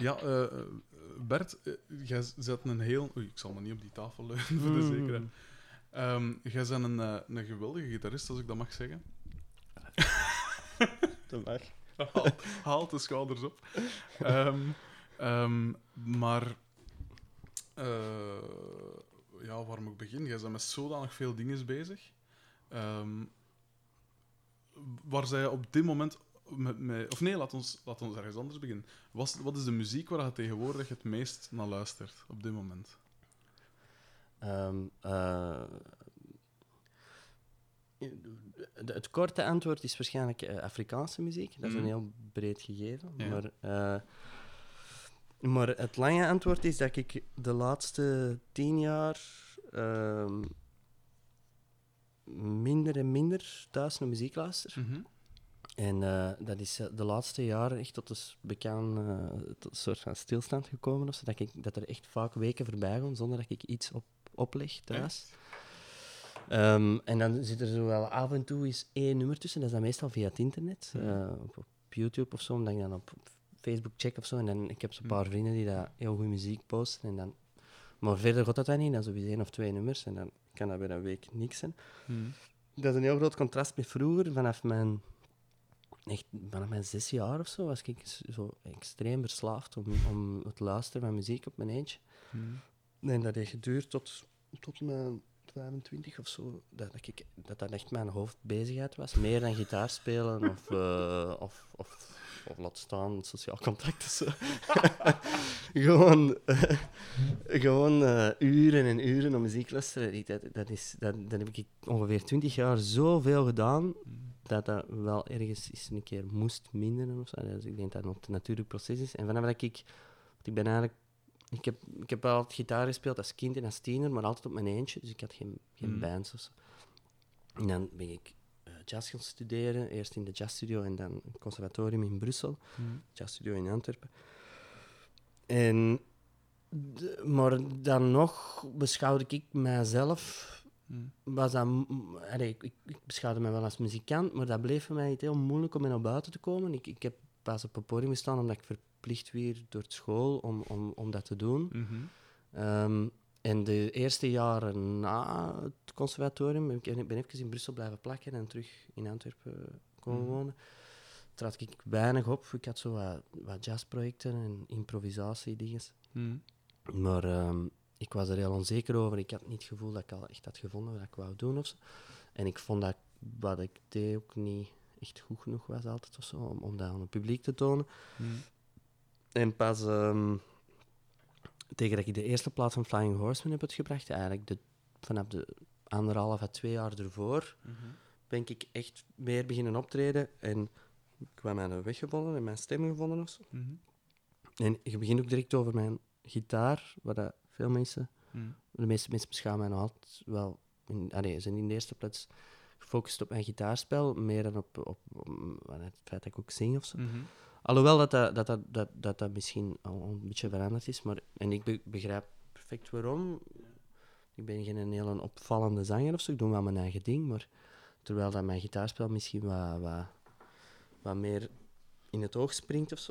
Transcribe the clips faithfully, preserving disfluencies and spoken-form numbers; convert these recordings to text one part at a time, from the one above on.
Ja, uh, Bert, uh, jij zet een heel... Oei, ik zal me niet op die tafel leunen, voor de Mm. zekerheid. Um, jij bent een, uh, een geweldige gitarist, als ik dat mag zeggen. Dat mag. Haal, haal de schouders op. Um, um, maar... Uh, ja, waar moet ik beginnen? Jij bent met zodanig veel dingen bezig. Um, waar zij op dit moment... Met, met, of nee, laat ons, laat ons ergens anders beginnen. Wat, wat is de muziek waar je tegenwoordig het meest naar luistert op dit moment? Um, uh, de, het korte antwoord is waarschijnlijk uh, Afrikaanse muziek. Dat is mm. een heel breed gegeven. Ja. Maar, uh, maar het lange antwoord is dat ik de laatste tien jaar uh, minder en minder thuis naar muziek luister. Mm-hmm. En uh, dat is uh, de laatste jaren echt tot een bekend uh, tot een soort van stilstand gekomen. Of zo, dat, ik, dat er echt vaak weken voorbij gaan zonder dat ik iets op, opleg thuis. Um, en dan zit er zo wel af en toe eens één nummer tussen. Dat is dan meestal via het internet. Mm. Uh, op, op YouTube of zo. Omdat ik dan op, op Facebook check of zo. En dan, ik heb zo'n paar mm. vrienden die dat heel goede muziek posten. En dan, maar verder gaat dat dan niet. Dan sowieso één of twee nummers. En dan kan dat bij een week niks zijn. Mm. Dat is een heel groot contrast met vroeger. Vanaf mijn... Echt, vanaf mijn zes jaar of zo was ik zo extreem verslaafd om, om het luisteren van muziek op mijn eentje. Mm. En dat heeft geduurd tot, tot mijn vijfentwintig of zo. Dat, dat, ik, dat dat echt mijn hoofdbezigheid was. Meer dan gitaar spelen of, uh, of, of, of laat staan sociaal contact. Zo. gewoon uh, gewoon uh, uren en uren om muziek te luisteren. Dat, dat, is, dat, dat heb ik ongeveer twintig jaar zoveel gedaan. Mm. Dat dat wel ergens eens een keer moest minderen of zo. Dus ik denk dat het een natuurlijk proces is. En vanaf dat ik... Ik ben eigenlijk... Ik heb, ik heb altijd gitaar gespeeld als kind en als tiener, maar altijd op mijn eentje. Dus ik had geen, geen mm. bands of zo. En dan ben ik uh, jazz gaan studeren. Eerst in de jazzstudio en dan een conservatorium in Brussel. Mm. Jazzstudio in Antwerpen. En... De, maar dan nog beschouwde ik mijzelf... Hmm. Was dat, allee, ik, ik beschouwde me wel als muzikant, maar dat bleef voor mij niet heel moeilijk om naar buiten te komen. Ik, ik heb pas op een podium gestaan omdat ik verplicht werd door school om, om, om dat te doen. Mm-hmm. Um, en de eerste jaren na het conservatorium ben ik ben even in Brussel blijven plakken en terug in Antwerpen komen mm-hmm. wonen. Trad ik weinig op. Ik had zo wat, wat jazzprojecten en improvisatiedingen. Mm. Maar... Um, ik was er heel onzeker over. Ik had niet het gevoel dat ik al echt had gevonden wat ik wou doen of zo. En ik vond dat wat ik deed ook niet echt goed genoeg was altijd of zo, om, om dat aan het publiek te tonen. Mm. En pas um, tegen dat ik de eerste plaat van Flying Horseman heb uitgebracht, eigenlijk de, vanaf de anderhalf à twee jaar ervoor, mm-hmm. ben ik echt meer beginnen optreden. En ik heb mijn weg gevonden en mijn stem gevonden of zo. Mm-hmm. En je begint ook direct over mijn gitaar, waar dat veel mensen, mm. de meeste mensen beschouwen mij nog altijd wel, in, allee, zijn in de eerste plaats gefocust op mijn gitaarspel, meer dan op, op, op, op het feit dat ik ook zing of zo. Mm-hmm. Alhoewel dat dat, dat, dat, dat, dat, dat misschien al een beetje veranderd is, maar, en ik be, begrijp perfect waarom. Ik ben geen hele opvallende zanger of zo, ik doe wel mijn eigen ding, maar terwijl dat mijn gitaarspel misschien wat, wat, wat meer in het oog springt of zo.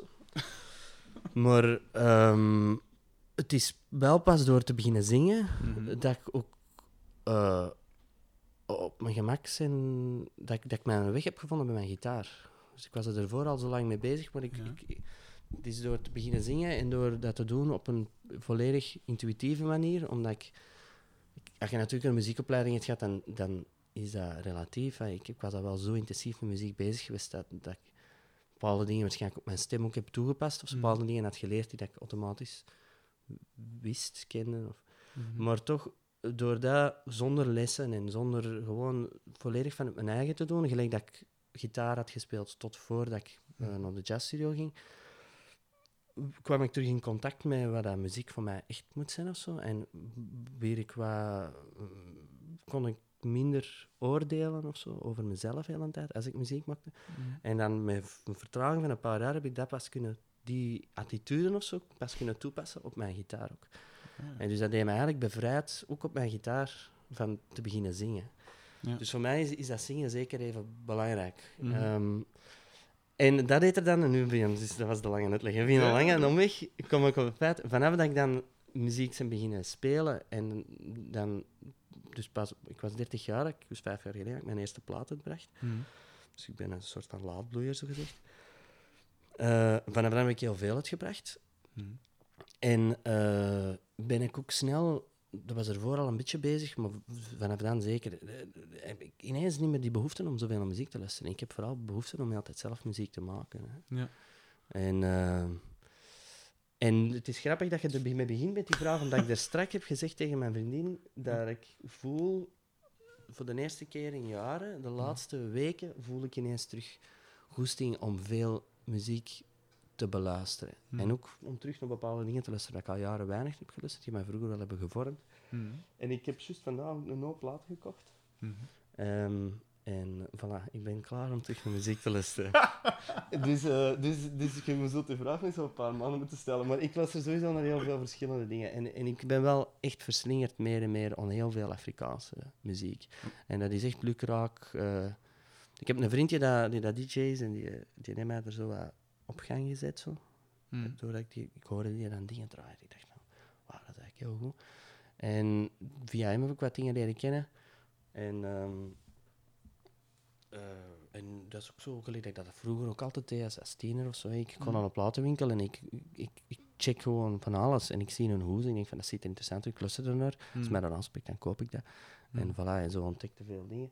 Maar... Um, het is wel pas door te beginnen zingen mm-hmm. dat ik ook uh, op mijn gemak zijn, dat ik, dat ik mijn weg heb gevonden bij mijn gitaar. Dus ik was er ervoor al zo lang mee bezig, maar ik, ja. ik, het is door te beginnen zingen en door dat te doen op een volledig intuïtieve manier, omdat ik, als je natuurlijk een muziekopleiding hebt gehad, dan, dan is dat relatief. Ik, ik was al wel zo intensief met muziek bezig geweest dat, dat ik bepaalde dingen waarschijnlijk op mijn stem ook heb toegepast, of bepaalde mm. dingen had geleerd die dat ik automatisch wist, kende. Of. Mm-hmm. Maar toch, door dat zonder lessen en zonder gewoon volledig van mijn eigen te doen, gelijk dat ik gitaar had gespeeld tot voordat ik uh, naar de jazzstudio ging, kwam ik terug in contact met wat dat muziek voor mij echt moet zijn of zo. En weer ik wat, kon ik minder oordelen of zo over mezelf de hele tijd als ik muziek maakte. Mm-hmm. En dan met een vertraging van een paar jaar heb ik dat pas kunnen, die attituden of zo, pas kunnen toepassen op mijn gitaar ook. Ja. En dus dat deed me eigenlijk bevrijd, ook op mijn gitaar, van te beginnen zingen. Ja. Dus voor mij is, is dat zingen zeker even belangrijk. Mm-hmm. Um, En dat heet er dan een Nubian, dus dat was de lange uitleg. En via een Ja. lange omweg kom ik op het feit, vanaf dat ik dan muziek zijn beginnen spelen en dan, dus pas, ik was dertig jaar, ik was vijf jaar geleden, heb ik mijn eerste plaat uitgebracht. Hmm. Dus ik ben een soort van laadbloeier, zo gezegd. Uh, vanaf dan heb ik heel veel uitgebracht. Hmm. En uh, ben ik ook snel, dat was ervoor al een beetje bezig, maar vanaf dan zeker, uh, heb ik ineens niet meer die behoefte om zoveel naar muziek te luisteren. Ik heb vooral behoefte om altijd zelf muziek te maken. Hè. Ja. En, uh, en het is grappig dat je er mee begint met die vraag, omdat ik er straks heb gezegd tegen mijn vriendin dat ik voel, voor de eerste keer in jaren, de laatste weken, voel ik ineens terug goesting om veel muziek te beluisteren. Hmm. En ook om terug naar bepaalde dingen te luisteren dat ik al jaren weinig heb geluisterd, die mij vroeger wel hebben gevormd. Hmm. En ik heb juist vandaag een hoop plaat gekocht. Hmm. Um, en voilà, ik ben klaar om terug naar muziek te luisteren. dus, uh, dus, dus je me zult de vraag niet zo'n paar maanden moeten stellen. Maar ik luister sowieso naar heel veel verschillende dingen. En, en ik ben wel echt verslingerd meer en meer aan heel veel Afrikaanse muziek. En dat is echt lukraak. Uh, ik heb een vriendje dat, die dat D J's en die, die heeft mij er zo uh, op gang gezet. Zo. Mm. Doordat ik, die, ik hoorde die dan dingen draaien. Ik dacht van, wauw, dat is eigenlijk heel goed. En via hem heb ik wat dingen leren kennen. En, um, uh, en dat is ook zo gelijk dat ik dat vroeger ook altijd deed als, als tiener of zo. Ik kon mm. aan een platenwinkel en ik, ik, ik check gewoon van alles. En ik zie een hoes en ik denk van, dat ziet er interessant uit. Ik luister ernaar. Mm. Als mij dat aanspreekt, dan koop ik dat. Mm. En voilà, en zo ontdekte veel dingen.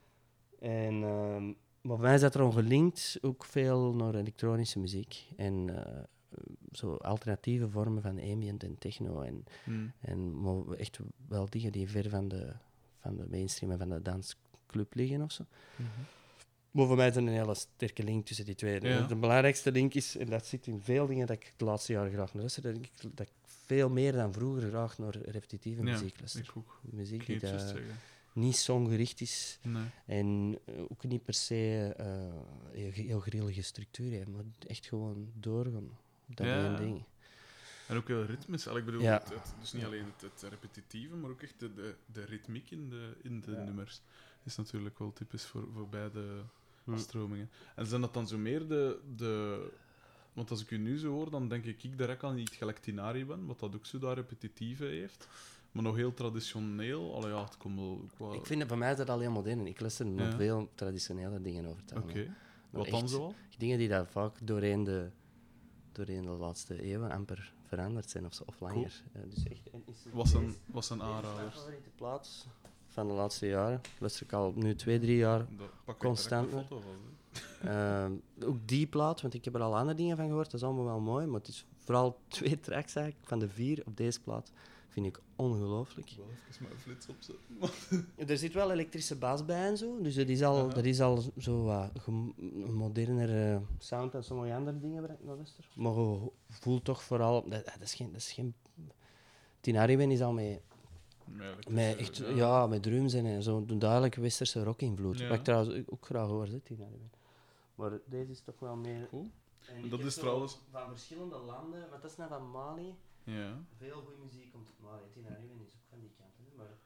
En, um, maar voor mij is dat erom gelinkt ook veel naar elektronische muziek. En uh, zo alternatieve vormen van ambient en techno. En, mm. en maar echt wel dingen die ver van de, van de mainstream en van de dansclub liggen of zo. Mm-hmm. Maar voor mij is er een hele sterke link tussen die twee. Ja. De belangrijkste link is, en dat zit in veel dingen dat ik de laatste jaren graag luister, dat ik, dat ik veel meer dan vroeger graag naar repetitieve ja, muziek luister. Ik ook. Muziek die dat niet songgericht is nee. en ook niet per se uh, heel, heel grillige structuur heeft, maar echt gewoon doorgaan. Dat ja. één ding. En ook heel ritmisch. Ik bedoel, ja. het, het, dus niet alleen het, het repetitieve, maar ook echt de, de, de ritmiek in de, in de ja. nummers is natuurlijk wel typisch voor, voor beide hm. stromingen. En zijn dat dan zo meer de, de... Want als ik u nu zo hoor, dan denk ik ik direct aan niet gelijk Tinari ben, wat dat ook zo dat repetitieve heeft. Maar nog heel traditioneel. Allee, ja, het komt wel, wel... Ik vind het, voor mij is dat al heel modern. Ik luister nog ja. veel traditionele dingen over te Oké. Okay. Wat dan zo? Dingen die daar vaak doorheen de, doorheen de laatste eeuwen amper veranderd zijn of, zo, of langer. Cool. Uh, dus echt, is wat zijn, wat zijn aanraders? Mijn plaats van de laatste jaren. Luister ik al nu twee, drie jaar constant. Foto van, uh, ook die plaat, want ik heb er al andere dingen van gehoord. Dat is allemaal wel mooi, maar het is vooral twee tracks eigenlijk van de vier op deze plaat. Vind ik ongelooflijk. Ik wil even mijn flits opzetten. Er zit wel elektrische bas bij en zo, dus dat is al, dat is al zo uh, een modernere sound dan sommige andere dingen waar ik naar luister. Maar je voelt toch vooral... Dat, dat is geen... Dat is geen Tinariwen is al met... Met, met, echt, ja. Ja, met drums en zo'n duidelijke westerse rock-invloed. Ja. Wat ik trouwens ook graag hoor, Tinariwen. Maar deze is toch wel meer... Cool. En dat is trouwens... Van verschillende landen, want dat is nou van Mali... Ja. Veel goede muziek komt uit Mali. Tinariwen is ook van die kant. Hè. Maar,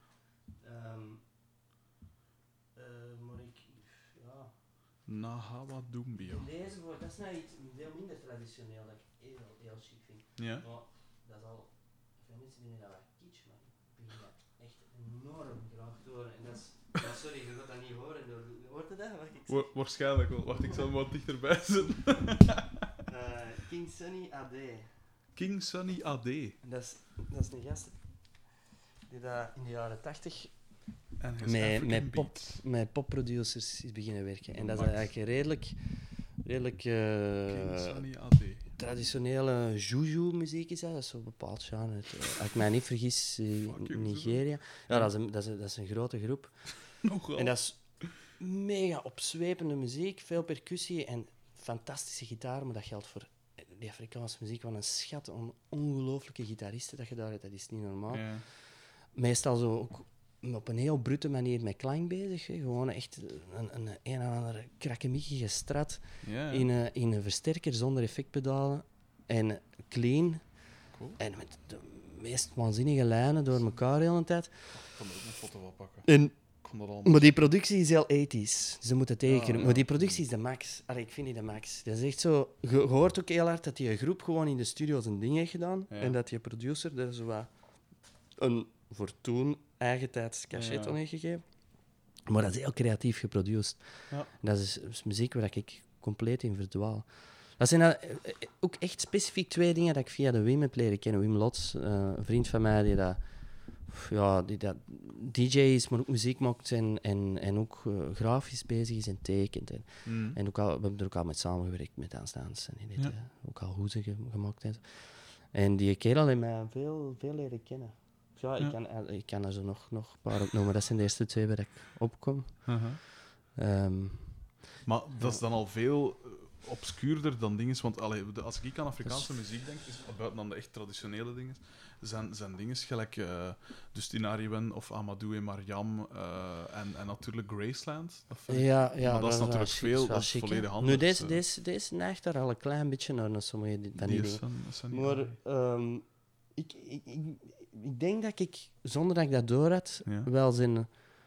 um, uh, maar ik... Ja... Nahawa Doumbia. Deze woord, dat is nou iets veel minder traditioneel, dat ik heel, heel chic vind. Ja. Maar dat is al... Veel mensen vinden dat wel kitsch, maar ik begin dat echt enorm graag door. En dat is... Ja, sorry, je gaat dat niet horen. Door, hoort je dat? Wacht, ik Wa- waarschijnlijk wel. Wacht, ik zal hem wat dichterbij zetten. uh, King Sunny A D. King Sunny A D. Dat is, dat is een gast die dat in de jaren tachtig met, met, pop, met popproducers is beginnen werken. En dat is eigenlijk redelijk, redelijk uh, traditionele juju-muziek is dat. Dat is zo bepaald genre. Het, uh, als ik mij niet vergis, uh, Nigeria. Ja, dat is een, dat is een, dat is een grote groep. En dat is mega opzwepende muziek, veel percussie en fantastische gitaar, maar dat geldt voor die Afrikaanse muziek, wat een schat aan ongelooflijke gitaristen dat je daar hebt, dat is niet normaal. Ja. Meestal zo ook op een heel brute manier met klank bezig. Hè. Gewoon echt een, een, een en andere krakkemikkige strat ja. in, een, in een versterker zonder effectpedalen en clean. Cool. En met de meest waanzinnige lijnen door elkaar de hele tijd. Ik kan er ook een foto van pakken. En kon dat allemaal... Maar die productie is heel ethisch. Ze moeten tegenkeren. Ja, ja. Maar die productie is de max. Allee, ik vind die de max. Dat is echt zo... Je, je hoort ook heel hard dat die groep gewoon in de studio zijn ding heeft gedaan. Ja. En dat die producer er zo wat een voor toen eigen tijds cachet Ja. aan heeft gegeven. Maar dat is heel creatief geproduceerd. Ja. Dat is, is muziek waar ik compleet in verdwaal. Dat zijn uh, ook echt specifiek twee dingen dat ik via de Wim heb leren kennen. Wim Lots, uh, een vriend van mij die dat... Ja, die dat D J is, maar ook muziek maakt en, en, en ook uh, grafisch bezig is en tekent. En, Mm. en ook al, we hebben er ook al met samengewerkt met Aanstaans. En die heeft Ja. uh, ook al hoezen ge, gemaakt. En, en die kerel heeft mij veel, veel leren kennen. Ja, Ja. Ik, kan, uh, ik kan er zo nog, nog een paar opnoemen. Dat zijn de eerste twee waar ik opkom. Uh-huh. Um, Maar dat is dan al veel uh, obscuurder dan dingen. Want allee, de- als ik aan Afrikaanse muziek denk, is, buiten dan de echt traditionele dingen, zijn, zijn dingen gelijk uh, Dustin Ariwen of Amadou en Mariam uh, en, en natuurlijk Graceland. Dat vind ik- ja, ja, maar dat is wel natuurlijk chic, veel, wel dat is chic, hè. volledig Nu, anders. deze, uh, deze, deze neigt daar al een klein beetje naar, naar sommige di- van die die dingen. is van- is van niet Maar waar. ehm, ik, ik, ik, ik denk dat ik, zonder dat ik dat door had, Ja. wel zijn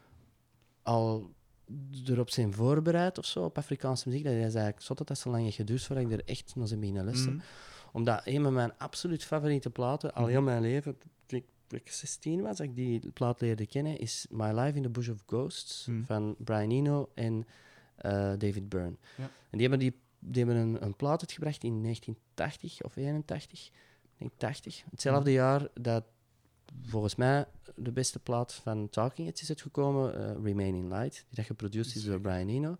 al erop zijn voorbereid of zo, op Afrikaanse muziek. Dat is eigenlijk zot dat dat zo lang heeft geduurd voordat ik er echt naar zijn beginnen luisteren. Mhm. Omdat een van mijn absoluut favoriete platen, al heel mijn leven, toen ik, toen ik zestien was, dat ik die plaat leerde kennen, is My Life in the Bush of Ghosts Mhm. van Brian Eno en uh, David Byrne. Ja. En die hebben, die, die hebben een, een plaat uitgebracht in negentien tachtig of eenentachtig. Ik denk tachtig. Hetzelfde Mhm. jaar dat volgens mij de beste plaat van Talking Heads is uitgekomen, uh, Remaining Light, die dat geproduceerd is door Brian Eno.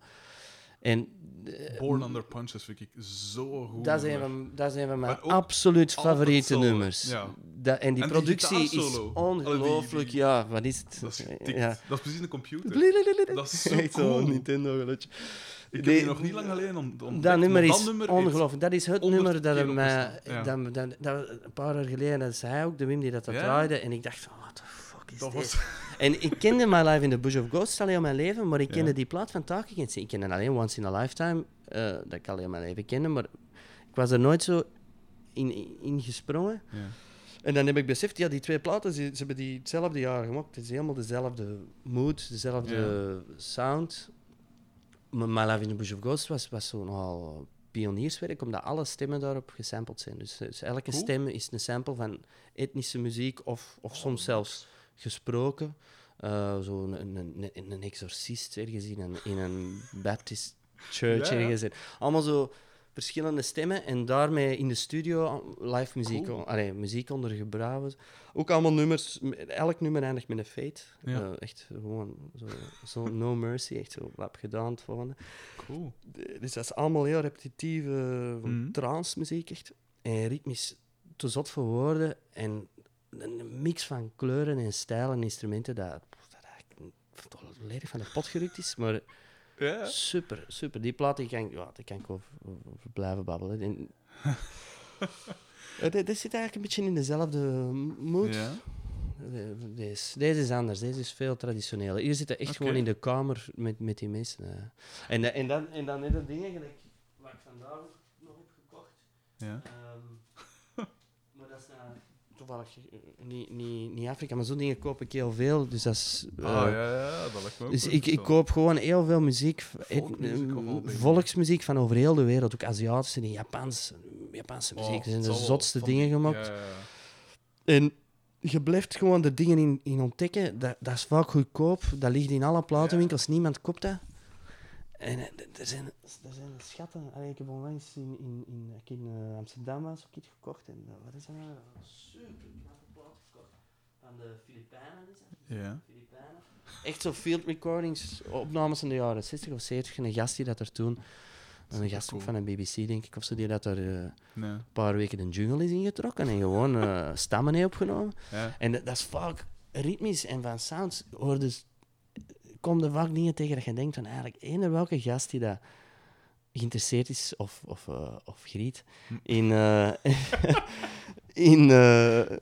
En, uh, Born Under Punches vind ik zo goed. dat is, een nummer. van, dat is een van mijn Maar ook absoluut altijd favoriete solo, nummers. ja. Dat, en die En die productie is gitaarsolo. ongelooflijk. Allee, die- die- Ja, wat is het? Dat is getikt. Ja. Dat is precies een computer. Blilililili. Dat is zo Echt zo'n cool. Nintendo-geluidje. Ik heb Die- die nog niet lang geleden ont- ontdekt. Dat nummer maar is dat nummer ongelooflijk. Dat is het honderd nummer dat keer hij mij... opgestaan, ja. Dat, dat, dat, een paar jaar geleden, dat is hij ook, de Wim die dat, dat Ja. draaide. En ik dacht van, what the fuck is Dat dit? was... En ik kende My Life in the Bush of Ghosts al heel mijn leven, maar ik Ja. kende die plaat van Talking Heads. Ik kende alleen Once in a Lifetime, uh, dat ik al heel mijn leven kende, maar ik was er nooit zo in, in, in gesprongen. Ja. En dan heb ik beseft, ja, die twee platen, ze, ze hebben die hetzelfde jaar gemaakt. Het is helemaal dezelfde mood, dezelfde sound. Maar My Life in the Bush of Ghosts was, was zo nogal pionierswerk, omdat alle stemmen daarop gesampled zijn. Dus, dus elke Cool. stem is een sample van etnische muziek of, of Oh, soms zelfs gesproken. Uh, Zo'n een, een, een, een exorcist ergens in een, in een Baptist church Ja, ja. ergens. Allemaal zo verschillende stemmen en daarmee in de studio live muziek, Cool. allee, muziek onder gebrouwen. Ook allemaal nummers, elk nummer eindigt met een fade. Ja. Uh, echt gewoon zo, zo no mercy, echt zo lap gedaan het volgende. Cool. De- Dus dat is allemaal heel repetitieve Mhm. trance muziek echt. En ritmisch te zot voor woorden en een mix van kleuren en stijlen en instrumenten dat, dat eigenlijk toch volledig van de pot gerukt is, maar Ja. super, super. Die plaat, die kan, ja, daar kan ik over, over blijven babbelen. En, Eh, dit dit zit eigenlijk een beetje in dezelfde mood. Ja. De- Deze, deze is anders, deze is veel traditioneler. Hier zitten echt Oké. gewoon in de kamer met, met die mensen. eh. En, eh, en, dan, en dan net dat dingen gelijk wat ik vandaag nog heb gekocht. Ja. Ehm, maar dat is nou toevallig eh, niet, niet, niet Afrika, maar zo'n dingen koop ik heel veel. Dus dat is. eh, Ah, ja, ja, dat lijkt me ook dus wel ik, ik interessant. koop gewoon heel veel muziek, Folkmuziek eh, of al dingen? volksmuziek van over heel de wereld, ook Aziatische en Japans, Japanse muziek. Oh, Er zijn het de zal wel zotste van dingen die- gemaakt. Ja, ja, ja. En je blijft gewoon de dingen in, in ontdekken. Dat, dat is vaak goedkoop. Dat ligt in alle platenwinkels. Niemand koopt dat. En eh, d- er zijn, er zijn schatten. Allee, ik heb onlangs in, in, in, ik in uh, Amsterdam was ook iets gekocht. En uh, wat is dat nou? Een super knappe plaat gekocht. Van de Filipijnen is dat? Ja. Filipijnen. Echt zo field recordings, opnames in de jaren zestig of zeventig. En een gast die dat er toen... Een gast ook Supercool. van een B B C, denk ik, of zo, die dat er uh, Nee. een paar weken de jungle is ingetrokken en gewoon uh, stammen heeft opgenomen. Ja. En dat, dat is vaak ritmisch en van sounds hoor dus komen er vaak dingen tegen dat je denkt van eigenlijk eender welke gast die dat geïnteresseerd is of, of, uh, of griet in, uh, in, uh, uh,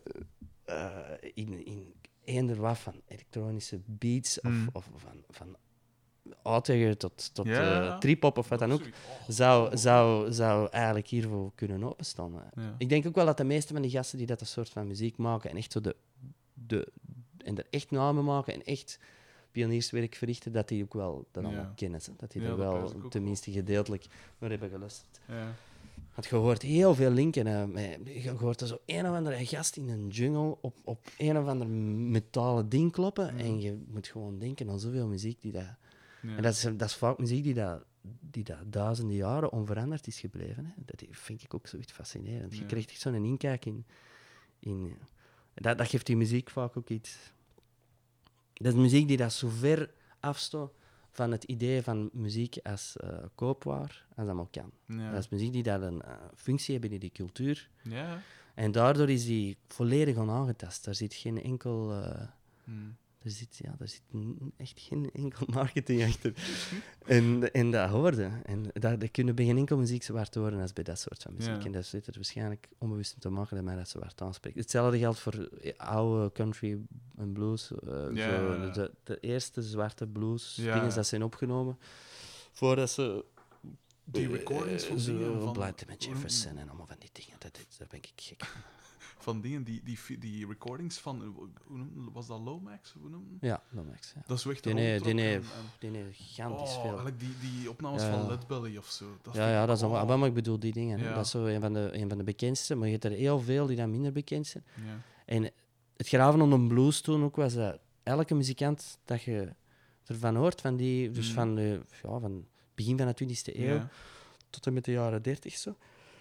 in, in eender wat van elektronische beats of, Mm. of van, van ouder tot, tot Ja. uh, trip-hop of wat dan ook, Oh, zou, zou, zou eigenlijk hiervoor kunnen openstaan. Ja. Ik denk ook wel dat de meeste van die gasten die dat een soort van muziek maken en echt zo de, de en er echt namen maken en echt pionierswerk verrichten, dat die ook wel dat allemaal Ja. kennen. Hè? Dat die Ja, er dat pijs wel ik ook tenminste gedeeltelijk naar hebben geluisterd. Ja. Want je hoort heel veel linken. Hè. Met- Je hoort er zo een of andere gast in een jungle op, op een of ander metalen ding kloppen. Mhm. En je moet gewoon denken aan zoveel muziek die dat... Ja. En dat is, dat is vaak muziek die dat, die dat duizenden jaren onveranderd is gebleven. Hè. Dat vind ik ook zoiets fascinerend. Je Ja. krijgt echt zo'n inkijk in... in dat, dat geeft die muziek vaak ook iets... Dat is muziek die dat zo ver afstaat van het idee van muziek als uh, koopwaar, als dat maar kan. Ja. Dat is muziek die dat een uh, functie heeft binnen die cultuur. Ja. En daardoor is die volledig onaangetast. Daar zit geen enkel... Uh, Hmm. er zit, ja, daar zit n- echt geen enkel marketing achter. en, en dat hoorde. En dat, dat kunnen bij geen enkel muziek zo hard horen als bij dat soort van muziek. Ja. En dat zit er waarschijnlijk onbewust om te maken dat mij dat zo hard aanspreekt. Hetzelfde geldt voor oude country en blues. Uh, Ja, zo, ja, ja. De, de eerste zwarte blues, Ja, dingen ja. dat zijn opgenomen. Voordat ze... Die recordings van dingen Zo, van... Blind met Jefferson en allemaal van die dingen. Dat, dat, daar ben ik gek van. Van dingen, die, die, fi- die recordings van... Hoe noem, was dat Lomax? Hoe noem? Ja, Lomax. Ja. Dat is echt Die nee, die nee, en, en, die nee, gigantisch oh, veel. eigenlijk die, die opnames Ja. van Lead Belly of zo. Dat Ja, vind ja, ik- dat is allemaal, oh. maar ik bedoel die dingen. hè. Ja. Dat is zo een van, de, een van de bekendste, maar je hebt er heel veel die dan minder bekend zijn. Ja. En het graven onder een blues toen ook was dat elke muzikant dat je ervan hoort, van die, dus Mm. van, de, ja, van het begin van de twintigste eeuw Ja. tot en met de jaren dertig zo.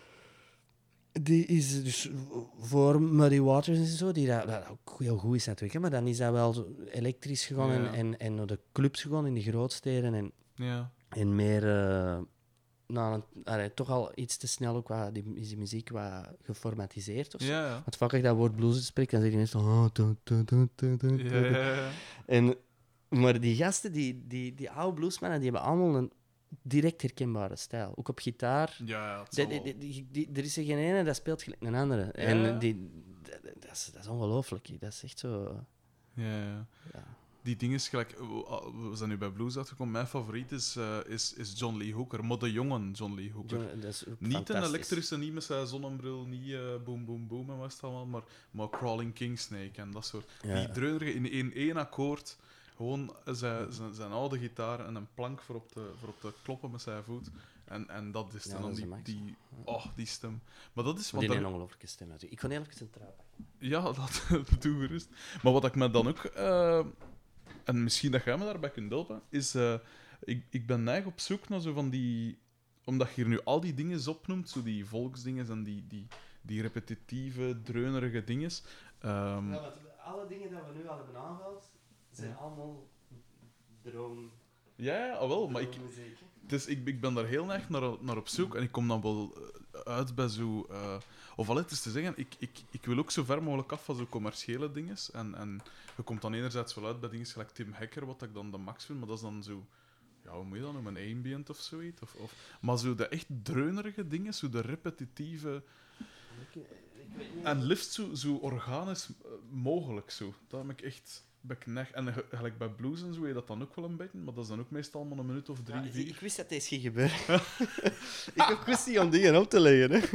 Die is dus voor Muddy Waters en zo, die dat, dat ook heel goed is natuurlijk, hè, maar dan is dat wel zo elektrisch gegaan Ja. en, en, en naar de clubs gegaan in de grootsteden en, Ja. en meer, uh, nou, een- allee, toch al iets te snel ook wat, die, is die muziek wat geformatiseerd of zo. Ja, ja. Want vaak als ik dat woord blues spreek, dan zeg je mensen oh, tu, tu, tu, tu, tu, tu. Ja, ja, ja. En, maar die gasten, die, die, die oude bluesmannen, die hebben allemaal een direct herkenbare stijl. Ook op gitaar. Ja, ja, het Die- zal die- wel. die- die- er is er geen ene dat speelt gelijk een andere. En Ja. die, dat, dat is, dat is ongelooflijk. Dat is echt zo... Ja, ja. Ja. Die ding is gelijk... We zijn nu bij blues uitgekomen. Mijn favoriet is, uh, is, is John Lee Hooker. Maar de jongen John Lee Hooker. John- dat is ook Niet een fantastisch. elektrische, niet met zijn zonnebril, niet uh, boom, boom, boom en wat is het allemaal, maar, maar Crawling Kingsnake en dat soort. Ja. Die dreunerige in, in één akkoord, gewoon zijn, zijn, zijn oude gitaar en een plank voor op te, voor op te kloppen met zijn voet. En, en dat is Ja, dan dat is die, de max. die, oh, die stem. Maar dat is Maar wat die daar- heeft een ongelooflijke stem natuurlijk. Ik kon heel even een trap pakken. ja, dat doe gerust. Maar wat ik me dan ook, eh, en misschien dat jij me daarbij kunt helpen, is, eh, ik, ik ben eigenlijk op zoek naar zo van die, omdat je hier nu al die dingen opnoemt, zo die volksdingen en die, die, die repetitieve, dreunerige dingen. ehm, Ja, want alle dingen die we nu al hebben aangehaald, zijn Ja. allemaal droom... ja, ja, ah, wel, maar ik, droommuziek, hè. dus ik, ik ben daar heel erg naar, naar op zoek en ik kom dan wel eh, uit bij zo... eh, of al het is te zeggen, ik, ik, ik wil ook zo ver mogelijk af van zo commerciële dingen. En, en je komt dan enerzijds wel uit bij dingen gelijk Tim Hacker, wat ik dan de max vind, maar dat is dan zo... Ja, hoe moet je dat noemen? Een ambient of zoiets? Of, of, maar zo de echt dreunerige dingen, zo de repetitieve... Ik, ik weet niet... En liefst zo, zo organisch eh, mogelijk zo. Dat heb ik echt beknecht. En ge- gelijk bij blues en zo, heb je dat dan ook wel een beetje, maar dat is dan ook meestal maar een minuut of drie, Ja, vier. ik wist dat deze ging gebeuren. Ik heb goesting om dingen op te leggen. Hè.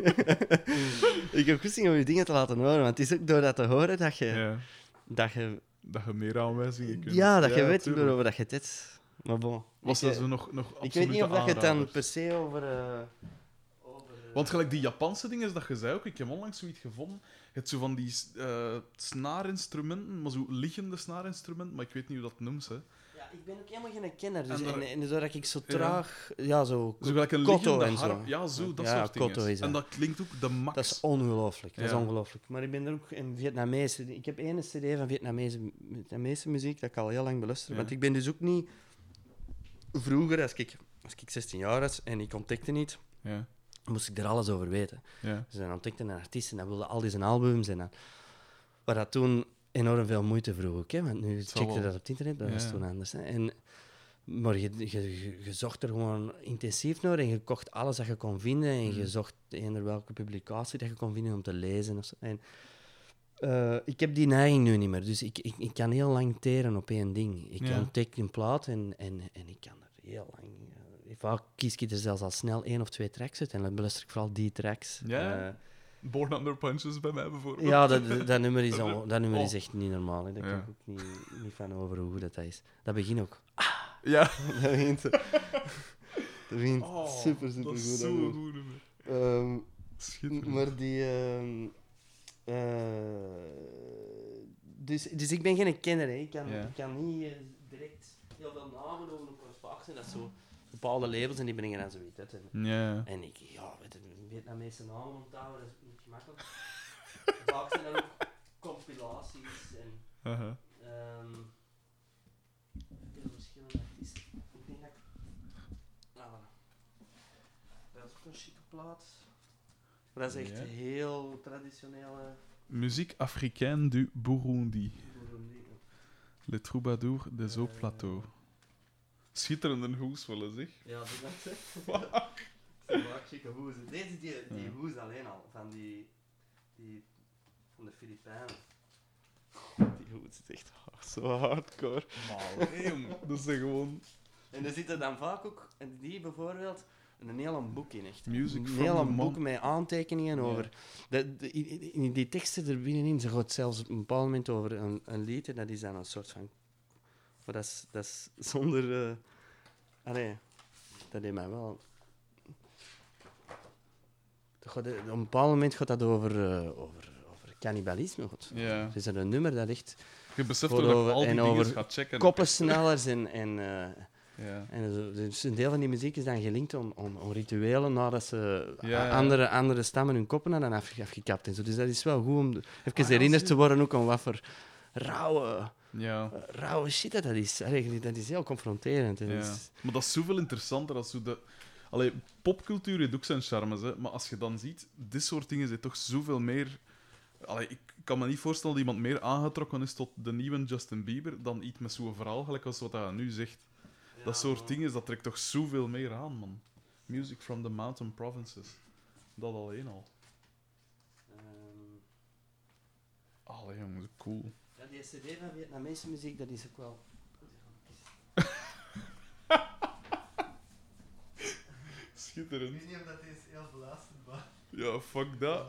Ik heb goesting om je dingen te laten horen, want het is ook door dat te horen dat je... Ja, Dat je dat je meer aanwijzingen kunt. ja, dat je weet tuurlijk. waarover dat je het hebt. Maar bon. Was ik, dat eh, zo nog, nog ik weet niet of dat je het dan aanraders? per se over... eh, over eh, Want gelijk die Japanse dingen dat je zei ook, ik heb onlangs zoiets gevonden. Je hebt zo van die eh snaarinstrumenten, maar zo liggende snaarinstrumenten, maar ik weet niet hoe dat noemt. Hè. Ja, ik ben ook helemaal geen kenner. Dus En en, daar- en, doordat ik zo Ja. traag... Ja, zo... Zo gelijk een Koto liggende en zo. harp. Ja, zo, dat Ja, soort koto dingen. is dat. En dat klinkt ook de max. Dat is ongelooflijk. Dat is Ja. ongelooflijk. Maar ik ben er ook in Vietnamese... Ik heb één cd van Vietnamese, Vietnamese muziek dat ik al heel lang beluister. Ja. Want ik ben dus ook niet... Vroeger, als ik, als ik zestien jaar was en ik ontdekte niet, Ja, moest ik er alles over weten. ja. Dus dan ontdekte een artiest en dan wilde al die zijn albums en dan... Waar dat toen enorm veel moeite vroeg ook, hè? Want nu zal checkte wel. dat op het internet, dat was Ja. toen anders. Hè? En, maar je, je, je, je zocht er gewoon intensief naar en je kocht alles dat je kon vinden en je Mm. zocht eender welke publicatie dat je kon vinden om te lezen. Of zo. En, eh, ik heb die neiging nu niet meer, dus ik, ik, ik kan heel lang teren op één ding. Ik Ja. ontdek een plaat en, en, en ik kan er heel lang... eh, vaak kies ik er zelfs al snel één of twee tracks uit en dan beluister ik vooral die tracks. Ja. Eh, Born Under Punches bij mij bijvoorbeeld. Ja, dat, dat, dat nummer, is, al, dat nummer Oh. is echt niet normaal. Hè. Daar kan Ja. ik ook niet, niet van over hoe goed dat is. Dat begint ook. Ja. Dat begint, zo- dat begint Oh, super, super dat goed. is dat zo'n nummer. goed nummer. Ehm, Schitterend. maar die... ehm, eh, dus, dus ik ben geen kenner. Hè. Ik, kan, Ja. ik kan niet eh, direct heel veel namen over een paar vaak zijn. Dat is zo bepaalde labels en die brengen dan zoiets uit. En, Ja. en ik, ja, weet je, Vietnamese namen onthouden, dat is niet gemakkelijk. Vaak zijn er ook compilaties en Aha. ehm heel verschillende artiesten. Ik denk dat ik... Nou, dat is ook een chique plaat. Maar dat is echt Ja. heel traditionele... Muziek africaine du Burundi. Burundi. Le Troubadour des Hauts Eh. Plateaux. Schitterende hoes, wel zeg. Ja, dat is dat. Ze maakt chique hoezen. Deze die, die Ja. hoes alleen al, van die, die van de Filipijnen. Die hoes is echt hard, zo hardcore. Maar nee, jong. Dat is gewoon... En er zitten dan vaak ook, en die bijvoorbeeld, een heel boek in echt. Music een from heel the boek mon- met aantekeningen Ja. over. De, de, in in die teksten er binnenin, ze gaat zelfs op een bepaald moment over een, een lied en dat is dan een soort van. Maar dat is, dat is zonder. Uh, allee, dat deed mij wel. Dat gaat, op een bepaald moment gaat dat over, uh, over, over cannibalisme. God. Ja. Er is er een nummer dat echt Je beseft Voor toch dat je over- al die en dingen over gaat checken. koppensnellers en. en uh, Ja. En zo, dus een deel van die muziek is dan gelinkt om, om, om rituelen nadat ze Ja, ja. Andere, andere stammen hun koppen hadden afge- afgekapt. En zo. Dus dat is wel goed om even ja, herinnerd zie. te worden ook om wat voor rauwe, Ja. uh, rauwe shit dat, dat is. Allee, dat is heel confronterend. En Ja. dat is- Maar dat is zoveel interessanter als zo de... Allee, popcultuur heeft ook zijn charmes, hè. Maar als je dan ziet, dit soort dingen zijn toch zoveel meer... Allee, ik kan me niet voorstellen dat iemand meer aangetrokken is tot de nieuwe Justin Bieber dan iets met zo'n verhaal, gelijk als wat hij nu zegt. Dat soort dingen, dat trekt toch zoveel meer aan, man. Music from the mountain provinces. Dat alleen al. Ehm, Allee, jongens, cool. ja, die cd van Vietnamese muziek, dat is ook wel... Schitterend. niet of dat is heel beluisterbaar. Ja, fuck dat.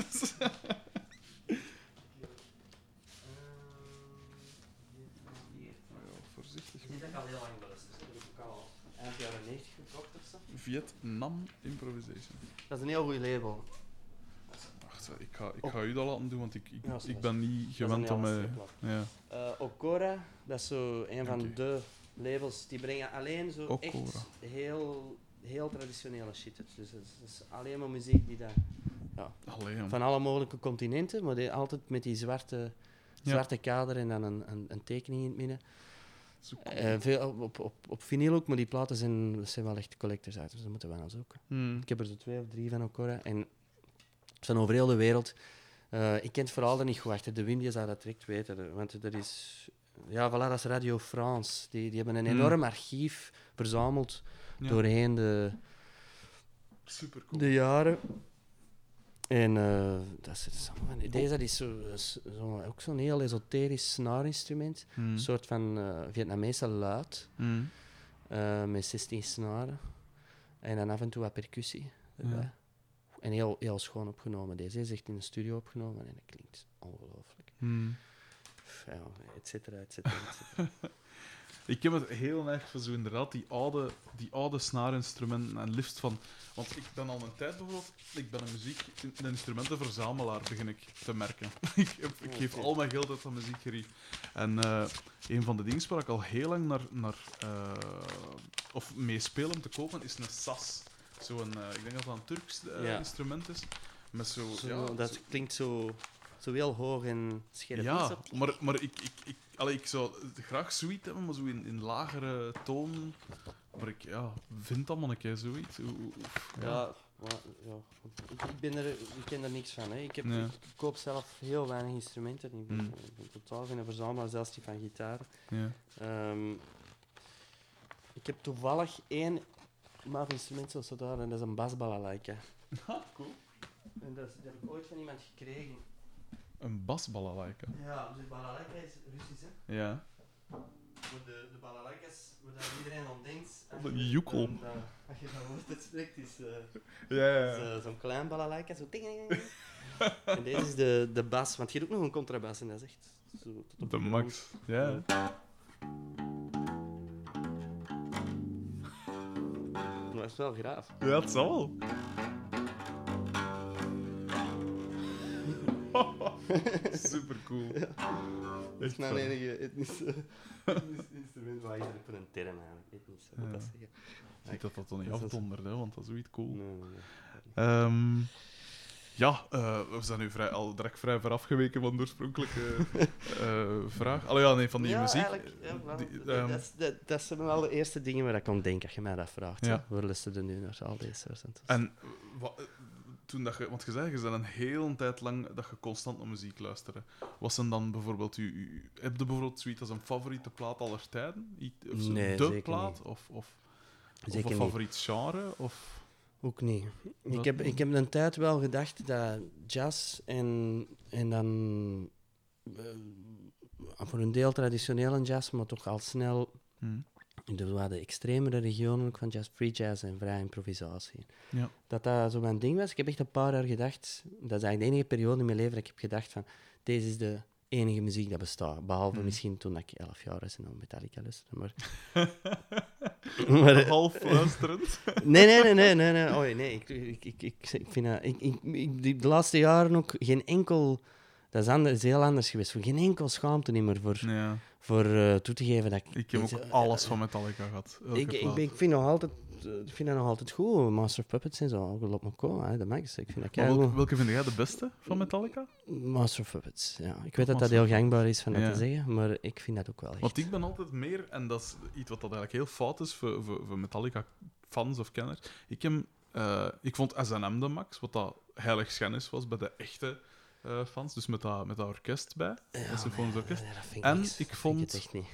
Ja, voorzichtig. Ik zie dat ik al heel lang beluisterd heb. Dat heb ik al eind jaren negentig gekocht of zo. Vietnam Improvisation. Dat is een heel goed label. Wacht, ik ga, ik ga u dat laten doen, want ik, ik, Ja, dat is- ik ben niet is gewend een om... heel eh, stuk, ja. Uh, Okora, dat is zo een van Oké. de labels die brengen alleen zo Okora. echt heel, heel traditionele shit uit. Dus het is, het is alleen maar muziek die dat, Allee, jong. van alle mogelijke continenten, maar die, altijd met die zwarte, Ja. zwarte kader en dan een, een, een tekening in het midden. Zo cool. Uh, veel op, op, op, op vinyl ook, maar die platen zijn, dat zijn wel echt collectors items, dus dat moeten we wel eens zoeken. Hmm. Ik heb er zo twee of drie van Okora en het zijn over heel de wereld. Uh, ik ken het verhaal er niet goed achter. De Wind die zou dat direct weten. Want er is... Ja, voilà, dat is Radio France. Die, die hebben een Hmm. enorm archief verzameld Ja. doorheen de, Super cool. de jaren. En uh, dat is, dat is allemaal van- deze dat is zo, zo, ook zo'n heel esoterisch snaarinstrument. Hmm. Een soort van uh, Vietnamese luid. Hmm. Uh, met zestien snaren. En dan af en toe wat percussie erbij. Ja. En heel, heel schoon opgenomen. Deze is echt in de studio opgenomen en dat klinkt ongelooflijk. Hmm. Ja, et cetera, et cetera, et cetera. Ik heb het heel erg van zo inderdaad die oude, die oude snaarinstrumenten en liefst van... Want ik ben al een tijd bijvoorbeeld... Ik ben een muziek... Een instrumentenverzamelaar, begin ik te merken. ik, heb- ik geef Oké. al mijn geld uit aan muziekgerie. En eh, een van de dingen waar ik al heel lang naar... naar uh, of meespeel om te kopen, is een sas. Zo'n... Uh, ik denk dat dat een Turks uh, Ja. instrument is. Met zo... Zo, ja, dat zo- klinkt zo, zo heel hoog en scherp. ja, Zo- maar, maar ik, ik, ik, allee, ik zou het graag zoiets hebben, maar zo in, in lagere toon. Maar ik ja, vind dat maar een keer zoiets. Hoe- hoe- hoe- Ja, maar, ja. Ik, ik, ben er, ik ken er niks van. Hè. Ik, heb, Nee. ik koop zelf heel weinig instrumenten. Ik ben, Hmm. ik ben totaal geen verzamelaar, zelfs niet van gitaar. Ja. Ehm, ik heb toevallig één maaf instrument zoals daar, en dat is een basbalalaika. Ah, cool. En dat, is, dat heb ik ooit van iemand gekregen. Een basbalalaika. Ja, dus balalaika is Russisch, hè. Ja. Maar de, de balalaikas, waar dat iedereen aan denkt... als Een je- joekel. dan- dan- Als je dat woord uitspreekt, is, eh, Ja, ja, is ja. eh, zo'n klein balalaika, zo... ting, ting, ting. En deze is de, de bas, want je hebt ook nog een contrabas en dat is echt zo tot op De grond. max. Ja. Maar dat is wel graaf. Ja, het zal wel. Super cool. Dat is mijn enige etnische etnisch instrument. Waar is er voor een term eigenlijk? Etnisch, zou ik Ja. dat zeggen? Ik denk dat dat dan niet Dat is- afdondert, hè, want dat is zoiets cool. Nee, nee, nee. Ehm, ja, eh, we zijn nu vrij, al direct vrij ver afgeweken van de oorspronkelijke eh, vraag. Allee, ja, nee, van die ja, muziek. eigenlijk, ja, wel. Die, Dat- ehm, dat, is- dat, dat zijn wel de eerste dingen waar ik aan denk als je mij dat vraagt. Ja. Ja. Waar luisterde nu naar al deze soorten? En wa- toen dat je, want je zei, je bent een hele tijd lang dat je constant naar muziek luisterde. Was er dan bijvoorbeeld, u, u, heb je bijvoorbeeld zoiets als een favoriete plaat aller tijden? I- Of zo, Nee, de zeker plaat? niet. Of, of, of Zeker een niet. favoriet genre? Of... Ook niet. Dat Ik heb, niet? ik heb een tijd wel gedacht dat jazz en, en dan eh, voor een deel traditionele jazz, maar toch al snel Hm. in de wat de extremere regionen ook van jazz, free jazz en vrije improvisatie. Ja. Dat dat zo mijn ding was. Ik heb echt een paar jaar gedacht, dat is eigenlijk de enige periode in mijn leven dat ik heb gedacht van, deze is de enige muziek dat bestaat. Behalve Hmm. misschien toen ik elf jaar was en dan Metallica luisterde. Maar, maar, eh, Half luisterend. nee, nee, nee, nee, nee, nee. Oei, nee. Ik, ik, ik, ik, ik vind dat... Ik, ik, ik, die, de laatste jaren ook geen enkel... Dat is, anders, is heel anders geweest. Voor geen enkel schaamte niet meer voor, Ja. voor uh, toe te geven dat ik... Ik heb ook deze- alles van Metallica gehad. Elke Ik, ik, plaat. ben- ik vind nog altijd... eh, Ik vind dat nog altijd goed. Master of Puppets en zo. Geloof me komen, hè, de max. Ik vind dat Maar keigoed. welke, welke vind jij de beste van Metallica? Master of Puppets, ja. Ik weet dat dat Master heel of gangbaar is van dat Ja. te zeggen, maar ik vind dat ook wel echt. Want ik ben altijd meer, en dat is iets wat dat eigenlijk heel fout is voor, voor, voor Metallica-fans of kenners. Ik, heb, eh, ik vond S en M de max, wat dat heilig schennis was bij de echte eh, fans. Dus met dat, met dat orkest bij, Ja, dat symfonisch nee, orkest. nee, dat vind ik En niks. ik Dat vond- vind het echt niet.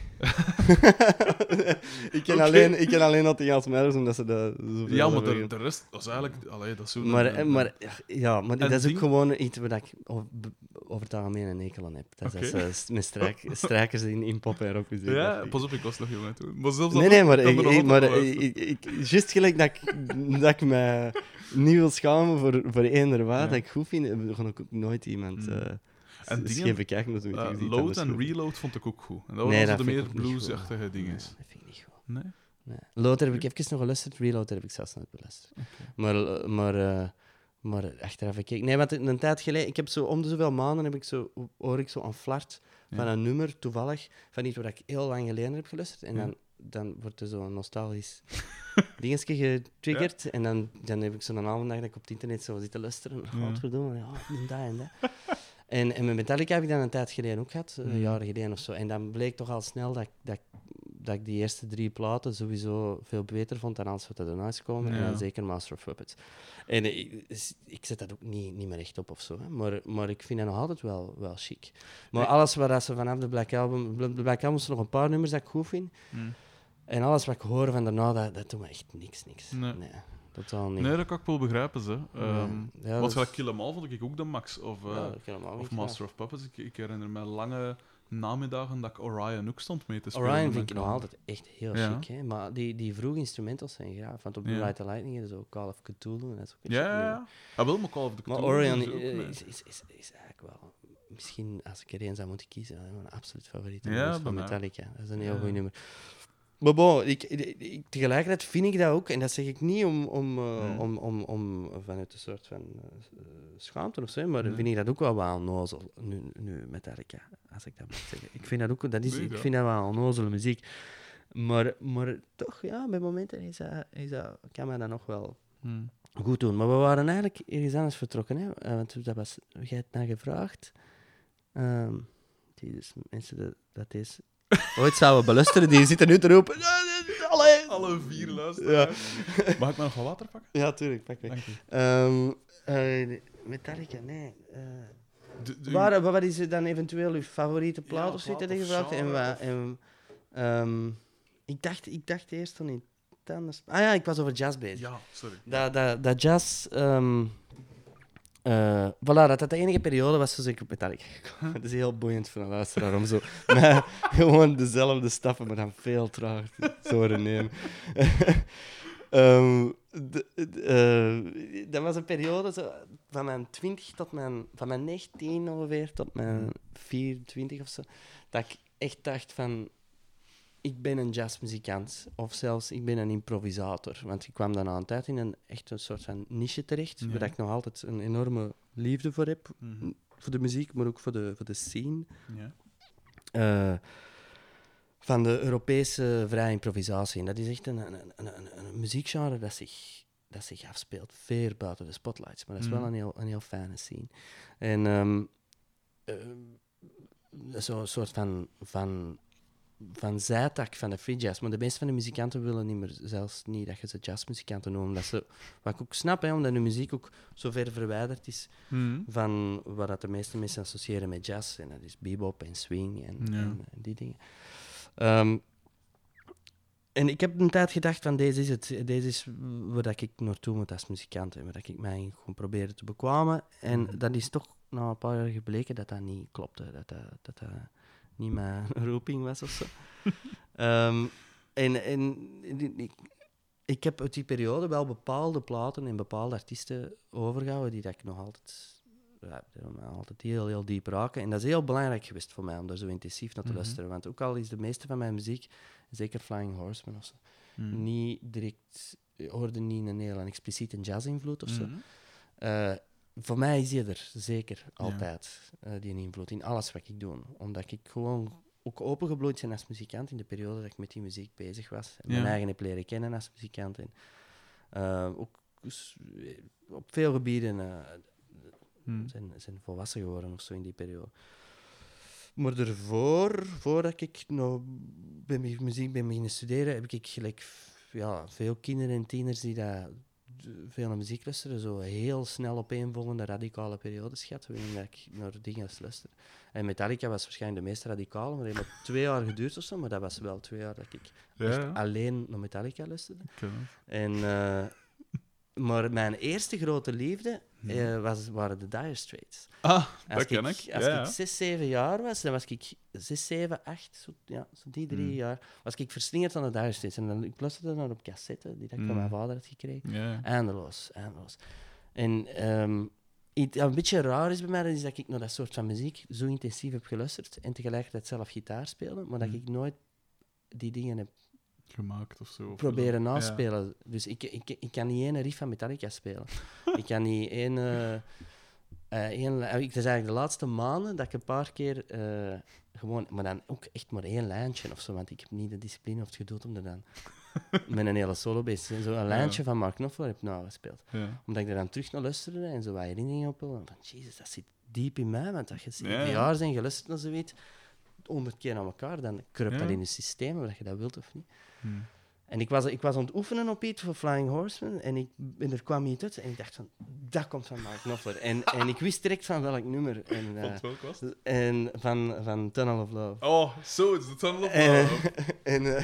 ik, ken Oké. alleen, ik ken alleen dat die Hans Meijers, omdat ze dat zoveel Ja, maar hebben de, de rest, dat is eigenlijk... Allee, dat is zo... Maar, een- eh, een- maar, ja, maar dat is ding- ook gewoon iets waar ik over, over het algemeen een hekel aan heb. Dat is Oké. als, eh, met strijk, strijkers in, in pop en rockmuziek. dat Ja, vind ik- pas op, ik was nog jong hè, toen. Maar zelfs Nee, dat nee, ook, maar, ik kan ik, er nog ik, altijd maar naar ik, luisteren. ik, ik- juist gelijk dat ik, dat ik mij niet wil schamen voor, voor eender wat Ja. dat ik goed vind, ga ik ook nooit iemand Mm. uh, En dingen, scheven kijken. Dat Eh, uh, Load en Reload vond ik ook goed. En dat Nee, waren dat zo de vind ik meer ook niet goed. bluesachtige dingen. Nee, dat vind ik niet goed. Nee? Nee. Load heb ik even nog geluisterd, Reload heb ik zelfs nooit beluisterd. Oké. Maar, eh, maar, eh, maar achteraf gekeken. Nee, want een tijd geleden, ik heb zo om de zoveel maanden heb ik zo, hoor ik zo een flart van Ja. een nummer, toevallig, van iets wat ik heel lang geleden heb geluisterd. En Ja. dan, dan wordt er zo'n nostalgisch dingetje getriggerd. En dan, dan heb ik zo'n avond dat ik op het internet zo zit te luisteren. Ja. Godverdomme, ja, en dat en dat. En, en met Metallica heb ik dat een tijd geleden ook gehad, Mm. een jaar geleden of zo. En dan bleek toch al snel dat, ik- dat, ik- dat ik die eerste drie platen sowieso veel beter vond dan alles wat er daarna is gekomen. En Ja. dan zeker Master of Puppets. En ik, ik zet dat ook niet, niet meer echt op of zo. Hè. Maar, maar ik vind dat nog altijd wel, wel chic. Maar Nee. alles waar dat ze vanaf de Black Album... De Black Album zijn nog een paar nummers dat ik goed vind. Hm. En alles wat ik hoor van daarna, dat, dat doet me echt niks, niks. Nee. Nee, totaal niet. Nee, dat kan ik wel begrijpen. Ze. Ehm Ja, was dat gelijk is- Kill 'Em All vond ik ook de max. Of, eh, Ja, dat kan helemaal of niet Master of Puppets. Ik, ik herinner me lange namiddagen dat ik Orion ook stond mee te spelen. Orion met vind ik mijn nog knaap. altijd echt heel Ja. chic. Hè? Maar die, die vroege instrumentals zijn graag. Want op Ja. Ride the Lightning is ook Call of Cthulhu. En dat is ook een Ja, chic ja, nummer. ja. Ah, wel, maar Call of the Maar Cthulhu Orion is ook eh, mee. is, is, is, is eigenlijk wel... Misschien, als ik er één zou moeten kiezen, wel mijn absoluut favoriete Ja, nummer is van bij mij. Metallica. Dat is een heel Ja. goed nummer. Maar bon, ik, ik, ik- tegelijkertijd vind ik dat ook, en dat zeg ik niet om, om, uh, Hmm. om, om, om vanuit een soort van uh, schaamte of zo, maar Nee. vind ik dat ook wel wel onnozel, nu, nu Metallica, als ik dat mag zeggen. Ik vind dat ook, dat is, Nee, ik ja. vind dat wel onnozele muziek. Maar, maar toch, ja, bij momenten is dat, is dat, kan mij dat nog wel Hm. goed doen. Maar we waren eigenlijk ergens anders vertrokken, hè? Uh, want dat was, jij hebt naar gevraagd. Um, die dus mensen dat, dat is ooit zouden beluisteren, die zitten nu te roepen. Allee. Alle vier luisteraars. Mag ik maar nog wat water pakken? Ja, tuurlijk, pak mee. Dank je. Um, uh, Metallica, nee. Uh, De- de- waar, wat is er dan eventueel uw favoriete plaat Ja, of zoiets plaat dat je of gevraagd? En, genre wa- of- en, um, ik, dacht, ik dacht eerst nog niet anders. Ah ja, ik was over jazz bezig. Ja, sorry. Dat, dat, dat jazz... Um, uh, voilà, dat dat de enige periode was zoals ik op Metallica gekomen. Het is heel boeiend voor een luisteraar om zo met gewoon dezelfde stappen, maar dan veel trager te horen nemen. um, de, de, uh, dat was een periode zo, van mijn twintig tot mijn... Van mijn negentien ongeveer tot mijn vierentwintig of zo. Dat ik echt dacht van... Ik ben een jazzmuzikant. Of zelfs, ik ben een improvisator. Want ik kwam dan aan een tijd in een echt een soort van niche terecht. Ja. Waar ik nog altijd een enorme liefde voor heb. Mm-hmm. Voor de muziek, maar ook voor de, voor de scene. Ja. Uh, van de Europese vrije improvisatie. En dat is echt een, een, een, een, een muziekgenre dat zich, dat zich afspeelt. Ver buiten de spotlights. Maar dat is mm. wel een heel, een heel fijne scene. En um, uh, zo'n soort van... van van zijtak van de free jazz. Maar de meeste van de muzikanten willen niet meer, zelfs niet dat je ze jazzmuzikanten noemt. Dat ze, wat ik ook snap, hè, omdat de muziek ook zo ver verwijderd is mm. van wat dat de meeste mensen associëren met jazz. En dat is bebop en swing en, ja. en, en die dingen. Um, en ik heb een tijd gedacht van deze is het. Deze is waar ik naartoe moet als muzikant. En waar ik mij gewoon probeerde te bekwamen. En mm. dat is toch na een paar jaar gebleken dat dat niet klopte. Dat dat... dat, dat niet mijn roeping was of zo. um, en en ik, ik heb uit die periode wel bepaalde platen en bepaalde artiesten overgehouden die dat ik nog altijd, ja, altijd heel, heel diep raken. En dat is heel belangrijk geweest voor mij om daar zo intensief naar te mm-hmm. luisteren. Want ook al is de meeste van mijn muziek, zeker Flying Horseman of zo, mm. niet direct, hoorde niet een heel expliciete jazz-invloed of zo. Mm-hmm. Uh, Voor mij is die er zeker altijd, ja. uh, die invloed, in alles wat ik doe. Omdat ik gewoon ook opengebloeid ben als muzikant in de periode dat ik met die muziek bezig was. En ja. mijn eigen heb leren kennen als muzikant. En, uh, ook op veel gebieden uh, hmm. zijn, zijn volwassen geworden of zo in die periode. Maar daarvoor, voordat ik nou bij muziek ben beginnen studeren, heb ik gelijk ja, veel kinderen en tieners die dat... veel naar muziek luisteren, zo heel snel opeenvolgende radicale periodes gehad, waarin ik naar dingen luisterde. En Metallica was waarschijnlijk de meest radicale, maar dat heeft maar twee jaar geduurd of zo, maar dat was wel twee jaar dat ik ja, echt ja. alleen naar Metallica luisterde. Okay. En, uh, maar mijn eerste grote liefde uh, was, waren de Dire Straits. Ah, als dat ik, ken ik. Als ja, ik zes, zeven jaar was, dan was ik zes, zeven, acht, zo, ja, zo die drie mm. jaar, was ik verslingerd aan de Dire Straits. En dan, ik luisterde dan op cassette, die dat ik mm. van mijn vader had gekregen. Yeah. Eindeloos, eindeloos. En um, iets ja, een beetje raar is bij mij, is dat ik naar dat soort van muziek zo intensief heb geluisterd en tegelijkertijd zelf gitaar spelen, maar dat mm. ik nooit die dingen heb gemaakt of zo. Proberen naspelen. Ja. Dus ik, ik, ik kan niet één riff van Metallica spelen. ik kan niet één... Uh, uh, één het is eigenlijk de laatste maanden dat ik een paar keer uh, gewoon... Maar dan ook echt maar één lijntje of zo, want ik heb niet de discipline of het geduld om er dan met een hele solo bezig zo een lijntje ja. van Mark Knopfler heb nagespeeld. Ja. Omdat ik er dan terug naar luisterde en zo wat herinneringen op wilde. Van, jezus, dat zit diep in mij, want als je zeven ja. jaar zijn geluisterd naar zoiets, honderd keer aan elkaar, dan kruipt ja. dat in je systeem, of je dat wilt of niet. Hmm. En ik was, ik was aan het oefenen op iets voor Flying Horseman en, ik, en er kwam iets uit en ik dacht van, dat komt van Mark Knopfler. En, en ik wist direct van welk nummer. En, uh, van welk was het? En van, van Tunnel of Love. Oh, zo, het is de Tunnel of en, Love. en uh,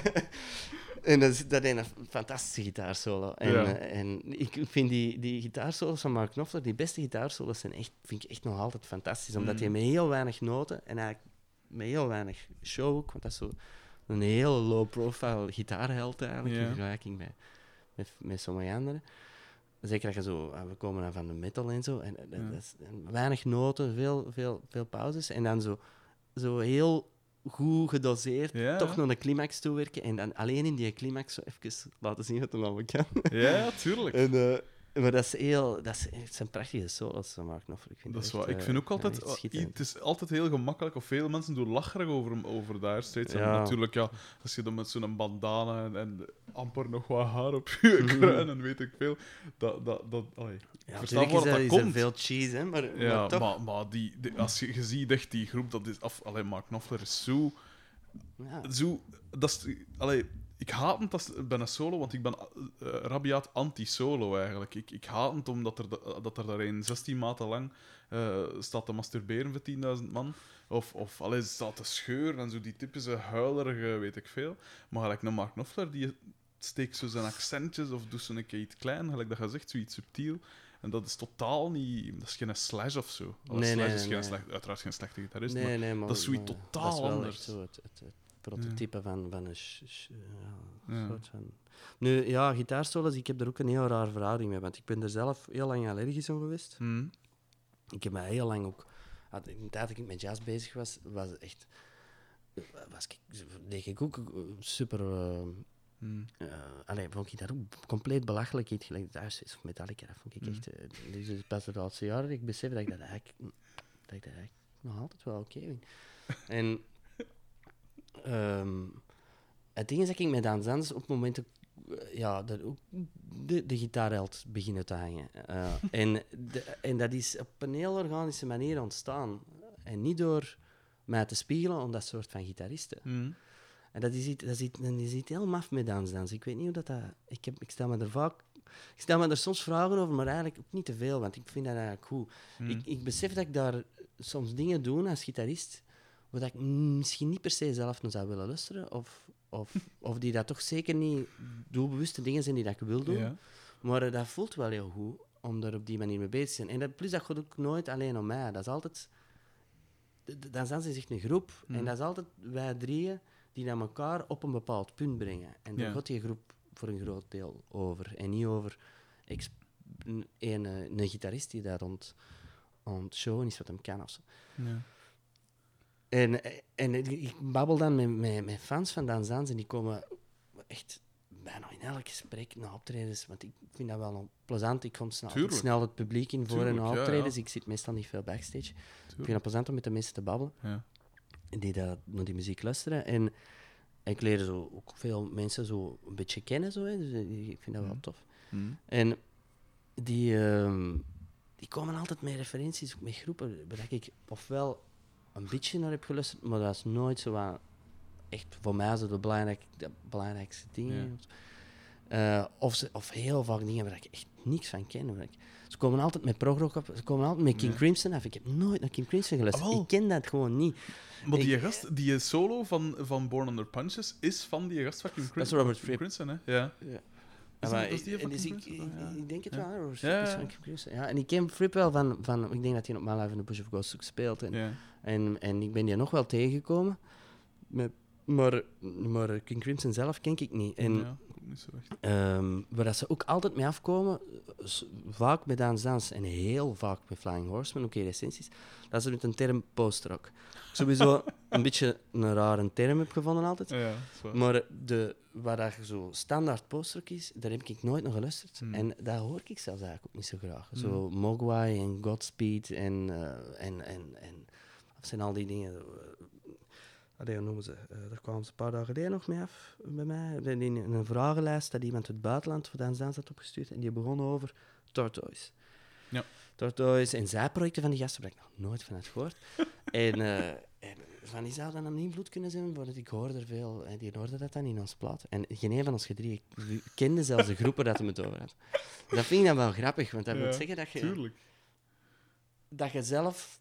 en dat is, dat is een fantastische gitaarsolo. En, ja. uh, en ik vind die, die gitaarsolos van Mark Knopfler, die beste gitaarsolos, zijn echt, vind ik echt nog altijd fantastisch. Omdat hij mm. met heel weinig noten en eigenlijk met heel weinig show ook, want dat is zo een hele low-profile gitaarheld eigenlijk, ja. in vergelijking met, met, met sommige anderen. Zeker dat je zo, we komen dan van de metal en zo, en, ja. dat is, en weinig noten, veel, veel, veel pauzes, en dan zo, zo heel goed gedoseerd, ja. toch naar een climax toewerken, en dan alleen in die climax zo even laten zien wat het allemaal kan. Ja, tuurlijk. En, uh, maar dat is heel... Dat is, het zijn prachtige solos, Mark Knopfler. Ik vind dat is echt, waar. Ik vind ook altijd... Uh, het is altijd heel gemakkelijk, of veel mensen doen lacherig over, over Dire Straits. Ja. En natuurlijk, ja, als je dan met zo'n bandana en, en amper nog wat haar op je kruin en weet ik veel, dat... dat, dat allee, ja, verstaan waar dat, dat komt. Er veel cheese, hè, maar, ja, maar toch... Maar, maar die, die, als je, je ziet echt die groep, dat is af... Allee, Mark Knopfler is zo... Ja. Zo... Dat is... Allee... Ik haat het als, bij een solo, want ik ben uh, rabiaat anti-solo eigenlijk. Ik, ik haat het omdat er, dat er daar een zestien maanden lang uh, staat te masturberen voor tienduizend man. Of, of allee, staat te scheuren en zo die typische huilerige, weet ik veel. Maar gelijk een Mark Knopfler, die steekt zo zijn accentjes of doet zo een keer iets klein, gelijk dat je zegt, zoiets subtiel. En dat is totaal niet... Dat is geen Slash of zo. Nee, Slash nee, is geen nee. slecht, uiteraard geen slechte gitarist, nee, maar, nee, maar dat is zoiets totaal dat is anders. Zo het, het, het, prototype van, van een sh- sh- ja, Ja. soort van... Nu, ja, gitaarsolos, ik heb er ook een heel raar verhouding mee, want ik ben er zelf heel lang allergisch om geweest. Hmm. Ik heb me heel lang ook... had- In de tijd dat ik met jazz bezig was, was het echt... Was ik, deed ik ook super... eh, Hmm. Uh, allee, vond ik dat ook compleet belachelijk. Iets gelijk Thuis is of Metallica. Dat vond ik echt... Uh, dus het is pas de laatste jaren dat ik besef dat ik dat eigenlijk, dat ik dat eigenlijk nog altijd wel oké vind. En um, het ding is dat ik met Daan Zans op momenten uh, ja, dat ook de, de gitaarheld beginnen te hangen. Uh, en, de, en dat is op een heel organische manier ontstaan. En niet door mij te spiegelen om dat soort van gitaristen. Hmm. En dat is iets, dat is iets, dat is iets heel maf met dansdans. Ik weet niet hoe dat... dat ik, heb, ik stel me er vaak... Ik stel me er soms vragen over, maar eigenlijk ook niet te veel, want ik vind dat eigenlijk goed. Hmm. Ik, ik besef dat ik daar soms dingen doe als gitarist, waar ik misschien niet per se zelf naar zou willen luisteren, of, of, of die dat toch zeker niet doelbewuste dingen zijn die dat ik wil doen. Ja. Maar uh, dat voelt wel heel goed, om er op die manier mee bezig te zijn. En dat, plus, dat gaat ook nooit alleen om mij. Dat is altijd... Dansdans is echt een groep, Hmm. en dat is altijd wij drieën die naar elkaar op een bepaald punt brengen. En daar Ja. gaat die groep voor een groot deel over. En niet over exp- een, een, een gitarist die daar rond aan het showen is wat hem kan of zo. Ja. En, en ik babbel dan met, met, met fans van Dansdans en die komen echt bijna in elk gesprek naar optredens, want ik vind dat wel plezant. Ik kom snel, Tuurlijk. snel het publiek in voor Tuurlijk, en na ja, optredens. ja. Ik zit meestal niet veel backstage. Ik vind Tuurlijk. het plezant om met de mensen te babbelen. Ja. Die dat, naar die muziek luisteren. En ik leer zo ook veel mensen zo een beetje kennen. Zo, hè. Dus ik vind dat wel Mm. tof. Hmm. En die, ehm, die komen altijd met referenties, ook met groepen, waar ik ofwel een beetje naar heb geluisterd, maar dat is nooit zo aan, echt voor mij zo de, belangrijk, de belangrijkste dingen. Uh, of, ze, of heel vaak dingen waar ik echt niks van ken. Waar ik, ze komen altijd met progrock op, ze komen altijd met King Ja. Crimson af. Ik heb nooit naar King Crimson geluisterd. Ah, wel. Ik ken dat gewoon niet. Maar die Ik- gast, die solo van, van Born Under Punches, is van die gast van Kim Dat is Crimson. Robert Kim Fripp. Crimson, hè? Ja. Ja. Is maar dat, dat is die ik- van dus Kim ik, Crimson? ik, Ja. ik denk het Ja. wel, Robert Ja, Fripp is ja. van King Crimson. Ja, en ik ken Fripp wel van, van... Ik denk dat hij op My Life in the Bush of Ghosts ook speelt. En, Ja. en, en ik ben die nog wel tegengekomen. Met, maar, maar King Crimson zelf ken ik niet. En Ja, ook niet zo echt. ehm, waar dat ze ook altijd mee afkomen, s- vaak met Dance Dance en heel vaak met Flying Horseman, ook in recensies, dat ze met een term post-rock. Sowieso een beetje een rare term heb gevonden altijd. Ja, dat is waar. Maar de, waar dat zo standaard postrock is, daar heb ik nooit naar geluisterd. Hmm. En dat hoor ik zelfs eigenlijk ook niet zo graag. Hmm. Zo Mogwai en Godspeed en, eh, en, en, en... Wat zijn al die dingen? Allee, hoe noemen ze? Uh, daar kwamen ze een paar dagen geleden nog mee af bij mij. In een, een vragenlijst dat iemand uit het buitenland voor Dance Dance had opgestuurd. En die begon over Tortoise. Ja. Tortoise en zijprojecten van die gasten waar ik nog nooit van had gehoord. en... Uh, en van die zou dan een invloed kunnen zijn, want ik hoorde er veel, en die hoorde dat dan in ons plaat. En geen een van ons gedrie kende zelfs de groepen dat hij het over had. Dat vind ik dan wel grappig, want dat Ja, wil zeggen dat je, Tuurlijk. dat je zelf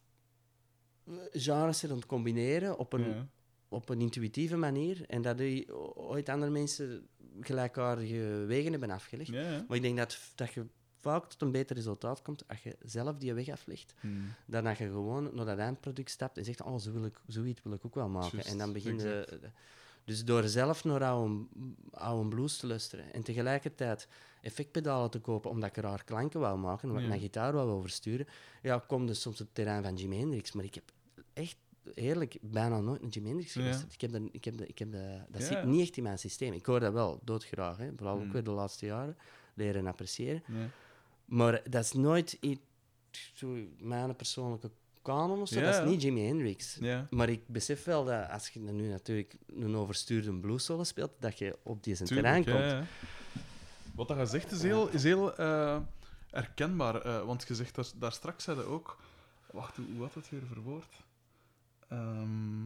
genres zit aan het combineren op een, Ja. op een intuïtieve manier, en dat die ooit andere mensen gelijkaardige wegen hebben afgelegd. Ja, ja. Maar ik denk dat, dat je vaak tot een beter resultaat komt als je zelf die weg aflegt, Hmm. dan dat je gewoon naar dat eindproduct stapt en zegt, oh, zo wil ik, zoiets wil ik ook wel maken. Juist, en dan begin je... exact. Dus door zelf naar oude, oude blues te luisteren en tegelijkertijd effectpedalen te kopen omdat ik raar klanken wou maken, omdat ik Ja. mijn gitaar wou oversturen, ja, kom dus soms op het terrein van Jimi Hendrix. Maar ik heb echt, eerlijk, bijna nooit naar Jimi Hendrix Ja. geluisterd. Ik heb dat, ik heb dat, ik heb dat, dat Ja. zit niet echt in mijn systeem. Ik hoor dat wel doodgraag, hè. Vooral ook Hmm. weer de laatste jaren, leren appreciëren. Ja. Maar dat is nooit iets, zo, mijn persoonlijke kanon of zo. Ja. Dat is niet Jimi Hendrix. Ja. Maar ik besef wel dat als je nu natuurlijk een overstuurde blues-solo speelt, dat je op die zijn Tuurlijk, terrein ja, komt. ja. Wat dat je zegt is heel, is heel eh, herkenbaar. eh, want je zegt daar, daar straks zei je ook... Wacht, hoe, hoe had het weer verwoord? Ehm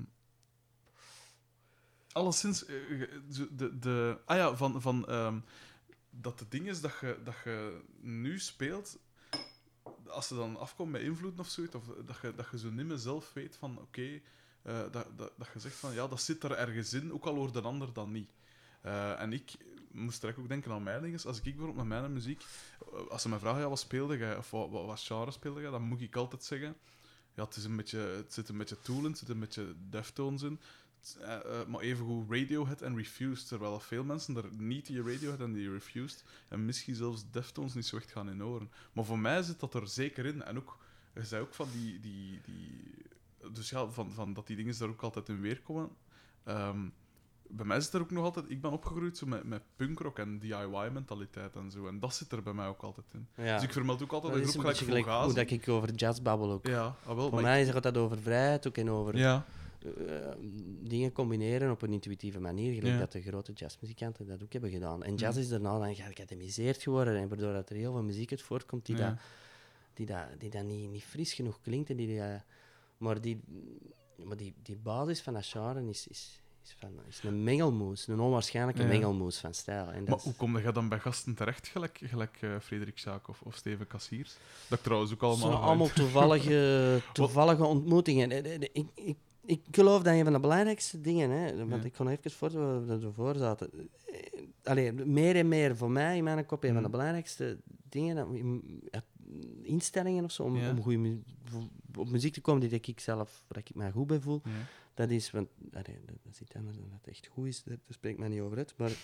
alleszins... eh, ge- zo de, de, ah ja, van... van ehm, dat het ding is dat je, dat je nu speelt... Als ze dan afkomt met invloeden of zoiets, of dat je, dat je zo niet meer zelf weet van... Oké, eh, dat, dat, dat je zegt van... Ja, dat zit er ergens in, ook al hoort de ander dan niet. Eh, en ik moest direct ook denken aan mijn dingen. Als ik bijvoorbeeld met mijn muziek... eh, Als ze mij vragen, ja, wat speelde jij? Of wat, wat, wat genre speelde jij? Dan moet ik altijd zeggen... Ja, het, is een beetje, het zit een beetje Tool in, het zit een beetje Deftones in. uh, uh, maar evengoed Radiohead en Refused, terwijl veel mensen er niet die Radiohead en die Refused, en misschien zelfs Deftones niet zo echt gaan in horen. Maar voor mij zit dat er zeker in. En ook, je zei ook van die... die, die dus ja, van, van dat die dingen daar ook altijd in weerkomen. Um, bij mij zit er ook nog altijd... Ik ben opgegroeid zo met, met punkrock en D I Y-mentaliteit en zo. En dat zit er bij mij ook altijd in. Ja. Dus ik vermeld ook altijd Dat een is groep een gelijk beetje gelijk Fugazi. hoe dat ik over jazz babbel ook. Ja, ah, wel, Voor maar mij ik- gaat dat over vrijheid ook en over Ja, uh, dingen combineren op een intuïtieve manier, gelijk Ja. dat de grote jazzmuzikanten dat ook hebben gedaan. En Mm. jazz is daarna dan geacademiseerd geworden, en waardoor dat er heel veel muziek uit voortkomt die, ja. dat, die, dat, die dat niet, niet fris genoeg klinkt. En die, die, dat- maar die, maar die, die basis van dat genre is, is, is, van, is een mengelmoes, een onwaarschijnlijke Ja. mengelmoes van stijl. En dat Maar is- hoe kom je dan bij gasten terecht, gelijk, gelijk uh, Frederik Schaak of, of Steven Kassiers? Dat ik trouwens ook Het allemaal... zijn allemaal toevallige, toevallige ontmoetingen. Eh, eh, Ik, ik, ik geloof dat een van de belangrijkste dingen, hè, want Ja. ik kon even voor dat we ervoor zaten. Eh, Allee, meer en meer voor mij in mijn kop een van de Mm. belangrijkste dingen, dat- in- ja, instellingen of zo, om, Ja. om goede mu- voor- op muziek te komen die dat ik zelf, waar ik me goed bij voel. Ja. Dat is, want allee, dat, dat is iets anders dan dat het echt goed is, daar, daar spreek ik mij niet over uit. Maar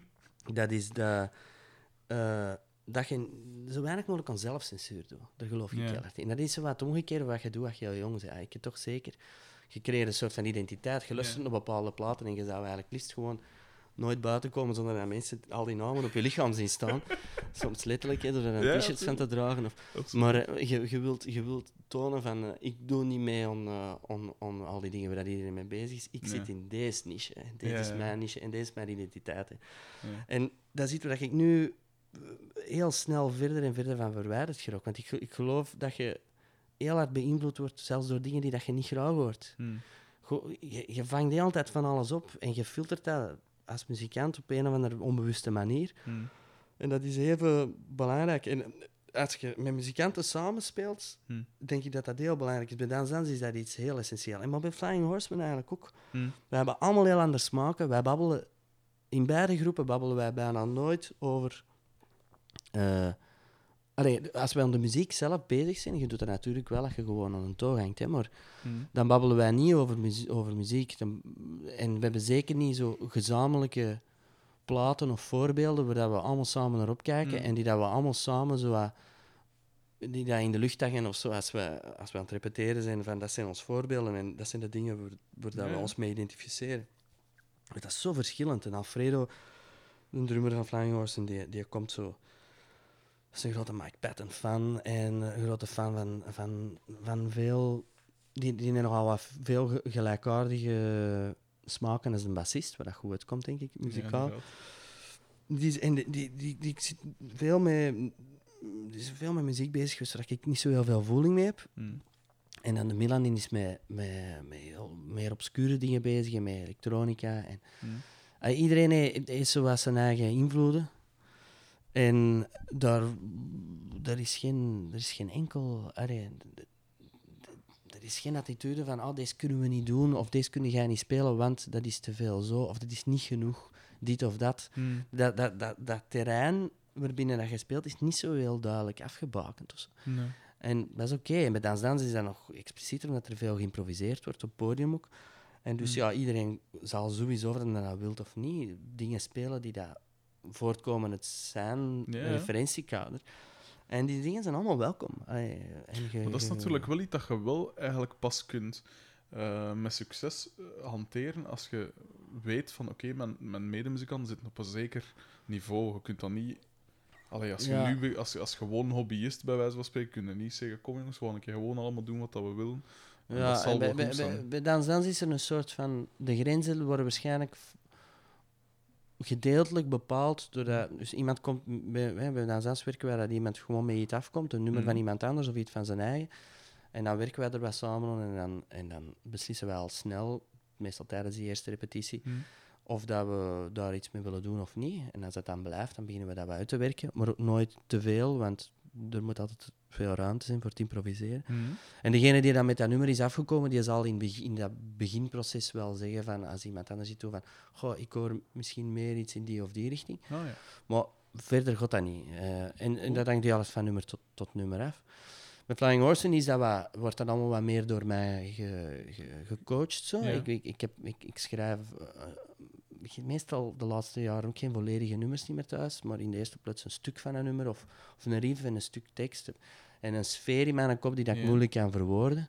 dat is dat, eh, dat je zo weinig mogelijk aan zelfcensuur doet. Daar geloof ik Ja. heel erg in. Dat is zo wat omgekeerd wat je doet als je heel jong bent. Ik heb toch zeker, je creëert een soort van identiteit. Je luistert Ja. naar bepaalde platen en je zou eigenlijk liefst gewoon nooit buiten komen zonder dat mensen al die namen op je lichaam zien staan. Soms letterlijk, hè, door er een Ja, t-shirt van te dragen. Of, Absoluut. maar eh, je, je, wilt, je wilt tonen van, eh, ik doe niet mee aan, eh, aan, aan al die dingen waar iedereen mee bezig is. Ik Nee. zit in deze niche. Hè. Dit Ja, is ja. mijn niche en deze is mijn identiteit. Hè. Ja. En dat is iets waar ik nu eh, heel snel verder en verder van verwijderd geraak. Want ik, ge- ik geloof dat je heel hard beïnvloed wordt, zelfs door dingen die dat je niet graag hoort. Hm. Go- Je, je vangt de hele tijd van alles op en je filtert dat als muzikant op een of andere onbewuste manier. Hm. En dat is even belangrijk. En als je met muzikanten samenspeelt, Hm. denk ik dat dat heel belangrijk is. Bij Dance Dance is dat iets heel essentieel. En maar bij Flying Horseman eigenlijk ook. Hm. We hebben allemaal heel andere smaken. Wij babbelen, in beide groepen babbelen wij bijna nooit over... eh, allee, als wij aan de muziek zelf bezig zijn, je doet dat natuurlijk wel als je gewoon aan een toog hangt, hè, maar Hm. dan babbelen wij niet over, muzie- over muziek. Dan- en we hebben zeker niet zo gezamenlijke platen of voorbeelden waar dat we allemaal samen naar opkijken Mm. en die dat we allemaal samen zo wat- die dat in de lucht hangen of zo, als we, als we aan het repeteren zijn, van dat zijn ons voorbeelden en dat zijn de dingen waar, waar dat Ja, we ja. ons mee identificeren. Maar dat is zo verschillend. En Alfredo, de drummer van Flying Horse, die, die komt zo... Dat is een grote Mike Patton fan en een grote fan van, van, van veel... Die, die hebben nogal wat veel ge- gelijkaardige smaken als een bassist, waar dat goed uitkomt, denk ik, muzikaal. Ja, Die, is- en die, die, die, die zit veel met, die is veel met muziek bezig geweest waar ik niet zo heel veel voeling mee heb. hm. En dan de Milan die is met, met, met heel meer obscure dingen bezig en met elektronica. En, Hm. Ah, iedereen heeft, heeft zo wat zijn eigen invloeden. En daar, daar is, geen, er is geen enkel... Allee, d- d- er is geen attitude van, oh, deze kunnen we niet doen, of deze kunnen jij niet spelen, want dat is te veel zo, of dat is niet genoeg, dit of dat. Hm. Dat, dat, dat, dat terrein waarbinnen dat je speelt, is niet zo heel duidelijk afgebakend. Of zo. Nee. En dat is oké. En bij Dans Dans is dat nog explicieter, omdat er veel geïmproviseerd wordt, op het podium ook. En dus Mm. ja, iedereen zal sowieso, of dat dat wilt of niet, dingen spelen die dat voortkomen uit zijn Ja, ja. referentiekader. En die dingen zijn allemaal welkom. Allee, en je- Maar dat is je- natuurlijk wel iets dat je wel eigenlijk pas kunt eh, met succes eh, hanteren als je weet van oké, mijn, mijn medemuzikanten zitten op een zeker niveau. Je kunt dat niet... Allee, als je Ja. nu be- als, als gewoon hobbyist bij wijze van spreken, kun je niet zeggen kom jongens, we gaan een keer gewoon allemaal doen wat dat we willen. En Ja, dat zal en bij, wel bij, goed bij, zijn. bij Dans Dans is er een soort van... De grenzen worden waarschijnlijk f- gedeeltelijk bepaald doordat... Dus iemand komt... m- Bij, hè, bij Dans Dans werken wij dat iemand gewoon met iets afkomt, een nummer Mhm. van iemand anders of iets van zijn eigen. En dan werken wij er wat samen aan en dan, en dan beslissen wij al snel, meestal tijdens die eerste repetitie, Hm. of dat we daar iets mee willen doen of niet. En als dat dan blijft, dan beginnen we dat wat uit te werken. Maar ook nooit te veel, want er moet altijd veel ruimte zijn voor het improviseren. Hm. En degene die dan met dat nummer is afgekomen, die zal in, begin, in dat beginproces wel zeggen van, als iemand anders zit, van, goh, ik hoor misschien meer iets in die of die richting. Oh, ja. Maar verder gaat dat niet. Eh, en, en dat hangt heel erg van nummer tot, tot nummer af. Met Flying Horseman is dat wat, wordt dat allemaal wat meer door mij ge, ge, gecoacht. Zo. Ja. Ik, ik, ik, heb, ik, ik schrijf uh, meestal de laatste jaren ook geen volledige nummers niet meer thuis, maar in de eerste plaats een stuk van een nummer of, of een riff en een stuk tekst. En een sfeer in mijn kop die dat ik Ja. moeilijk kan verwoorden.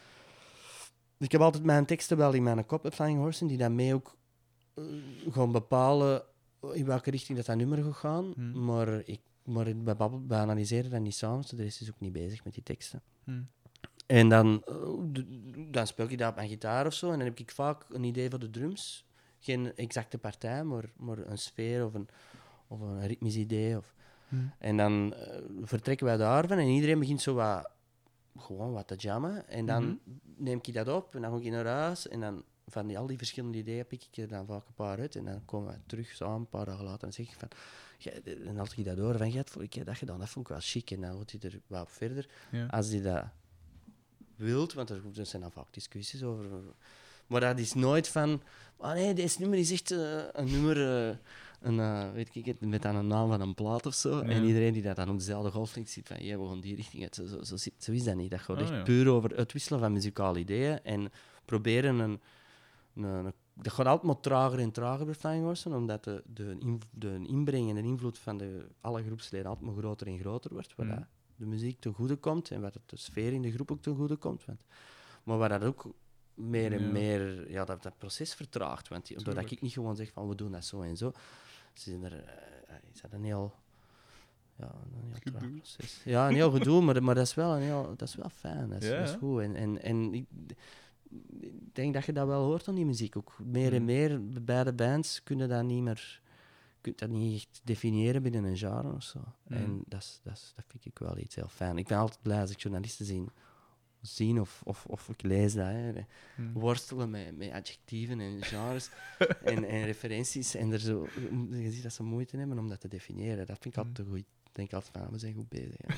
Ik heb altijd mijn teksten wel in mijn kop, met Flying Horseman, die dan mee ook uh, gaan bepalen in welke richting dat, dat nummer gaat gaan. Hmm. Maar ik Maar we, babbel, we analyseren dat niet samen, dus de rest is ook niet bezig met die teksten. Hmm. En dan, uh, d- dan speel ik dat op mijn gitaar of zo, en dan heb ik vaak een idee voor de drums. Geen exacte partij, maar, maar een sfeer of een, of een ritmisch idee. Of... Hmm. En dan uh, vertrekken wij daarvan en iedereen begint zo wat, gewoon wat te jammen. En dan Mm-hmm. neem ik dat op en dan ga ik naar huis en dan van die, al die verschillende ideeën pik ik er dan vaak een paar uit en dan komen we terug samen een paar dagen later en zeg ik van ja, dan haal ik dat door van, je hebt vorige keer dat gedaan, dat vond ik wel chic en dan gaat hij er wat op verder. Ja. Als hij dat wilt, want er, er zijn dan vaak discussies over, maar dat is nooit van, oh nee, deze nummer is echt uh, een nummer, uh, een, uh, weet ik het, met dan een naam van een plaat of zo, Ja. en iedereen die dat dan op dezelfde golflengte ziet van, ja, we gaan die richting uit, zo, zo, zo, zit- zo is dat niet. Dat gaat Oh, echt ja. puur over uitwisselen van muzikale ideeën en proberen een, een, een dat gaat altijd maar trager en trager bij Flying Horseman, omdat de, de, in, de inbreng en de invloed van de, alle groepsleden altijd maar groter en groter wordt, waar Mm. dat de muziek ten goede komt en waar het de sfeer in de groep ook ten goede komt. Want, maar waar dat ook meer en Ja. meer ja, dat, dat proces vertraagt. Want die- doordat Tuurlijk. ik niet gewoon zeg van we doen dat zo en zo, zijn er, uh, is dat een heel, ja, een heel traag Gedoe. proces. Ja, een heel gedoe, maar, maar dat, is wel een heel, dat is wel fijn. Dat is, Ja, dat is hè? goed. En, en, en ik, ik denk dat je dat wel hoort aan die muziek. Ook meer en Mm. meer, bij beide bands kunnen dat niet meer... Je kunt dat niet echt definiëren binnen een genre of zo. Mm. En dat, is, dat, is, dat vind ik wel iets heel fijn. Ik ben altijd blij als ik journalisten zie, zien of, of, of ik lees dat. Hè. Hmm. Worstelen met, met adjectieven en genres en, en referenties. En er zo, je ziet dat ze moeite hebben om dat te definiëren. Dat vind ik altijd goed. Ik denk altijd van, ah, we zijn goed bezig. Ja.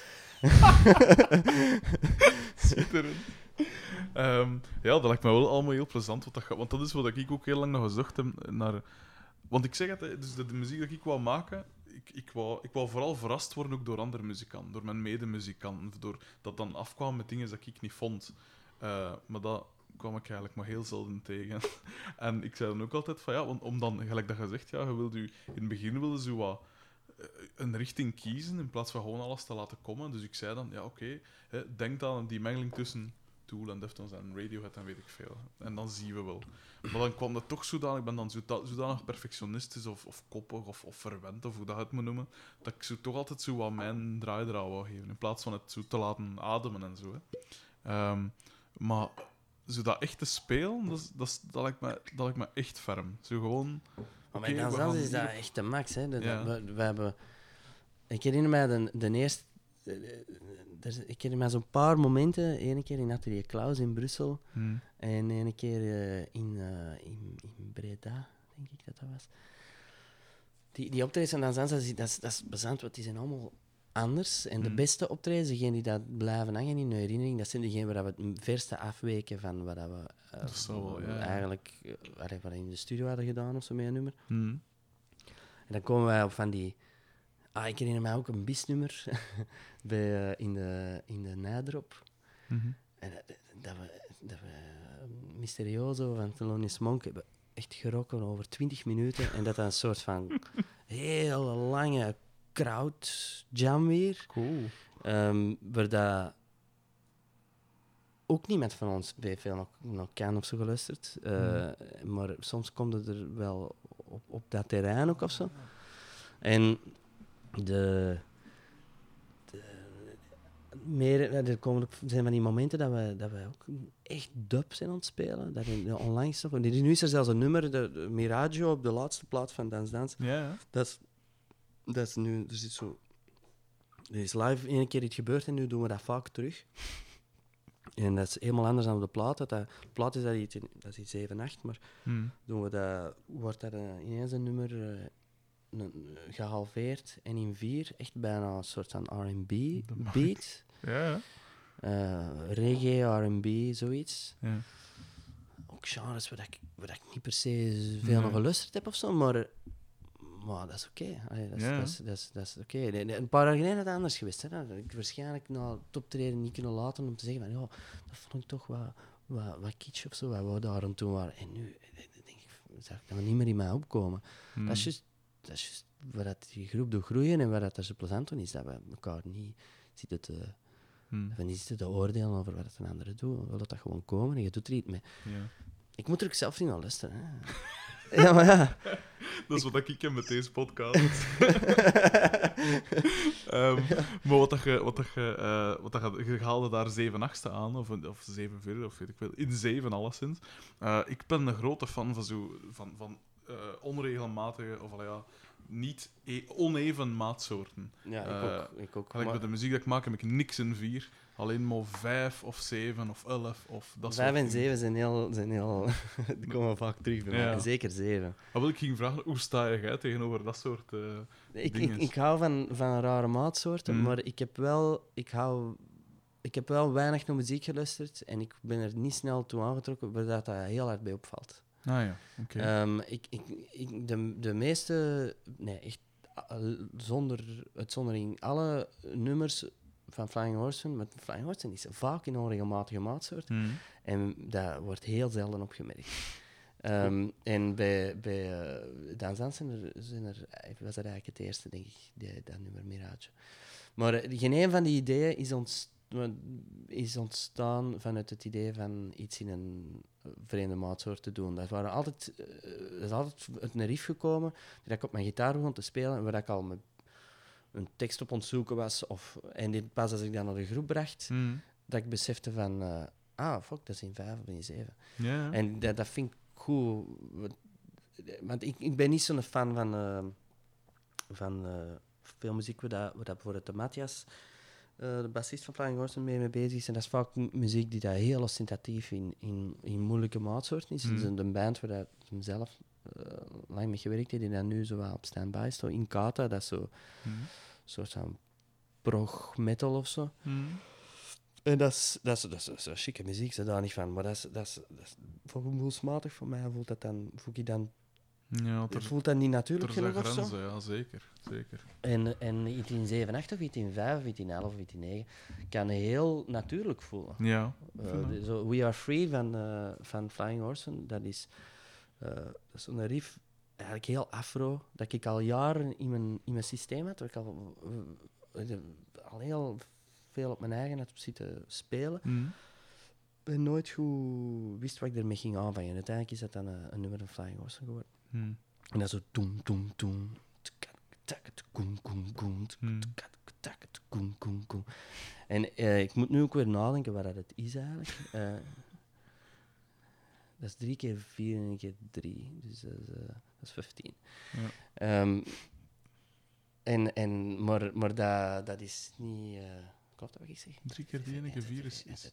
Schitterend. Ehm, ja, dat lijkt me wel allemaal heel plezant. Wat dat, gaat- want dat is wat ik ook heel lang nog gezocht heb naar... Want ik zeg het, hè, dus de, de muziek die ik wou maken, ik, ik, wou, ik wou vooral verrast worden ook door andere muzikanten, door mijn medemuzikanten, door dat dan afkwam met dingen dat ik niet vond. Uh, maar dat kwam ik eigenlijk maar heel zelden tegen. En ik zei dan ook altijd van ja, want om dan, gelijk dat je zegt, ja, je wilt u, in het begin wilde zo wat uh, een richting kiezen in plaats van gewoon alles te laten komen. Dus ik zei dan, ja, oké, okay, denk dan aan die mengeling tussen Tool en Deftones en Radiohead en weet ik veel. En dan zien we wel. Maar dan kwam dat toch zodanig, ik ben dan zoda- zodanig perfectionistisch of, of koppig of, of verwend, of hoe dat je het moet noemen, dat ik zo toch altijd zo wat mijn draai eraan wou geven, in plaats van het zo te laten ademen en zo. Hè. Um, maar zo dat echt te spelen, dat, is- dat, is- dat, lijkt me, dat lijkt me echt ferm. Zo gewoon... Maar oké, met we dans gaan is dat hier- echt de max. Hè. Dat- Ja. we, we hebben, ik herinner mij de, de eerste... eh, eh, er is- Ik herinner mij zo'n paar momenten. Eén keer in Atelier Klaus in Brussel. Hmm. En een keer eh, in, eh, in, in Breda, denk ik dat dat was. Die, die optredens van Dans Dans, dat is, dat is, dat is bezant, want die zijn allemaal anders. En de Mm. beste optredens, degenen die dat blijven hangen in de herinnering, dat zijn degenen waar we het verste afweken van wat dat we eh, Dat zal wel, ja, ja. eigenlijk uh, wat we in de studio hadden gedaan of zo met een nummer. Hmm. En dan komen wij op van die... Ah, ik herinner mij ook een bisnummer bij, eh, in, de, in de Nijdrop. Mhm. En dat, dat we, dat we eh, Mysterioso van Thelonious Monk hebben echt gerokken over twintig minuten. En dat dat een soort van hele lange crowd jam weer. Cool. Um, waar dat ook niemand van ons bij veel nog, nog kan of zo geluisterd. Uh, mm. Maar soms komt het er wel op, op dat terrein ook of zo. En de... Meer, er komen ook, zijn van die momenten dat we, dat we ook echt dub zijn aan het spelen. Dat in, onlangs nog, nu is er zelfs een nummer, de, de Miraggio, op de laatste plaat van Dans Dans. Ja, ja. Dat is, dat is nu, er zit zo... Er is live één keer iets gebeurd en nu doen we dat vaak terug. En dat is helemaal anders dan op de plaat. Dat, dat, de plaat is dat iets, dat is iets zeven acht, maar Hmm. doen we dat, wordt dat een, ineens een nummer uh, een, gehalveerd en in vier echt bijna een soort van R en B beat. Ja, ja. Uh, reggae, R en B, zoiets. Ja. Ook genres waar ik, waar ik niet per se veel Nee. naar geluisterd heb of zo, maar, maar dat is oké. Okay. Dat is, Ja. dat is, dat is, dat is oké. Okay. Een paar jaar geleden had het anders geweest. Hè. Dat had ik waarschijnlijk na het optreden niet kunnen laten om te zeggen van, ja, dat vond ik toch wat, wat, wat kitsch of zo, wat we daar aan toen waren. En nu denk ik, zag ik dat niet meer in mij opkomen. Hmm. Dat is juist, dat is juist waar dat die groep doet groeien en waar dat er zo plezant doen is, dat we elkaar niet zitten te, Hmm. dat we niet zitten te oordelen over wat het een ander doet. We willen dat gewoon komen en je doet er iets mee. Ja. Ik moet er ook zelf niet aan luisteren. Hè. Ja, maar ja. Dat is wat ik heb met deze podcast. um, maar wat dat je, wat dat je, uh, wat dat je, je haalde daar zeven achtste aan, of, of zeven vierde, of weet ik veel, in zeven alleszins. Uh, ik ben een grote fan van, zo, van, van uh, onregelmatige, of allee, ja, niet e- oneven maatsoorten. Ja, ik Uh, ook. Ik ook Allee, maar... Met de muziek dat ik maak heb ik niks in vier. Alleen maar vijf of zeven of elf of dat Vijf soort en zeven zijn heel... Zijn heel die komen vaak terug bij mij. Ja. Zeker zeven. Wat wil ik ging vragen, hoe sta je tegenover dat soort uh, Ik, ik, dingen? ik hou van, van rare maatsoorten, Mm. maar ik heb wel... Ik hou... Ik heb wel weinig naar muziek geluisterd en ik ben er niet snel toe aangetrokken, waar dat, dat heel hard bij opvalt. Ah ja, oké. Okay. Um, ik, ik, ik, de, de meeste... Nee, echt zonder uitzondering. Alle nummers van Flying Horseman, maar Flying Horseman is vaak in onregelmatige maatsoort. Mm. En dat wordt heel zelden opgemerkt. Um, en bij, bij uh, Dans Dans zijn er, zijn er, was dat eigenlijk het eerste, denk ik, die, dat nummer Mirage. Maar uh, geen een van die ideeën is, ontst is ontstaan vanuit het idee van iets in een vreemde maatsoort te doen. Dat, waren altijd, uh, dat is altijd uit een riff gekomen, dat ik op mijn gitaar begon te spelen en waar ik al met een tekst op ontzoeken was. Of, en dit, pas als ik dat naar de groep bracht, Mm. dat ik besefte van... Uh, ah, fuck, dat is in vijf of in zeven. Yeah. En dat, dat vind ik goed. Want ik, ik ben niet zo'n fan van, uh, van uh, veel muziek waar, dat, waar dat bijvoorbeeld de Matthias, uh, de bassist van Flying Horseman, mee, mee bezig is. En dat is vaak m- muziek die dat heel ostentatief in, in, in moeilijke maatsoorten is. Mm. Dus een band waar dat hem zelf uh, lang mee gewerkt heeft, die dat nu zo wat op stand-by is. Zo in Kata, dat is zo Mm. een soort van prog metal of zo. Mm. En dat is, dat, is, dat, is, dat is chique muziek, ze daar niet van. Maar dat is, dat is, dat is gevoelsmatig voor mij voelt dat dan, voel ik dan, Ja, ter, voelt dat niet natuurlijk ter genoeg of zo. grenzen, ja, zeker. zeker. En, en iets in zeven acht of iets in vijf of iets in elf of iets in negen kan heel natuurlijk voelen. Ja. Uh, de, zo We Are Free van, uh, van Flying Horseman, dat is, uh, dat is zo'n riff, eigenlijk heel afro, dat ik al jaren in mijn, in mijn systeem had, dat ik al, uh, al heel veel op mijn eigen had zitten spelen. Mm. En nooit goed wist wat ik ermee ging aanvangen. Uiteindelijk is dat dan een, een nummer van Flying Horseman geworden. Mm. En dat is zo toem, toem, toem. En uh, ik moet nu ook weer nadenken waar dat het is eigenlijk. Uh, dat is drie keer vier en één keer drie. Dus dat is, uh, dat is vijftien. Ja. Um, en, en, maar maar dat, dat is niet... Uh, klopt dat wat ik zeg? Drie keer die, één keer vier is... Is,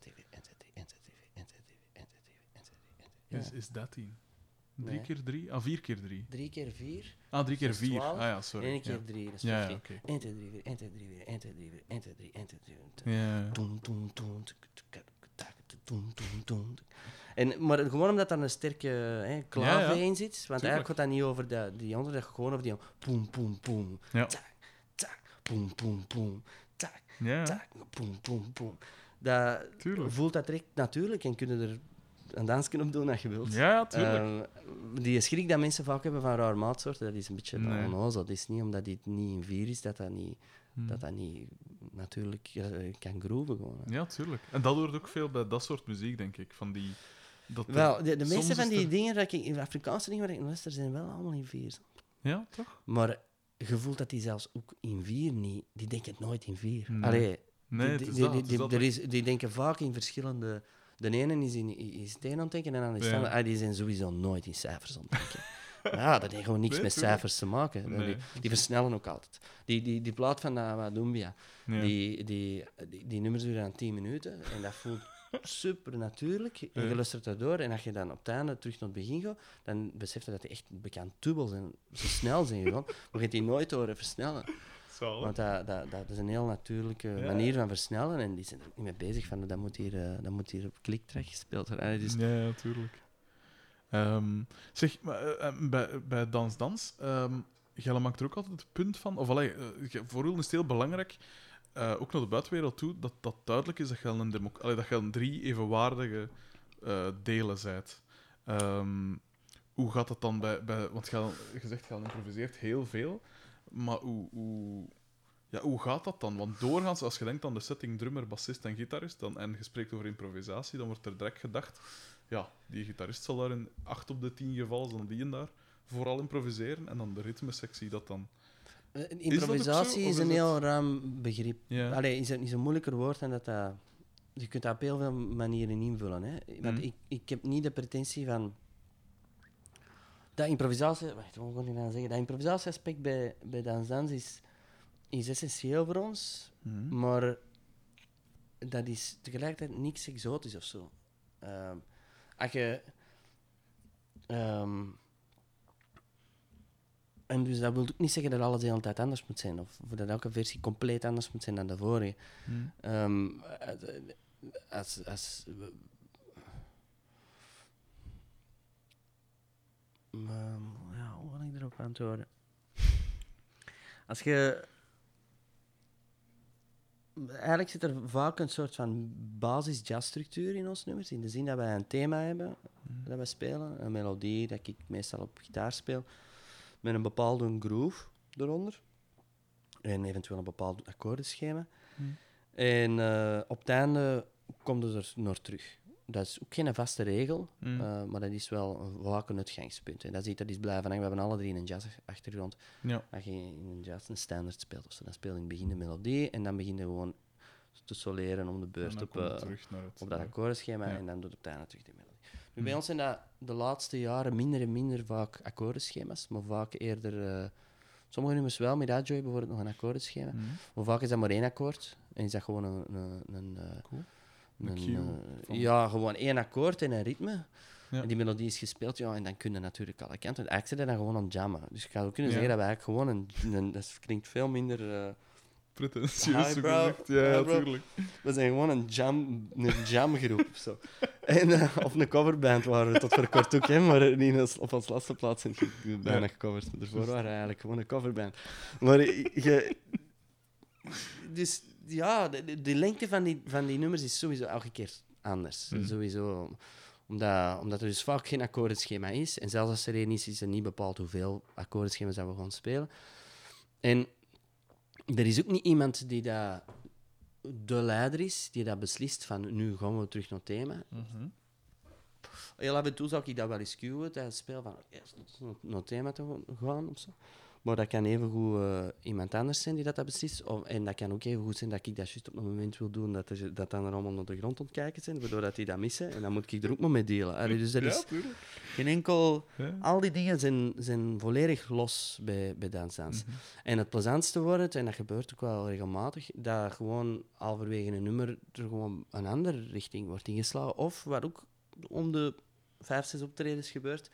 is, is dat tien? Drie Nee. keer drie? Ah, vier keer drie. Drie keer vier. Ah, drie keer Dat is vier. twaalf. Ah ja, sorry. En één keer ja. drie, dat is Ja, ja, vijftien. oké. één, twee, drie, vier, één, twee, drie, vier, één, twee, drie, vier, één, twee, drie, één, twee, drie, één, twee, drie. Ja, ja. Toem, toem, toem, toem, toem, toem. En, maar gewoon omdat er een sterke hè, clave Ja, ja. in zit. Want eigenlijk gaat dat niet over de, die andere, dat gaat gewoon over die poem, poem, poem. Ja. Tak, tak, poem, poem, poem. Tak, Ja, ja. tak, poem, poem, poem. Dat Tuurlijk. voelt dat direct natuurlijk en kunnen er een dansje op doen als je wilt. Ja, ja, tuurlijk. Uh, die schrik dat mensen vaak hebben van raar maatsoorten, dat is een beetje Nee. onnozel. Dat is niet omdat dit niet in vier is, dat dat niet, Hmm. dat dat niet natuurlijk uh, kan groeven gewoon. Hè. Ja, tuurlijk. En dat hoort ook veel bij dat soort muziek, denk ik. Van die... Dat er- Wel, de, de soms meeste van is die er- dingen, dat ik, in Afrikaanse dingen waar ik luister, zijn wel allemaal in vier. Ja, toch? Maar je voelt dat die zelfs ook in vier niet... Die denken nooit in vier. Nee. Allee, Nee, die, het is die, dat. die, het is die, dat er is, die denken vaak in verschillende... De ene is in is het een aan het denken en dan is het Ja. ander. Ah, die zijn sowieso nooit in cijfers aan het denken. Ja, dat heeft gewoon niks Nee, met tuurlijk. cijfers te maken. Nee. Die, die versnellen ook altijd. Die, die, die plaat van uh, Dumbia, Ja. die, die, die, die nummers duren aan tien minuten en dat voelt super natuurlijk. En Ja. je luistert daardoor en als je dan op het einde terug naar het begin gaat, dan besef je dat die echt bekend dubbel zijn. Zo snel zijn gewoon. Maar je gaat die nooit horen versnellen. Zalig. Want dat, dat, dat is een heel natuurlijke Ja. manier van versnellen en die zijn er ook niet mee bezig van dat moet hier, uh, dat moet hier op kliktrack gespeeld worden. Allee, dus, Ja, ja, tuurlijk. Ehm, zeg, maar, uh, uh, bij, bij Dans Dans, um, Gelle maakt er ook altijd het punt van... Of allee, uh, voor u is het heel belangrijk, uh, ook naar de buitenwereld toe, dat dat duidelijk is dat je een, democ- allee, dat je een drie evenwaardige uh, delen bent. Um, hoe gaat dat dan bij... bij want je zegt, je improviseert heel veel, maar hoe... hoe Ja, hoe gaat dat dan? Want doorgaans, als je denkt aan de setting drummer, bassist en gitarist, dan, en je spreekt over improvisatie, dan wordt er direct gedacht, ja, die gitarist zal daar in acht op de tien gevallen, dan die en daar, vooral improviseren, en dan de ritmesectie dat dan... Uh, improvisatie is, is een heel het... ruim begrip. Ja. Allee, is het niet zo'n moeilijker woord dan dat dat... Je kunt dat op heel veel manieren invullen. Hè? Want mm. ik, ik heb niet de pretentie van... Dat improvisatie... Wacht, wat kon ik nou zeggen? Dat improvisatieaspect bij, bij Dans Dans is... is essentieel voor ons, mm-hmm. maar dat is tegelijkertijd niks exotisch of zo. Uh, als je... Um, en dus dat wil ook niet zeggen dat alles de hele tijd anders moet zijn, of dat elke versie compleet anders moet zijn dan de vorige. Mm. Um, als... als um, ja, hoe kan ik erop antwoorden? Als je... Eigenlijk zit er vaak een soort van basis jazzstructuur in ons nummers. In de zin dat wij een thema hebben mm. dat we spelen. Een melodie dat ik meestal op gitaar speel. Met een bepaalde groove eronder. En eventueel een bepaald akkoordenschema. Mm. En uh, op het einde komt het er naar terug. Dat is ook geen vaste regel, mm. uh, maar dat is wel een, vaak een uitgangspunt. En dat is iets dat is blijven hangen. We hebben alle drie een jazz-achtergrond. Ja. Als je in een jazz een standaard speelt, of zo, dan speel je in het begin de melodie en dan begin je gewoon te soleren om de beurt op, uh, op dat akkoordenschema ja. en dan doet op het einde terug de melodie. Nu, mm. Bij ons zijn dat de laatste jaren minder en minder vaak akkoordenschema's, maar vaak eerder... Uh, sommige nummers wel, met Adjoy bijvoorbeeld nog een akkoordenschema. Mm. Maar vaak is dat maar één akkoord en is dat gewoon een... een, een uh, cool. Een, uh, ja, gewoon één akkoord en een ritme. Ja. En die melodie is gespeeld, ja, en dan kun je natuurlijk alle kanten. Eigenlijk zit je dan gewoon aan het jammen. Dus ik ga ook kunnen ja. zeggen dat we eigenlijk gewoon een... een dat klinkt veel minder... Uh, pretentieus gezegd. Ja, natuurlijk. We zijn gewoon een jam, een jamgroep of zo. En, uh, of een coverband waren we tot voor kort ook, hè, maar niet op als laatste plaats zijn bijna ja. gecoverd. Daarvoor waren we eigenlijk gewoon een coverband. Maar je... Dus... Ja, de, de lengte van die, van die nummers is sowieso elke keer anders. Mm. Sowieso. Omdat, omdat er dus vaak geen akkoordenschema is. En zelfs als er één is, is er niet bepaald hoeveel akkoordenschema's dat we gaan spelen. En er is ook niet iemand die dat de leider is, die dat beslist van nu gaan we terug naar het thema. Mm-hmm. Heel af en toe zou ik dat wel eens cueën tijdens het spel van yes, naar het thema te gaan of zo. Maar dat kan evengoed uh, iemand anders zijn die dat, dat beslist. Of, en dat kan ook even goed zijn dat ik dat juist op het moment wil doen dat, er, dat dan er allemaal naar de grond ontkijken zijn, waardoor dat die dat missen. En dan moet ik er ook nog mee delen. Allee, dus dat is ja, geen enkel... Ja. Al die dingen zijn, zijn volledig los bij, bij Dans Dans. Mm-hmm. En het plezantste wordt, en dat gebeurt ook wel regelmatig, dat gewoon halverwege een nummer er gewoon een andere richting wordt ingeslagen. Of wat ook om de vijf, zes optredens gebeurt,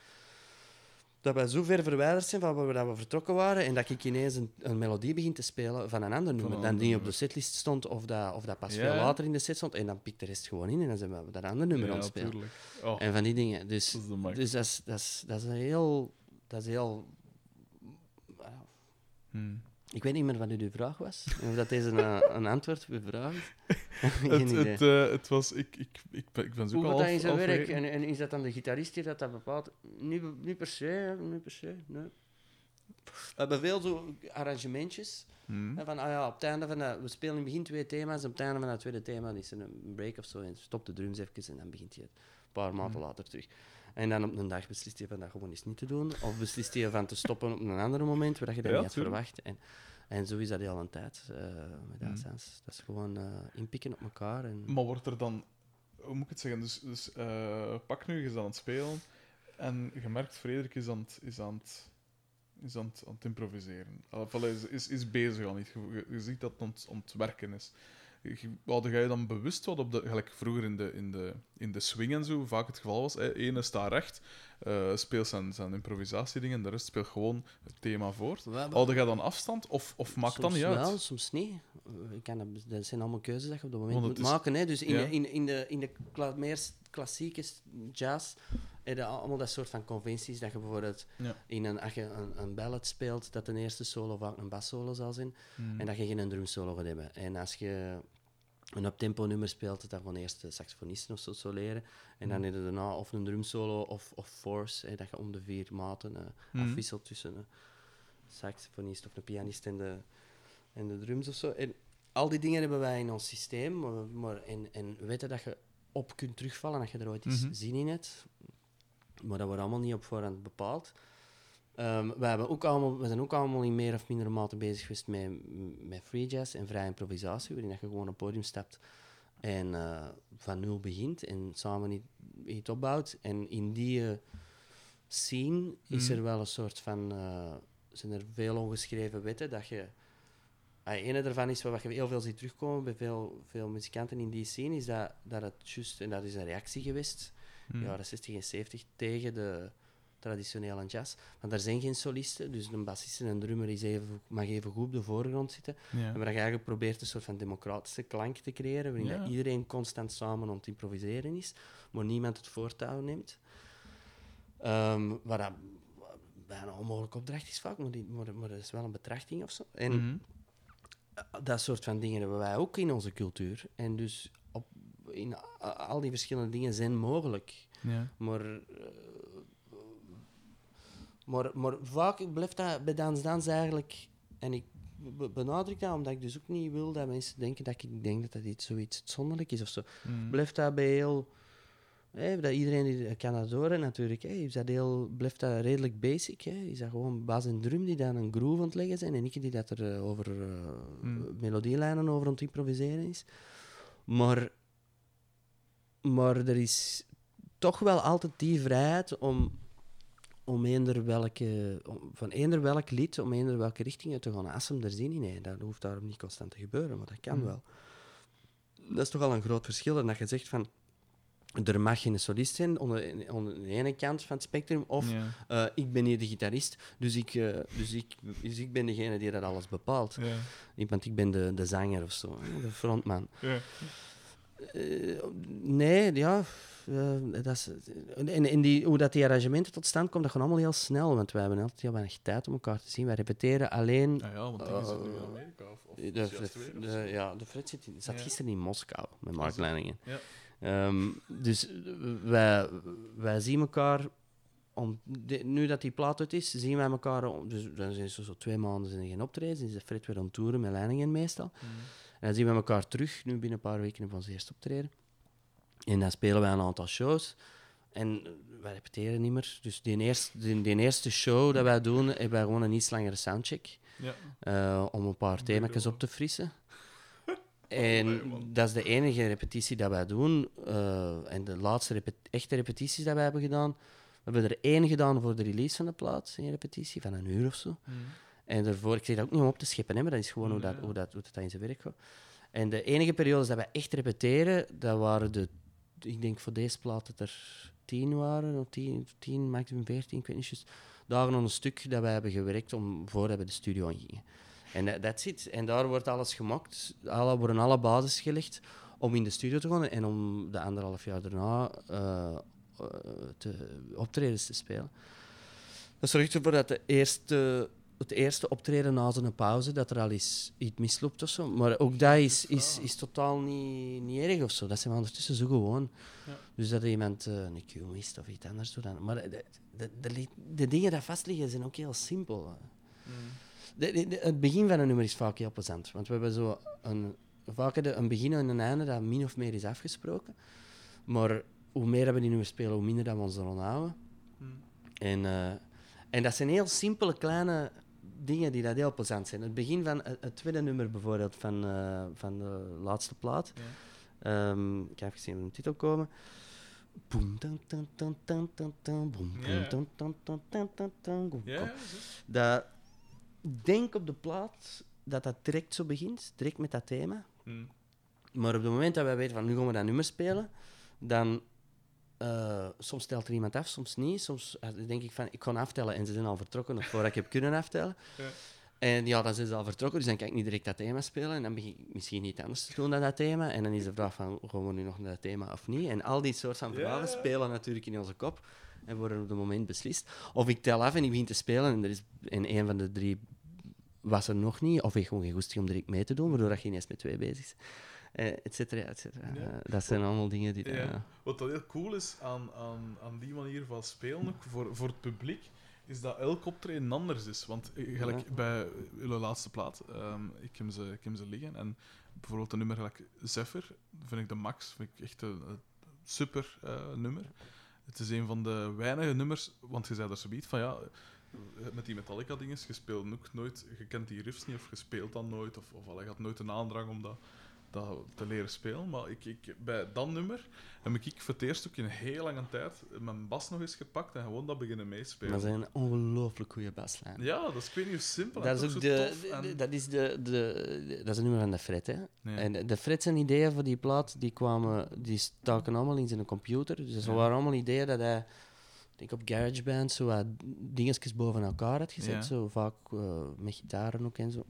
dat wij zo ver verwijderd zijn van waar we, dat we vertrokken waren en dat ik ineens een, een melodie begin te spelen van een ander nummer, dan die op de setlist stond of dat, of dat pas ja. veel later in de set stond. En dan pikt de rest gewoon in en dan zijn we dat andere nummer ja, aan het spelen. Oh. En van die dingen. Dus dat is, dus dat is, dat is, dat is een heel... Dat is heel... Uh, hmm. Ik weet niet meer wat uw vraag was. Of dat deze een, een antwoord op uw vraag is. het, het, uh, het was... Ik, ik, ik, ben, ik ben zo Hoe gaat dat in zijn werk? En, en is dat dan de gitarist die dat, dat bepaalt? Niet, niet per se, hè? Niet per se, nee. We hebben veel zo arrangementjes. Hmm. Van, ah ja, op het einde van dat, we spelen in het begin twee thema's en op het einde van dat tweede thema is er een break of zo en stop de drums even en dan begint hij een paar maanden hmm. later terug. En dan op een dag beslist je van dat gewoon eens niet te doen. Of beslist je van te stoppen op een ander moment waar je dat ja, niet had verwacht. En, en zo is dat heel een tijd. Uh, met dat, mm. dat is gewoon uh, inpikken op elkaar. En... Maar wordt er dan... Hoe moet ik het zeggen? Dus, dus uh, pak nu, je is aan het spelen. En je merkt, Frederik is aan het, is aan het, is aan het, aan het improviseren. Of, is, is, is bezig al niet. Je, je ziet dat het aan het, aan het werken is. Had jij dan bewust wat op de, gelijk vroeger in de, in, de, in de swing en zo vaak het geval was? Hè? Ene staat recht, uh, speelt zijn, zijn improvisatiedingen en de rest speelt gewoon het thema voort. Had jij dan afstand of, of maakt dat niet uit? Soms wel, soms niet. Ik kan dat, dat zijn allemaal keuzes dat je op dat moment moet is... maken. Hè? Dus in, ja. de, in, in de, in de kla- meer klassieke jazz heb je allemaal dat soort van conventies, dat je bijvoorbeeld Ja. in een, als je een, een ballad speelt, dat de eerste solo vaak een bassolo zal zijn, Mm. en dat je geen drumsolo gaat hebben. En als je een uptempo nummer speelt, dat dan gewoon eerst de saxofonisten of zo soleren, en dan Mm. heb je daarna of een drumsolo of, of force, hè, dat je om de vier maten uh, Mm. afwisselt tussen een saxofonist of een pianist en de, en de drums of zo. En al die dingen hebben wij in ons systeem, maar, maar, en, en weten dat je op kunt terugvallen als je er ooit eens Mhm. zin in hebt. Maar dat wordt allemaal niet op voorhand bepaald. Um, wij hebben ook allemaal, we zijn ook allemaal in meer of mindere mate bezig geweest met, met free jazz en vrije improvisatie, waarin je gewoon op het podium stapt en uh, van nul begint en samen iets, iets opbouwt. En in die uh, scene is er wel een soort van... Uh, zijn er veel ongeschreven wetten dat je... Uh, een daarvan is wat je heel veel ziet terugkomen bij veel, veel muzikanten in die scene, is dat, dat het juist... En dat is een reactie geweest, Mm. jaren zestig en zeventig, tegen de traditionele jazz. Want er zijn geen solisten, dus een bassist en een drummer is even, mag even goed op de voorgrond zitten. Ja. En waar je eigenlijk probeert een soort van democratische klank te creëren, waarin Ja. dat iedereen constant samen aan het improviseren is, maar niemand het voortouw neemt. Um, wat dat bijna een onmogelijke opdracht is vaak, maar, die, maar, maar dat is wel een betrachting of zo. En Mhm. dat soort van dingen hebben wij ook in onze cultuur. En dus op, in a- al die verschillende dingen zijn mogelijk. Ja. Maar, uh, maar, maar vaak blijft dat bij Dans Dans eigenlijk... En ik be- benadruk dat, omdat ik dus ook niet wil dat mensen denken dat ik denk dat dat iets zoiets uitzonderlijk is of zo. Mm. Blijft dat bij heel... Hè, dat iedereen die kan dat horen natuurlijk. Hè, is dat heel, blijft dat redelijk basic. Hè? Is dat gewoon bas en drum die dan een groove aan het leggen zijn en ik die dat er uh, over uh, Mm. melodielijnen over aan het improviseren is. Maar, maar er is toch wel altijd die vrijheid om, om eender welke, om, van eender welk lied, om eender welke richting uit te gaan. Als hem er zin in heeft, dat hoeft daarom niet constant te gebeuren, maar dat kan Mm. wel. Dat is toch al een groot verschil. En dat je zegt van... Er mag geen solist zijn onder, onder de ene kant van het spectrum, of Ja. uh, ik ben hier de gitarist, dus ik, uh, dus, ik, dus ik ben degene die dat alles bepaalt. Ja. Ik, want ik ben de, de zanger of zo, de frontman. Ja. Uh, nee, ja. Uh, dat is, en en die, hoe dat die arrangementen tot stand komen, dat gaat allemaal heel snel, want wij hebben altijd heel weinig tijd om elkaar te zien. Wij repeteren alleen... Ah ja, want die Uh, zit nu in Amerika. Of, of De, juist de, weer, of de, zo. ja, de Fred zit, in- zat Ja. gisteren in Moskou met Mark zo. Leiningen. Ja. Um, dus wij, wij zien elkaar, om, de, nu dat die plaat uit is, zien wij elkaar, om, dus dan zijn ze zo twee maanden zijn er geen optredens, dan is de Fred weer aan het toeren met Leiningen meestal. Mm. En dan zien we elkaar terug, nu binnen een paar weken op ons eerste optreden. En dan spelen wij een aantal shows. En wij repeteren niet meer. Dus die eerste, die, die eerste show dat wij doen, hebben wij gewoon een iets langere soundcheck. Ja. Uh, om een paar thema's op te frissen. En Allee, man. dat is de enige repetitie dat wij doen. Uh, en de laatste repet- echte repetities dat wij hebben gedaan. We hebben er één gedaan voor de release van de plaat, een repetitie van een uur of zo. Mm. En daarvoor, ik zeg dat ook niet om op te scheppen, hè, maar dat is gewoon hoe, dat, Ja. hoe, dat, hoe dat in zijn werk gaat. En de enige periodes dat wij echt repeteren, dat waren de, ik denk voor deze plaat dat er tien waren, of tien, tien maximum veertien, ik weet niet juist, dagen aan een stuk dat wij hebben gewerkt om, voordat we de studio ingingen. En dat that's it. En daar wordt alles gemaakt, alle, worden alle bases gelegd om in de studio te gaan en om de anderhalf jaar daarna uh, uh, te, optredens te spelen. Dat zorgt ervoor dat de eerste, het eerste optreden na zo'n pauze, dat er al eens iets misloopt of zo. Maar ook dat is, is, is totaal niet, niet erg of zo. Dat zijn we ondertussen zo gewoon. Ja. Dus dat iemand uh, een cue mist of iets anders doet. Dan. Maar de, de, de, de, de dingen die vastliggen zijn ook heel simpel. Mm. De, de, de, het begin van een nummer is vaak heel plezant. Want we hebben zo een, vaak een begin en een einde dat min of meer is afgesproken. Maar hoe meer dat we die nummers spelen, hoe minder dat we ons eraan houden. Mm. En, uh, en dat zijn heel simpele, kleine dingen die dat heel plezant zijn. Het begin van het, het tweede nummer bijvoorbeeld van, uh, van de laatste plaat. Ja. Um, ik ga even zien hoe de titel komen. Boem, tan, tan, tan, tan, tan, tan, boem, Ja, boem, ja. tan, tan, tan, tan, tan, tan, boem, Ja, kom. ja, zo. Dat, denk op de plaat dat dat direct zo begint, direct met dat thema. Mm. Maar op het moment dat wij weten van nu gaan we dat nummer spelen, dan uh, soms stelt er iemand af, soms niet. Soms uh, denk ik van ik ga aftellen en ze zijn al vertrokken nog voordat ik heb kunnen aftellen. Ja. En ja, dan zijn ze al vertrokken, dus dan kan ik niet direct dat thema spelen. En dan begin ik misschien iets anders te doen dan dat thema. En dan is de vraag van gaan we nu nog naar dat thema of niet? En al die soort van vragen Ja. spelen natuurlijk in onze kop. en worden op het moment beslist. Of ik tel af en ik begin te spelen en, er is, en een van de drie was er nog niet, of ik gewoon geen goesting om direct mee te doen, waardoor dat je ineens met twee bezig is. Uh, et cetera, et cetera. Ja. Uh, dat zijn allemaal dingen die... Ja. Uh, Wat dat heel cool is aan, aan, aan die manier van spelen, ook voor, voor het publiek, is dat elk optreden anders is. Want eh, gelijk Ja. bij jullie laatste plaat, um, ik, heb ze, ik heb ze liggen, en bijvoorbeeld een nummer gelijk Zephyr, vind ik de max, vind ik echt een, een super uh, nummer. Het is een van de weinige nummers, want je zei er zoiets van, ja, met die Metallica-dingen, je speelt ook nooit, je kent die riffs niet, of je speelt dan nooit, of, of je had nooit een aandrang om dat, dat te leren spelen. Maar ik, ik, bij dat nummer heb ik voor het eerst ook in een heel lange tijd mijn bas nog eens gepakt en gewoon dat beginnen meespelen. dat is een ongelooflijk goede baslijn. Ja, dat is, ik weet niet hoe simpel Dat en is toch ook zo de, tof. de- En... dat is de, de, dat is een nummer van de Fred, hè. Ja. En de, de Fred zijn ideeën voor die plaat, die kwamen, die staken allemaal in zijn computer. Dus dat Ja. waren allemaal ideeën dat hij, ik denk op GarageBand, zo wat dingetjes boven elkaar had gezet. Ja. Zo vaak uh, met gitaren ook en zo.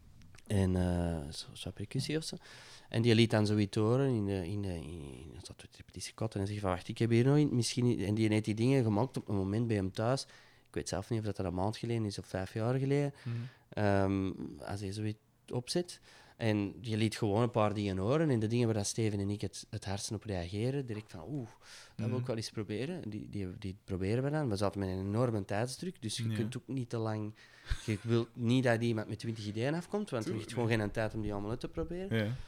En uh, zo, zo percussie of zo. En die liet dan zoiets horen in de, in de, in de repetitiekot en zei van, wacht, ik heb hier nog in, misschien... En die heeft die dingen gemaakt op een moment bij hem thuis. Ik weet zelf niet of dat er een maand geleden is of vijf jaar geleden. Mhm. Um, als hij zoiets opzet. En je liet gewoon een paar dingen horen. En de dingen waar dat Steven en ik het, het hardst op reageren, direct van, oeh, dat wil ik wel eens proberen. Die, die, die proberen we dan. We zaten met een enorme tijdsdruk, dus je Ja. kunt ook niet te lang... Je wilt niet dat iemand met twintig ideeën afkomt, want er ligt gewoon geen tijd om die allemaal uit te proberen. Ja.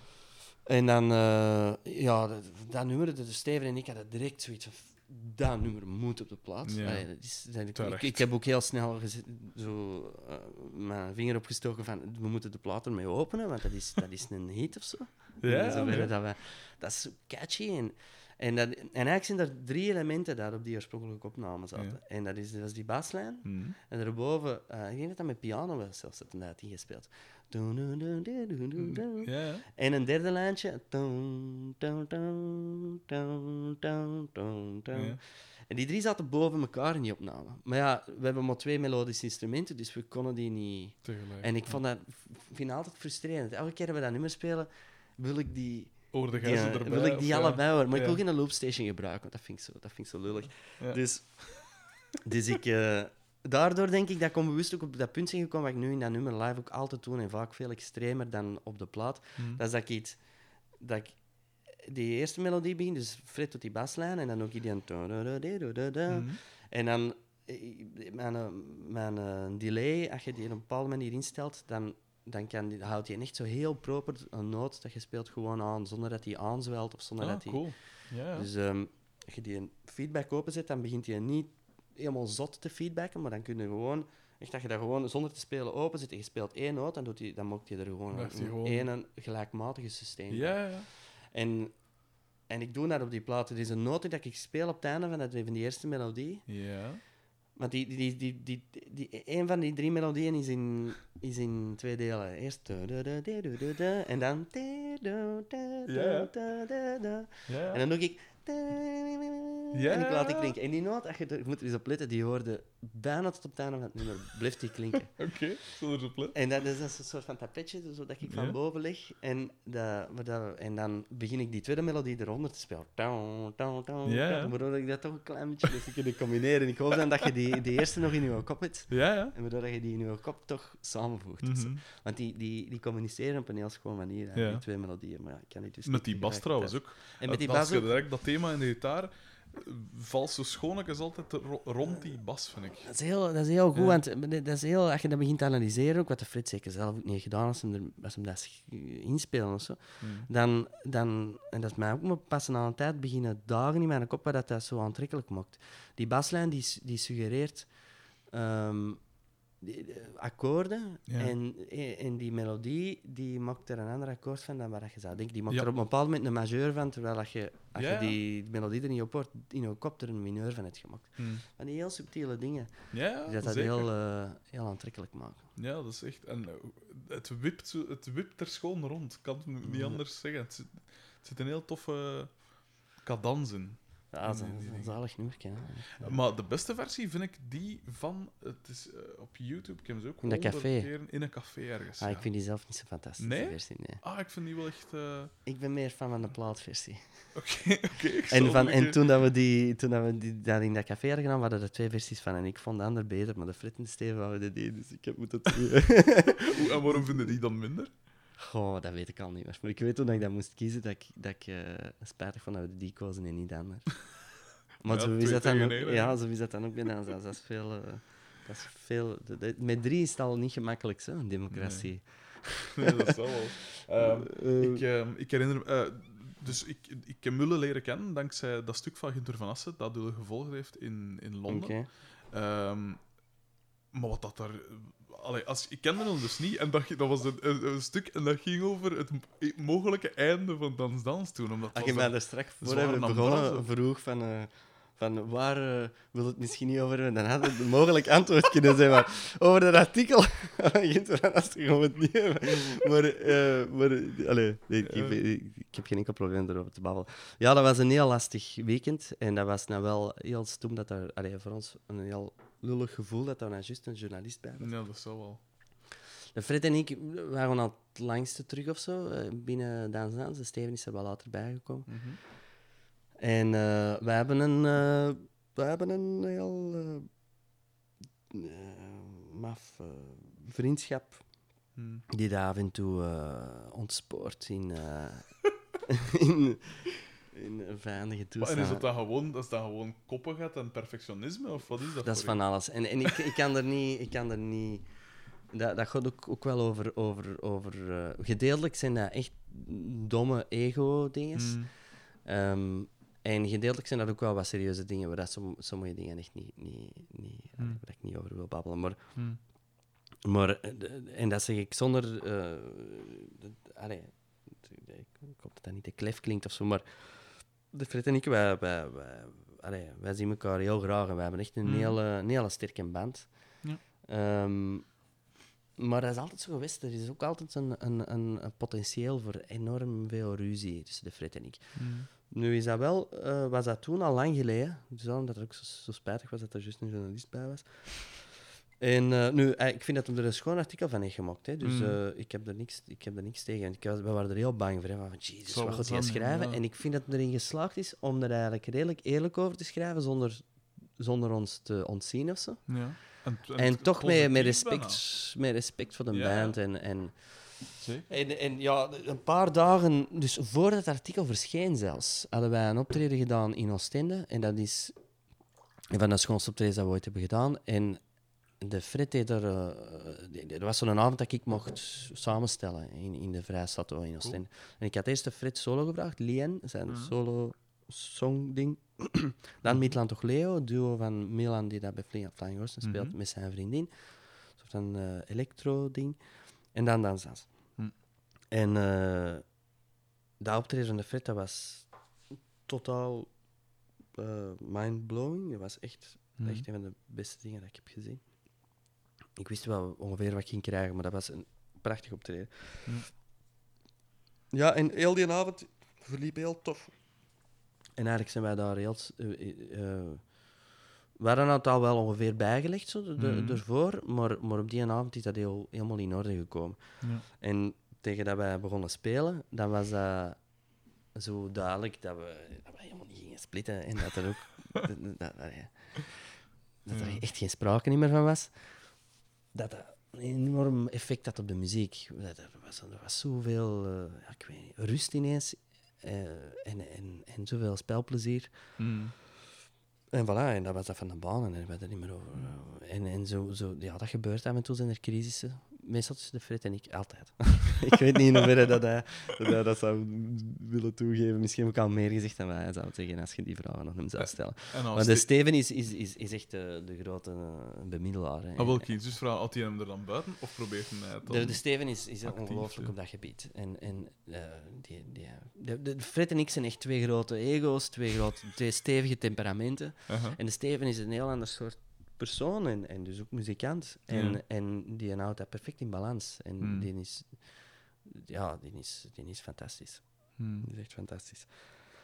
En dan, uh, ja, dat, dat nummer, de Steven en ik hadden direct zoiets van, dat nummer moet op de plaats. Ja. Allee, dat is, dat, ik, Terecht. ik, ik heb ook heel snel gezet, zo, uh, mijn vinger opgestoken van, we moeten de plaat ermee openen, want dat is, dat is een hit of zo. Ja, En zo nee. werden dat, we, dat is zo catchy. En, en, dat, en eigenlijk zijn er drie elementen daar op die oorspronkelijke opname zaten. Ja. En dat is, dat is die baslijn. Mhm. En daarboven, uh, ik denk dat dat met piano was zelfs dat hij ingespeeld. Doen, doen, doen, doen, doen, doen, doen. Ja, ja. En een derde lijntje. Doen, doen, doen, doen, doen, doen, doen. Ja. En die drie zaten boven elkaar in die opname. Maar ja, we hebben maar twee melodische instrumenten, dus we konden die niet... Tegelijk. En ik vond dat, vind dat altijd frustrerend. Elke keer dat we dat nummer spelen, wil ik die... Over de die gijzen erbij. wil ik of die ja. allebei horen. Maar ik wil Ja. geen loopstation gebruiken, want dat vind ik zo, dat vind ik zo lullig. Ja. Dus, dus ik... uh, daardoor denk ik dat ik onbewust ook op dat punt ben gekomen wat ik nu in dat nummer live ook altijd doe en vaak veel extremer dan op de plaat. Mhm. Dat is dat ik iets... Dat ik die eerste melodie begin, dus Fred doet die baslijn en dan ook die... Mhm. En dan... eh, Mijn, eh, mijn eh, delay, als je die op een bepaalde manier instelt, dan, dan kan die, houdt hij echt zo heel proper een noot dat je speelt gewoon aan, zonder dat hij aanzwelt of zonder Ah, dat hij... cool. Ja, ja. Dus um, als je die een feedback openzet, dan begint hij niet helemaal zot te feedbacken, maar dan kun je gewoon, echt dat je dat gewoon zonder te spelen openzet en je speelt één noot, dan, doet hij, dan maakt hij er gewoon Blijft hij een, gewoon- één gelijkmatige sustain. Ja, ja, ja. En, en ik doe dat op die plaat. Er is een noot die ik speel op het einde van, dat, van die eerste melodie. Ja. Want die, die, die, die, die, die, een van die drie melodieën is in, is in twee delen. Eerst... da, da, da, da, da, da, da, en dan... da, da, da, Ja, ja. da, da, da. Ja, ja. En dan doe ik... Ja. En ik laat die klinken. En die noot, als je, er, je moet er eens op letten, die hoorde bijna tot op het einde van het nummer. Blijft die klinken. Oké, zal er op letten. En dat is, dat is een soort van tapetje, zodat ik van Ja. boven lig. En, dat, maar dat, en dan begin ik die tweede melodie eronder te spelen. Down, down, down, Ja, ja. down, waardoor ik dat toch een klein beetje dus kunnen combineren. Ik hoop dan dat je die, die eerste nog in je kop hebt. Ja, ja. En waardoor je die in je kop toch samenvoegt. of zo. Mhm. Want die, die, die communiceren op een heel schone manier, hè, Ja. die twee melodieën. Maar ja, ik kan die dus Met niet die bas tegelijkertijd. trouwens ook. En met die Als bas je ook. direct dat thema in de gitaar, eh, valt zo schoon is altijd ro- rond die bas, vind ik. Dat is heel, dat is heel goed, Ja. want dat is heel, als je dat begint te analyseren, ook wat de Fred zeker zelf ook niet heeft gedaan als ze hem, er, als hem dat sch- inspelen of zo, Hmm. dan, dan, en dat is mij ook maar pas na een tijd beginnen dagen in mijn kop wat dat, dat zo aantrekkelijk maakt. Die baslijn die, s- die suggereert ehm, die, de akkoorden Ja. en, en die melodie die maakt er een ander akkoord van dan wat je zou denken. Die maakt Ja. er op een bepaald moment een majeur van, terwijl dat je, als Ja, je ja. die melodie er niet op hoort, in je kop er een mineur van hebt gemaakt. Hmm. Van die heel subtiele dingen. Ja, ja, Die dat dat zeker. heel, eh, heel aantrekkelijk maken. Ja, dat is echt... En eh, het wipt, zo, het wipt er schoon rond. Ik kan het niet Ja. anders zeggen. Het zit, het zit een heel toffe cadans in. Ja, dat is Die- een, die een dingen. zalig nummertje. Hè. Maar de beste versie vind ik die van... Het is eh, op YouTube, ik heb ze ook In dat honderd café? keren in een café ergens. Ah, ja. ik vind die zelf niet zo fantastisch, Nee? die versie. Nee. Ah, ik vind die wel echt... eh, Ik ben meer fan van de plaatversie. Oké, oké. ik zal En, van, een en keer- toen, dat we, die, toen dat we die, dat in dat café hadden gedaan, hadden er twee versies van. En ik vond de ander beter, maar de Fred en de Steven hadden die, dus ik heb moeten... Oeh, en waarom vinden die dan minder? Goh, dat weet ik al niet meer. Maar ik weet toen dat ik dat moest kiezen, dat ik, dat ik uh, spijtig vond dat we die kozen en niet de ander. Maar Ja, zo is twee dat dan tegen ook, één, hè. ja, zo is dat dan ook bij ons. Dat is veel... Uh, dat is veel de, de, met drie is het al niet gemakkelijk, zo, een democratie. Nee, dat zal wel. Ehm, Uh, ik, ehm, ik herinner me... eh, dus ik, ik heb Mulle leren kennen dankzij dat stuk van Ginter van Assen dat Mulle gevolgd heeft in, in Londen. okay. Ehm, maar wat dat daar... Allee, als, ik kende hem dus niet. En dat, dat was een, een, een stuk en dat ging over het m- mogelijke einde van Dans Dans toen. Omdat Als was je mij dan- daar straks voor zware hebben ambaras, begonnen of- vroeg van, uh, van waar uh, wil het misschien niet over hebben, dan had het een mogelijk antwoord kunnen zijn. Maar over dat artikel gaan we het niet hebben. Maar, uh, maar allee, ik, ik, ik, ik heb geen enkel probleem erover te babbelen. Ja, dat was een heel lastig weekend. En dat was nou wel heel stom dat er allee, voor ons een heel lullig gevoel dat er nou juist een journalist bij was. Ja, dat zou wel. De Fred en ik waren al het langste terug of zo uh, binnen Dans Dans. De Steven is er wel later bijgekomen. Mm-hmm. En uh, we hebben een, uh, we hebben een heel uh, uh, maf uh, vriendschap Mm. die daar af en toe uh, ontspoort in, uh, in, in een vijandige toestand. En is dat dan gewoon, dat is dan gewoon koppigheid en perfectionisme? Of wat is dat? Dat is voor van alles. En, en ik, ik kan er niet... Ik kan er niet dat, dat gaat ook, ook wel over... over, over uh, gedeeltelijk zijn dat echt domme ego-dinges. Mm. Um, en gedeeltelijk zijn dat ook wel wat serieuze dingen, waar dat som, sommige dingen echt niet, niet, niet, Mm. waar ik niet over wil babbelen. Maar, Mm. maar en dat zeg ik zonder... Uh, de, allee, ik hoop dat dat niet te klef klinkt of zo, maar de Fred en ik, wij, wij, wij, allee, wij zien elkaar heel graag en wij hebben echt een, Mm. hele, een hele sterke band. Ja. Um, maar dat is altijd zo geweest. Er is ook altijd een, een, een, een potentieel voor enorm veel ruzie tussen de Fred en ik. Mm. Nu is dat wel, uh, was dat toen al lang geleden. Dus daarom dat het ook zo, zo spijtig was dat er juist een journalist bij was. En uh, nu, uh, ik vind dat hij er een schoon artikel van heeft gemaakt. Hè. Dus uh, mm. ik, heb er niks, ik heb er niks tegen. Ik was, we waren er heel bang voor. Hè, van, jezus, wat gaat hij schrijven? Ja. En ik vind dat hij erin geslaagd is om er eigenlijk redelijk eerlijk over te schrijven, zonder, zonder ons te ontzien of zo. Ja. En, en, en toch met, met, respect, met respect voor de ja. band. En, en, en, en ja, een paar dagen, dus voor dat artikel verscheen zelfs, hadden wij een optreden gedaan in Oostende. En dat is een van de schoonste optredens dat we ooit hebben gedaan. En de Fred deed er... Uh, er was zo'n avond dat ik mocht samenstellen in, in de Vrijstato in Oostende. Cool. En ik had eerst de Fred solo gevraagd, Lien, zijn uh-huh. solo song-ding. Dan Midland toch Leo, duo van Milan die dat bij Flying Horse speelt mm-hmm. met zijn vriendin. Een soort van uh, electro-ding. En dan Dans Dans. Mm. En uh, dat optreden van de Fred, dat was totaal uh, mind-blowing. Dat was echt, mm. echt een van de beste dingen dat ik heb gezien. Ik wist wel ongeveer wat ik ging krijgen, maar dat was een prachtig optreden. Mm. Ja, en heel die avond verliep heel tof. En eigenlijk zijn wij daar heel... Uh, uh, we hadden het al wel ongeveer bijgelegd, zo, de, mm. ervoor, maar, maar op die avond is dat heel, helemaal in orde gekomen. Ja. En tegen dat wij begonnen spelen, dan was dat zo duidelijk dat we, dat we helemaal niet gingen splitten en dat er ook dat, dat, dat, ja, dat er echt geen sprake meer van was. Dat dat een enorm effect had op de muziek. Dat, er, was, er was zoveel uh, ja, ik weet niet, rust ineens uh, en, en, en zoveel spelplezier. Mm. En voilà, en dat was dat van de baan en daar hebben we het er niet meer over. En, en zo, zo, ja, dat gebeurt af en toe, zijn er crisissen. Meestal tussen de Fred en ik, altijd. Ik weet niet in hoeverre dat hij, dat hij dat zou willen toegeven. Misschien heb ik al meer gezegd dan hij zou zeggen als je die vragen nog hem zou stellen. Maar de Steven is, is, is, is echt de, de grote uh, bemiddelaar. Hè. Ah, wel, kies dus vragen, had hij hem er dan buiten of probeert hij het dan? De, de Steven is, is ongelooflijk op dat gebied. En, en, uh, die, die, de, de Fred en ik zijn echt twee grote ego's, twee, grote, twee stevige temperamenten. Uh-huh. En de Steven is een heel ander soort persoon en, en dus ook muzikant. En, ja. en die houdt dat perfect in balans. En mm. die is... Ja, die is, die is fantastisch. Mm. Die is echt fantastisch.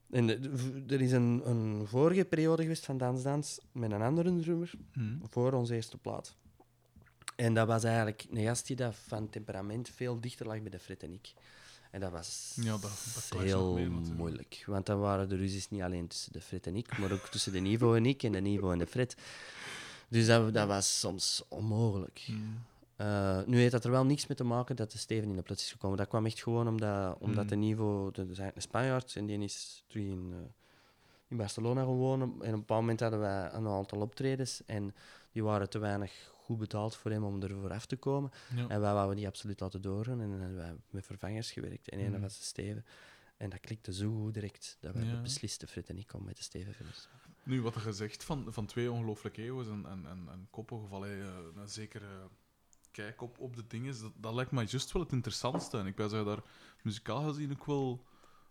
En de- de- er is een, een vorige periode geweest van Dans Dans met een andere drummer Hmm. voor onze eerste plaat. En dat was eigenlijk een gast die dat van temperament veel dichter lag bij de Fred en ik. En dat was Ja, dat- dat clasht nog heel meer natuurlijk. moeilijk. Want dan waren de ruzies niet alleen tussen de Fred en ik, maar ook tussen de Nivo en ik en de Nivo en de Fred. Dus dat, dat was soms onmogelijk. Hmm. Uh, nu heeft dat er wel niks mee te maken dat de Steven in de plots is gekomen. Dat kwam echt gewoon omdat, omdat Mm. de Nivo... Dat is eigenlijk een Spanjaard en die is terug in, uh, in Barcelona gewoon. En op een bepaald moment hadden wij een aantal optredens en die waren te weinig goed betaald voor hem om ervoor af te komen. Ja. En wij wouden die absoluut laten doorgaan en dan hebben wij met vervangers gewerkt. En een Mm. was de Steven. En dat klikte zo goed direct dat we Ja. beslisten, Fred en ik, om met de Steven verder te gaan. Nu, wat je gezegd van, van twee ongelooflijke eeuwen en, en, en, en koppig, of allee, uh, een zekere kijk op, op de dingen, dat, dat lijkt mij juist wel het interessantste. En ik ben zeggen daar muzikaal gezien ook wel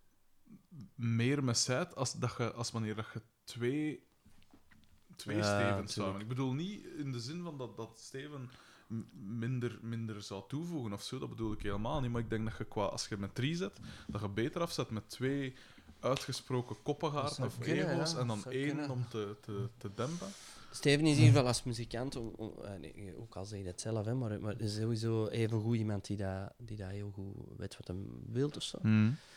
meer mee zijt als, dat je, als wanneer dat je twee, twee Ja, Stevens tuurlijk. samen. Ik bedoel niet in de zin van dat, dat Steven m- minder, minder zou toevoegen of zo, dat bedoel ik helemaal niet. Maar ik denk dat je qua, als je met drie zet, dat je beter afzet met twee uitgesproken Dat koppengaard zou of kunnen, ego's ja, en dat dan zou één kunnen. om te, te, te dempen. Steven is in ieder geval als muzikant, om, om, eh, nee, ook al zeg je dat zelf, hè, maar, maar is sowieso even goed iemand die dat, die dat heel goed weet wat hij wil of zo.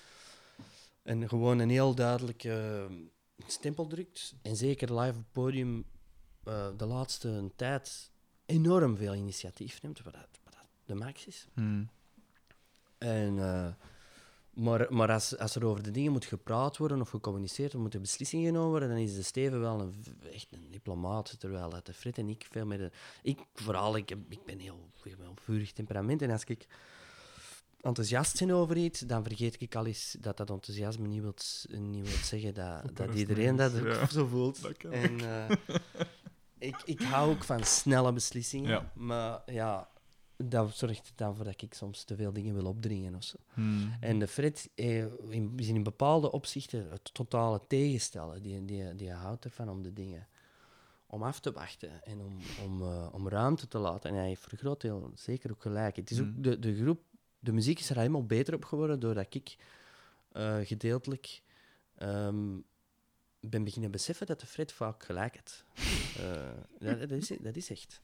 En gewoon een heel duidelijke uh, stempel drukt. En zeker live op het podium uh, de laatste tijd enorm veel initiatief neemt, wat dat, wat dat de max is. Hmm. En, uh, maar maar als, als er over de dingen moet gepraat worden of gecommuniceerd, of moet er beslissingen genomen worden, dan is de Steven wel een, echt een diplomaat. Terwijl dat de Fred en ik veel meer... De, ik vooral, ik, ik ben heel, ik ben een vurig temperament. En als ik enthousiast ben over iets, dan vergeet ik al eens dat dat enthousiasme niet wil, niet wil zeggen dat, dat, dat iedereen dat ook ja. zo voelt. Dat kan. En uh, ik, ik hou ook van snelle beslissingen. Ja. Maar ja... Dat zorgt dan voor dat ik soms te veel dingen wil opdringen of zo. Hmm. En de Fred eh, in, is in bepaalde opzichten het totale tegenstellen. Die, die, die houdt ervan om de dingen om af te wachten en om, om, uh, om ruimte te laten. En hij heeft voor een groot deel zeker ook gelijk. Het is ook Hmm. de, de groep, de muziek is er helemaal beter op geworden doordat ik uh, gedeeltelijk um, ben beginnen beseffen dat de Fred vaak gelijk had. Uh, dat, dat, is, dat is echt.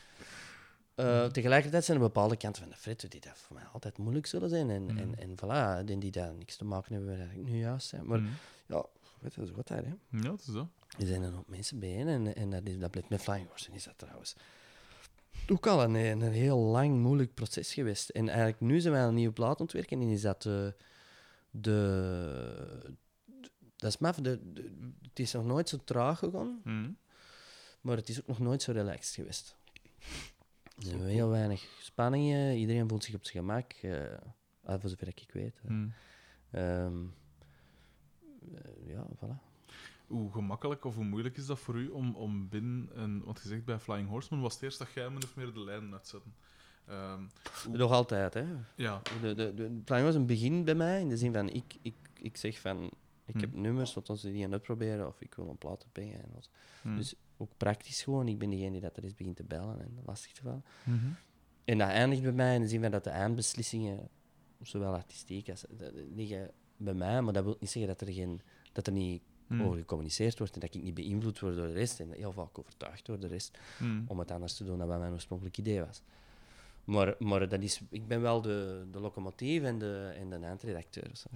Uh, tegelijkertijd zijn er bepaalde kanten van de Fred die dat voor mij altijd moeilijk zullen zijn. En, Mm. en, en voilà, die, die daar niks te maken hebben waar ik nu juist zijn. Maar Hmm. ja, weet je, dat is wat daar, hè. Ja, dat is zo. Er zijn er ook mensen bij en, en dat, is, dat blijft met Flying Horse. En is dat trouwens ook al een, een heel lang, moeilijk proces geweest. En eigenlijk nu zijn wij een nieuwe plaat ontwerken en is dat de... de, de dat is maf, de, de, het is nog nooit zo traag gegaan, Hmm. maar het is ook nog nooit zo relaxed geweest. Er zijn heel weinig spanningen, iedereen voelt zich op zijn gemak, uh, voor zover ik weet. Uh. Hmm. Um, uh, ja, voilà. Hoe gemakkelijk of hoe moeilijk is dat voor u om, om binnen een... Want je zegt bij Flying Horseman was het eerst dat jij min of meer de lijnen uitzetten. Um, hoe... Nog altijd, hè. Ja. De, de, de Flying was een begin bij mij, in de zin van, ik, ik, ik zeg van, ik Hmm. heb nummers, wat ons die gaan uitproberen, of ik wil een plaat brengen. En wat. Hmm. Dus ook praktisch gewoon, ik ben degene die dat er eens begint te bellen en lastig te vallen. Mm-hmm. En dat eindigt bij mij in de zin van dat de eindbeslissingen, zowel artistiek als... Dat, liggen bij mij, maar dat wil niet zeggen dat er, geen, dat er niet Hmm. over gecommuniceerd wordt en dat ik niet beïnvloed word door de rest en heel vaak overtuigd door de rest Hmm. om het anders te doen dan wat mijn oorspronkelijk idee was. Maar, maar dat is, ik ben wel de, de locomotief en de, en de eindredacteur. Zo.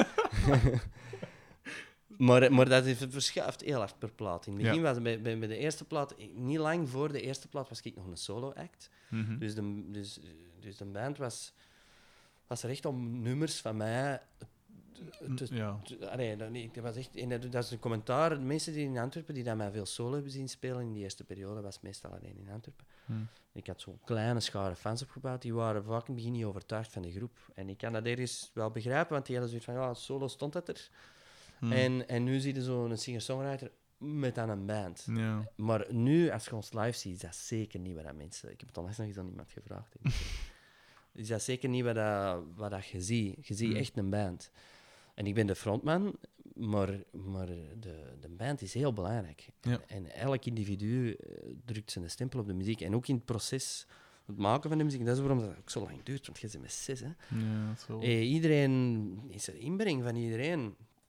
maar, maar dat is, het verschuift heel hard per plaat. In het begin Ja. was bij, bij, bij de eerste plaat, niet lang voor de eerste plaat, was ik nog een solo-act. Mm-hmm. Dus, de, dus, dus de band was, was er echt om nummers van mij te, ja. te, allee, dat, nee, dat was echt, en dat, dat is een commentaar. De mensen die in Antwerpen die dat mij veel solo hebben zien spelen in die eerste periode, was meestal alleen in Antwerpen. Hmm. Ik had zo'n kleine schare fans opgebouwd, die waren vaak in het begin niet overtuigd van de groep. En ik kan dat ergens wel begrijpen, want die hadden zoiets van, ja, solo stond dat er. Hmm. En, en nu zie je zo'n singer-songwriter met dan een band. Ja. Maar nu, als je ons live ziet, is dat zeker niet wat dat mensen... Ik heb het onlangs nog eens aan iemand gevraagd. Is dat zeker niet wat, dat, wat dat je ziet. Je ziet Hmm. echt een band. En ik ben de frontman, maar, maar de, de band is heel belangrijk. Ja. En elk individu uh, drukt zijn stempel op de muziek. En ook in het proces, het maken van de muziek. Dat is waarom dat ook zo lang duurt, want je bent met zes. Hè. Ja, dat is wel... Hey, iedereen is er inbreng van iedereen.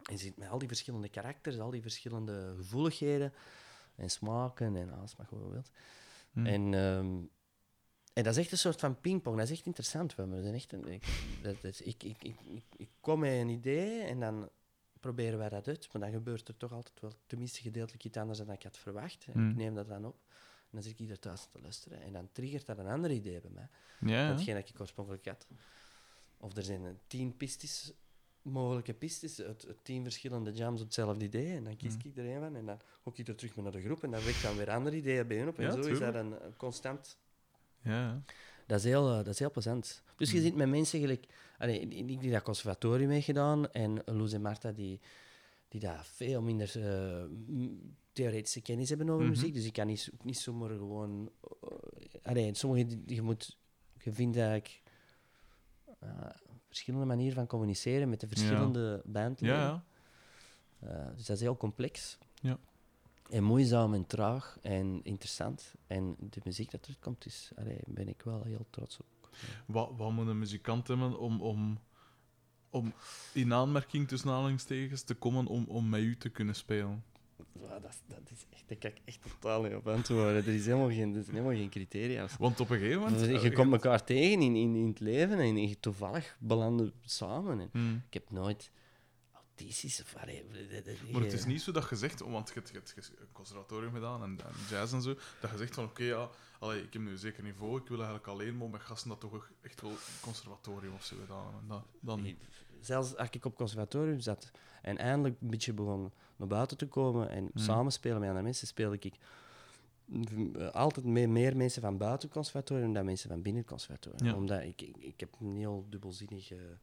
je zit met al die verschillende karakters, al die verschillende gevoeligheden en smaken en alles maar gewoon wilt. Hm. En, ehm, en dat is echt een soort van pingpong. Dat is echt interessant voor me. Dat is echt een, ik, dat is, ik, ik, ik, ik, ik kom met een idee en dan proberen wij dat uit. Maar dan gebeurt er toch altijd wel tenminste gedeeltelijk iets anders dan ik had verwacht. En Hm. ik neem dat dan op. En dan zit ik hier thuis te luisteren. En dan triggert dat een ander idee bij mij. Ja, ja. Datgene dat ik oorspronkelijk had. Of er zijn eh, tien pistes, mogelijke pistes, uit, uit tien verschillende jams op hetzelfde idee. En dan kies Mm. ik er een van en dan hoek ik er terug mee naar de groep. En dan wekt dan weer andere ideeën bij hun op. En Ja, zo is tuurlijk. dat een, een constant... Ja, ja. Dat is heel, eh, dat is heel plezant. Dus je Mm. zit met mensen gelijk... Allee, ik ik die dat conservatorium heeft gedaan. En Loes en Marta die, die daar veel minder eh, m- theoretische kennis hebben over Mhm. muziek. Dus ik kan niet, ook niet zomaar gewoon... Uh, allee, sommige... die- Je moet... Je vindt eigenlijk... eh, verschillende manieren van communiceren met de verschillende bandleden. Ja, ja. Eh, dus dat is heel complex. Ja. En moeizaam en traag en interessant. En de muziek dat er komt, is, allee, ben ik wel heel trots op. Wat, wat moet een muzikant hebben om, om, om in aanmerking tussen aanhalingstekens te komen om, om met u te kunnen spelen? Ja, dat, is, dat is echt, daar kan ik echt totaal niet op antwoorden. Er is helemaal geen, er zijn helemaal geen criteria. Want op een gegeven moment... Je komt elkaar tegen in, in, in het leven en je toevallig belanden samen. En Hmm. ik heb nooit audities of... Allee, dat- dat- Maar het je- is niet zo dat je zegt, want je hebt, je hebt een conservatorium gedaan en, en jazz en zo, dat je zegt van oké, ja, allee, ik heb nu zeker niveau, ik wil eigenlijk alleen maar met gasten dat toch echt wel conservatorium of zo gedaan hebben. Dat, dan niet. Zelfs als ik op conservatorium zat en eindelijk een beetje begon naar buiten te komen en Hmm. samenspelen met andere mensen, speelde ik eh, altijd met meer mensen van buiten het conservatorium dan mensen van binnen het conservatorium. Ja. Omdat ik, ik, ik heb een heel dubbelzinnige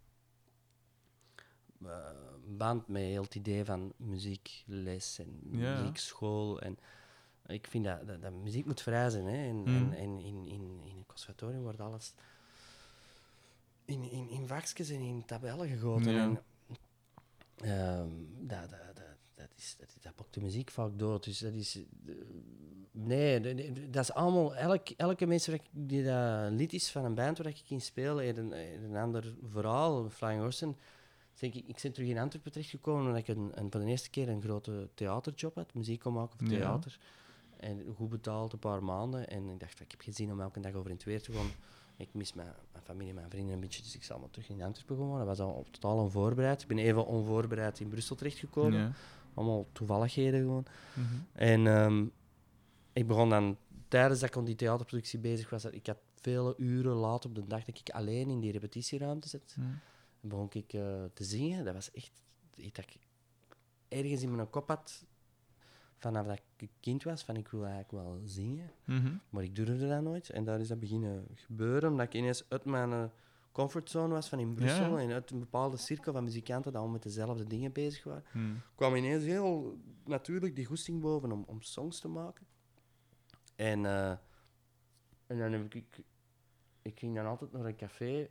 eh, band met heel het idee van muziekles en Ja. muziekschool. En ik vind dat, dat, dat muziek moet vrij zijn. Hè? En, Mm. en, en in, in, in een conservatorium wordt alles in, in, in vakjes en in tabellen gegoten. Ja. En, ehm, dat, dat, dat, dat, is, dat, dat bokt de muziek vaak dood. Dus dat is... eh, nee, dat- dat- dat is allemaal... Elk, elke mens waar ik- die dat lid is van een band waar ik in speel, heeft een, heeft een ander verhaal. Flying Horseman. Zeg ik, ik ben terug in Antwerpen terechtgekomen omdat ik een, een, voor de eerste keer een grote theaterjob had. Muziek kon maken voor Ja. theater. En goed betaald, een paar maanden. En ik dacht, ik heb geen zin om elke dag over in het weer te gaan. Ik mis mijn, mijn familie en mijn vrienden een beetje, dus ik zal maar terug in Antwerpen gaan wonen. Dat was al totaal onvoorbereid. Ik ben even onvoorbereid in Brussel terechtgekomen. Ja. Allemaal toevalligheden gewoon. Mhm. En ehm, ik begon dan, tijdens dat ik aan die theaterproductie bezig was, dat ik had vele uren laat op de dag dat ik alleen in die repetitieruimte zat. Mhm. Dan begon ik eh, te zingen. Dat was echt iets dat ik ergens in mijn kop had vanaf dat ik kind was, van ik wil eigenlijk wel zingen. Mhm. Maar ik durfde dat nooit. En daar is dat beginnen gebeuren, omdat ik ineens uit mijn eh, comfortzone was van in Brussel Ja. en uit een bepaalde cirkel van muzikanten die allemaal met dezelfde dingen bezig waren. Mhm. Kwam ineens heel natuurlijk die goesting boven om, om songs te maken. En, eh, en dan heb ik, ik... Ik ging dan altijd naar een café...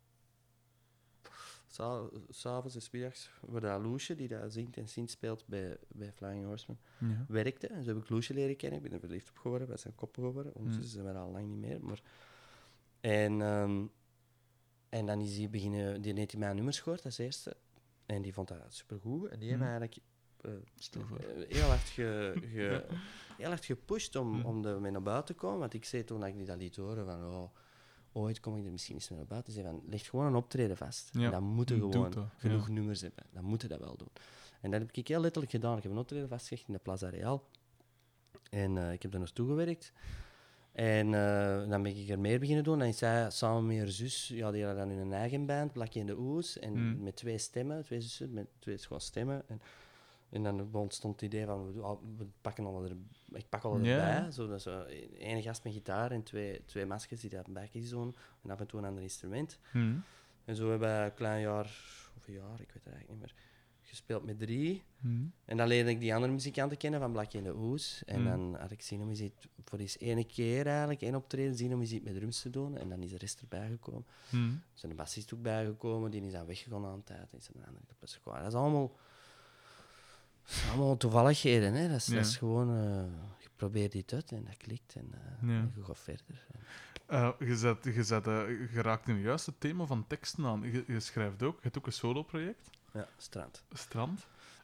Sa- S'avonds en 's middags, waar dat Loesje, die dat zingt en zingt speelt bij, bij Flying Horseman, Ja. werkte. En zo heb ik Loesje leren kennen. Ik ben er verliefd op geworden, bij zijn kop geworden. Ondertussen Mm. zijn we dat al lang niet meer. Maar... En, ehm, en dan is hij beginnen... Die heeft hij mijn nummers gehoord als eerste. En die vond dat supergoed. En die heeft Mm. mij eigenlijk eh, Stel voor. eh, heel hard, ge, ge, heel hard gepusht om, Mm. om ermee naar buiten te komen. Want ik zei toen dat ik die dat liet horen van... Oh, ooit kom ik er misschien eens mee naar buiten. Zei van, leg gewoon een optreden vast. Ja, En dan moeten doe gewoon dat, genoeg ja. nummers hebben. Dan moeten dat wel doen. En dat heb ik heel letterlijk gedaan. Ik heb een optreden vastgelegd in de Plaza Real. En eh, ik heb daar naartoe gewerkt. En eh, dan ben ik er meer beginnen doen. Dan is zij samen met haar zus, ja, die hadden dan hun eigen band, Blakje in de Oes. En Mm. met twee stemmen, twee zussen, met twee gewoon stemmen. En, en dan ontstond het idee van, we, doen al- we pakken alle er, ik pak alle Ja. erbij. Zo, dat is zo één gast met gitaar en twee, twee maskers die dat backjes doen. En af en toe een ander instrument. Mhm. En zo hebben we een klein jaar, of een jaar, ik weet het eigenlijk niet meer, gespeeld met drie. Mhm. En dan leerde ik die andere muzikanten kennen van Blakje in de Oes. En Mm. dan had ik zin om eens iets, voor eens ene keer eigenlijk, één optreden, zien om eens iets met drums te doen. En dan is de rest erbij gekomen. Mhm. Er is een bassist ook bijgekomen, die is dan weggegaan aan een tijd. En is er een andere plus gekomen. Dat is allemaal, dat is allemaal toevalligheden. Hè? Dat, is, Ja. dat is gewoon, eh, je probeert iets uit en dat klikt en, eh, Ja. en je gaat verder. Eh, je zet, je, zet, eh, je raakt nu juist het thema van teksten aan. Je, je schrijft ook, je hebt ook een solo-project, Ja, strand. Strand.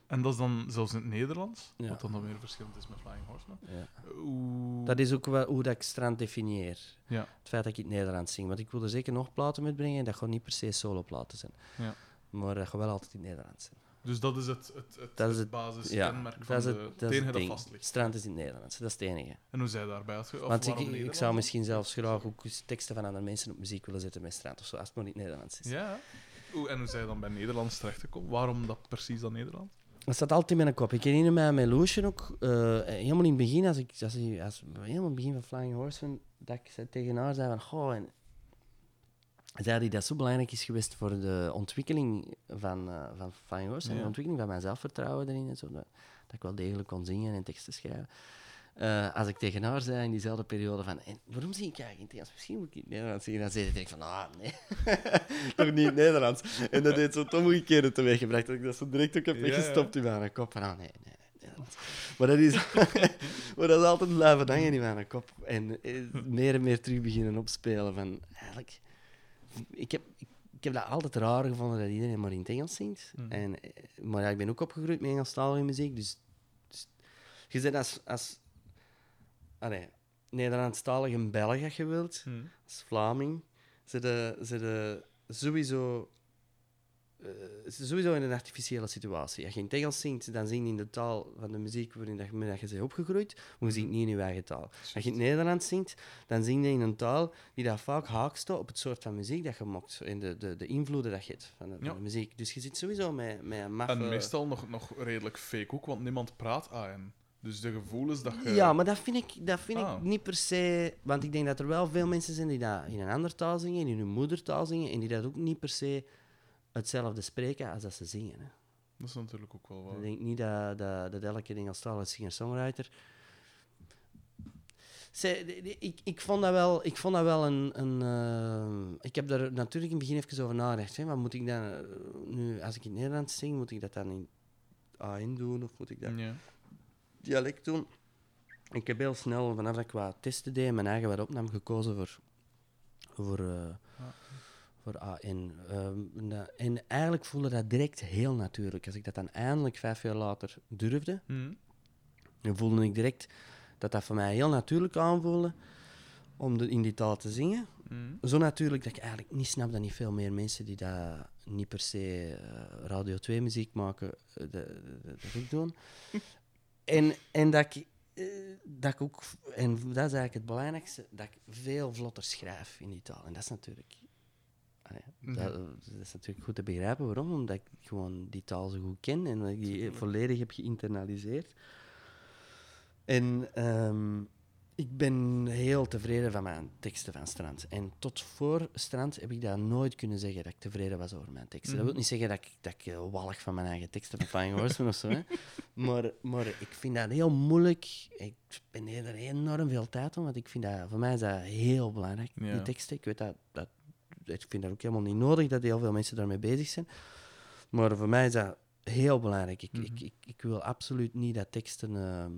En dat is dan zelfs in het Nederlands, Ja. wat dan nog weer verschillend is met Flying Horseman. Ja. Hoe... Dat is ook wel hoe dat ik strand definieer. Ja. Het feit dat ik in het Nederlands zing. Want ik wil er zeker nog platen metbrengen. Dat gaat niet per se solo-platen zijn. Ja. Maar dat gaat wel altijd in het Nederlands zijn. Dus dat is het, het, het, Dat is het het- basiskenmerk Ja, van dat is de, het, het dat, is enige het dat ding. vast ligt. Strand is in het Nederlands. Dat is het enige. En hoe zij daarbij had ge- of Want ik, waarom ik Nederlands zou dan? misschien zelfs graag ook eens teksten van andere mensen op muziek willen zetten met strand of zo, als het maar niet Nederlands is. Ja. Hoe, en hoe zij dan bij Nederlands terechtgekomen? Waarom dat precies dan Nederland? Dat staat altijd in mijn kop. Ik herinner mij met Loesje ook, uh, helemaal in het begin, als ik, als, ik, als, helemaal in het begin van Flying Horseman, dat ik zei tegen haar zei van, goh, en zei die dat zo belangrijk is geweest voor de ontwikkeling van, uh, van Flying Horseman, Ja. de ontwikkeling van mijn zelfvertrouwen erin en zo, dat, dat ik wel degelijk kon zingen en teksten schrijven. Uh, als ik tegen haar zei in diezelfde periode van, en waarom zie ik eigenlijk in het Nederlands? Misschien moet ik in het Nederlands zingen. Dan zei ze direct van, ah, nee, toch niet in het Nederlands. En dat heeft zo'n omgekeerde teweeggebracht, dat ik dat zo direct ook heb Ja, weggestopt in mijn kop. Van, ah, nee, nee, Nederlands. Maar dat is, maar dat is altijd blijven hangen in mijn kop. En eh, meer en meer terug beginnen opspelen van, eigenlijk... Ik heb, ik, ik heb dat altijd raar gevonden dat iedereen maar in het Engels zingt. Mhm. En, eh, maar ja, ik ben ook opgegroeid met Engelstalige muziek, dus... dus je bent als... als Allee, Nederlandstalig een Belg, als je wilt, Hm. als Vlaming, ze de, ze de sowieso, uh, ze sowieso in een artificiële situatie. Als je in het Engels zingt, dan zing je in de taal van de muziek waarin dat je, met dat je bent opgegroeid, maar je zingt niet in je eigen taal. Als je in het Nederlands zingt, dan zing je in een taal die daar vaak haakt staat op het soort van muziek dat je maakt, en de, de, de invloeden dat je hebt van de, van Ja. de muziek. Dus je zit sowieso met, met een maffe... En meestal nog, nog redelijk fake ook, want niemand praat A N. Dus de gevoelens dat je... Ja, maar dat vind, ik, dat vind Ah. ik niet per se... Want ik denk dat er wel veel mensen zijn die dat in een andere taal zingen, in hun moedertaal zingen, en die dat ook niet per se hetzelfde spreken als dat ze zingen. Hè. Dat is natuurlijk ook wel Ik waar. denk niet dat, dat, dat elke Engelstalige singer-songwriter... Zij, de- de- ik, ik, vond dat wel, ik vond dat wel een... een uh, ik heb daar natuurlijk in het begin even over nagedacht. Hè, maar moet ik dan... Uh, nu, als ik in het Nederlands zing, moet ik dat dan in A N doen, of moet ik dat... Ja. dialect doen. Ik heb heel snel, vanaf dat ik wat testen deed, mijn eigen wat opnam, gekozen voor, voor, uh, Ja. voor A N. Um, dat- en eigenlijk voelde dat direct heel natuurlijk. Als ik dat dan eindelijk vijf jaar later durfde, Hm. dan voelde ik direct dat dat voor mij heel natuurlijk aanvoelde om de, in die taal te zingen. Hm. Zo natuurlijk dat ik eigenlijk niet snap dat niet veel meer mensen die dat niet per se uh, Radio twee muziek maken, uh, dat, dat, dat ook doen. En, en dat ik, eh, dat ik ook, en dat is eigenlijk het belangrijkste, dat ik veel vlotter schrijf in die taal. En dat is natuurlijk, allee, Mhm. dat, dat is natuurlijk goed te begrijpen. Waarom? Omdat ik gewoon die taal zo goed ken en dat ik die volledig heb geïnternaliseerd. En ehm, ik ben heel tevreden van mijn teksten van Strand. En tot voor Strand heb ik dat nooit kunnen zeggen dat ik tevreden was over mijn teksten. Mhm. Dat wil niet zeggen dat ik, dat ik eh, walg van mijn eigen teksten van Flying Horseman of zo. Hè. Maar, maar ik vind dat heel moeilijk. Ik spendeer er enorm veel tijd om, want ik vind dat, voor mij is dat heel belangrijk, Ja. die teksten. Ik weet dat, dat, ik vind dat ook helemaal niet nodig dat heel veel mensen daarmee bezig zijn. Maar voor mij is dat heel belangrijk. Ik, Mhm. ik, ik, ik wil absoluut niet dat teksten... ehm,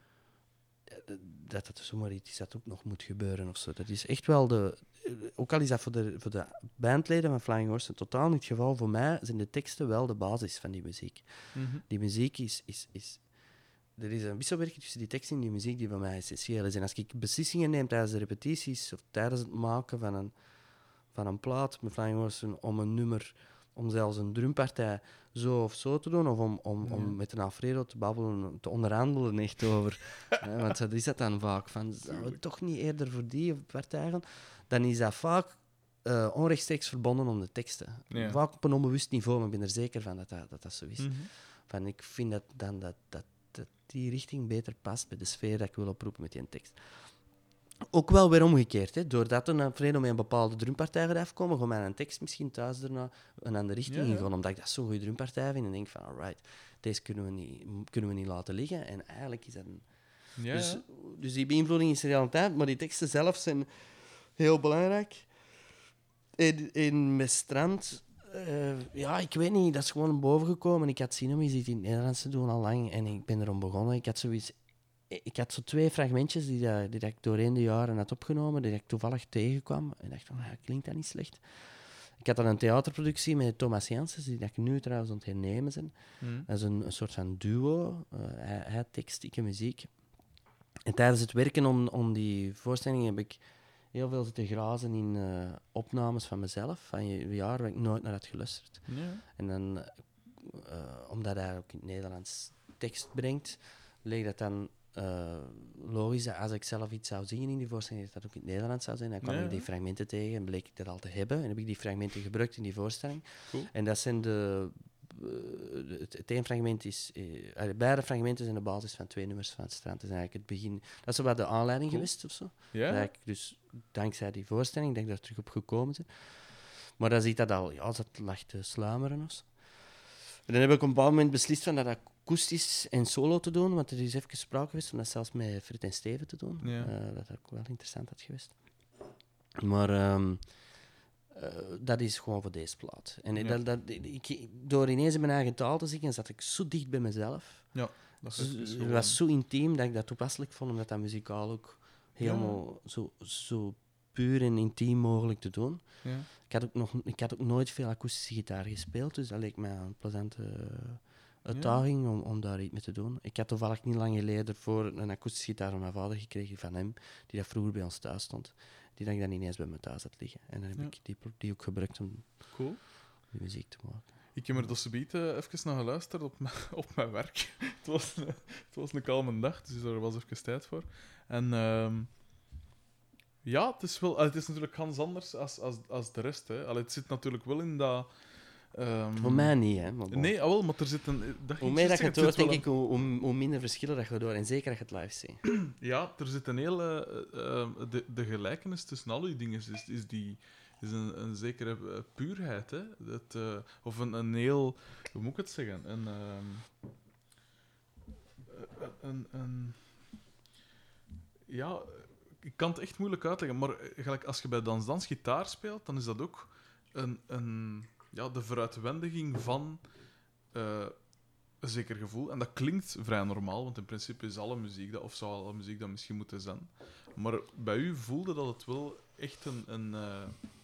dat het zomaar iets is dat ook nog moet gebeuren of zo. Dat is echt wel de... Ook al is dat voor de, voor de bandleden van Flying Horse totaal niet het geval, voor mij zijn de teksten wel de basis van die muziek. Mhm. Die muziek is... is, is er is een wisselwerking tussen die teksten en die muziek die voor mij essentieel is. En als ik beslissingen neem tijdens de repetities of tijdens het maken van een, van een plaat met Flying Horse om een nummer, om zelfs een drumpartij zo of zo te doen, of om, om, Ja. om met een Alfredo te babbelen, te onderhandelen echt over. Hè, want dat is dat dan vaak. Van, zouden we toch niet eerder voor die partij gaan? Dan is dat vaak uh, onrechtstreeks verbonden om de teksten. Ja. Vaak op een onbewust niveau, maar ik ben er zeker van dat dat, dat, dat zo is. Mhm. Van, ik vind dat, dan dat, dat, dat die richting beter past bij de sfeer dat ik wil oproepen met die tekst. Ook wel weer omgekeerd. Hè. Doordat een Alfredo met een bepaalde drumpartij gaat afkomen, gaat mijn tekst misschien thuis daarna een andere richting Ja, ja. ingaan. Omdat ik dat zo'n goede drumpartij vind en denk van, alright, deze kunnen we, niet, kunnen we niet laten liggen. En eigenlijk is dat een... Ja, Dus, ja. dus die beïnvloeding is de realiteit, maar die teksten zelf zijn heel belangrijk. En, en met Strand, uh, ja, ik weet niet, dat is gewoon bovengekomen. Ik had zin om iets in het Nederlands te doen al lang en ik ben erom begonnen. Ik had zoiets... Ik had zo twee fragmentjes die, dat, die dat ik doorheen de jaren had opgenomen, die dat ik toevallig tegenkwam. En dacht van, ja, klinkt dat niet slecht? Ik ik had dan een theaterproductie met Thomas Janssens, die dat ik nu trouwens aan het hernemen ben. Mm. Dat is een, een soort van duo. Uh, hij, hij tekst, ik muziek. En tijdens het werken om, om die voorstelling heb ik heel veel zitten grazen in uh, opnames van mezelf, van een jaar waar ik nooit naar had geluisterd. Ja. En dan, uh, omdat hij ook in het Nederlands tekst brengt, leek dat dan uh, logisch dat als ik zelf iets zou zingen in die voorstelling, dat dat ook in het Nederlands zou zijn. Dan kwam Ja. ik die fragmenten tegen en bleek ik dat al te hebben. En heb ik die fragmenten gebruikt in die voorstelling. Cool. En dat zijn de... Uh, het, het één fragment is... Uh, beide fragmenten zijn de basis van twee nummers van het strand. Dat is eigenlijk het begin... Dat is zo wat de aanleiding Cool. geweest of zo. Ja? Dat ik dus dankzij die voorstelling dat ik daar terug op gekomen ben. Maar dan ziet dat al... Ja, dat lag te sluimeren of zo. En dan heb ik op een bepaald moment beslist van dat akoestisch en solo te doen, want er is even sprake geweest om dat zelfs met Fred en Steven te doen. Ja. Uh, dat ook wel interessant had geweest. Maar um, uh, dat is gewoon voor deze plaat. En Ja. dat, dat, ik, door ineens in mijn eigen taal te zingen, zat ik zo dicht bij mezelf. Ja, dat is Het zo, was zo intiem dat ik dat toepasselijk vond, omdat dat muzikaal ook helemaal ja. zo, zo puur en intiem mogelijk te doen. Ja. Ik had, ook nog, ik had ook nooit veel akoestische gitaar gespeeld, dus dat leek mij een plezante uh, uitdaging ja. om, om daar iets mee te doen. Ik had toevallig niet lang geleden voor een akoestische gitaar van mijn vader gekregen, van hem, die dat vroeger bij ons thuis stond. Die dat ik dan ineens bij me thuis had liggen. En dan heb ja. ik die, die ook gebruikt om cool. die muziek te maken. Ik heb er dus uh, even naar geluisterd op, mijn, op mijn werk. het, was een, het was een kalme dag, dus er was even tijd voor. En... Uh, Ja, het is, wel, het is natuurlijk ganz anders als, als, als de rest. Hè. Allee, het zit natuurlijk wel in dat... Um... Voor mij niet, hè. Maar bon. Nee, ah, wel, maar er zit een... Dat hoe meer dat je het hoort, denk een... ik, hoe, hoe, hoe minder verschillen dat je door. En zeker als je het live ziet. Ja, er zit een hele... Uh, de, de gelijkenis tussen al die dingen is, is, die, is een, een zekere uh, puurheid. Hè. Dat, uh, of een, een heel... Hoe moet ik het zeggen? Een... Um, een, een ja... Ik kan het echt moeilijk uitleggen, maar gelijk als je bij Dans Dans gitaar speelt, dan is dat ook een, een, ja, de vooruitwendiging van uh, een zeker gevoel. En dat klinkt vrij normaal, want in principe is alle muziek dat, of zou alle muziek dat misschien moeten zijn. Maar bij u voelde dat het wel echt een... een uh,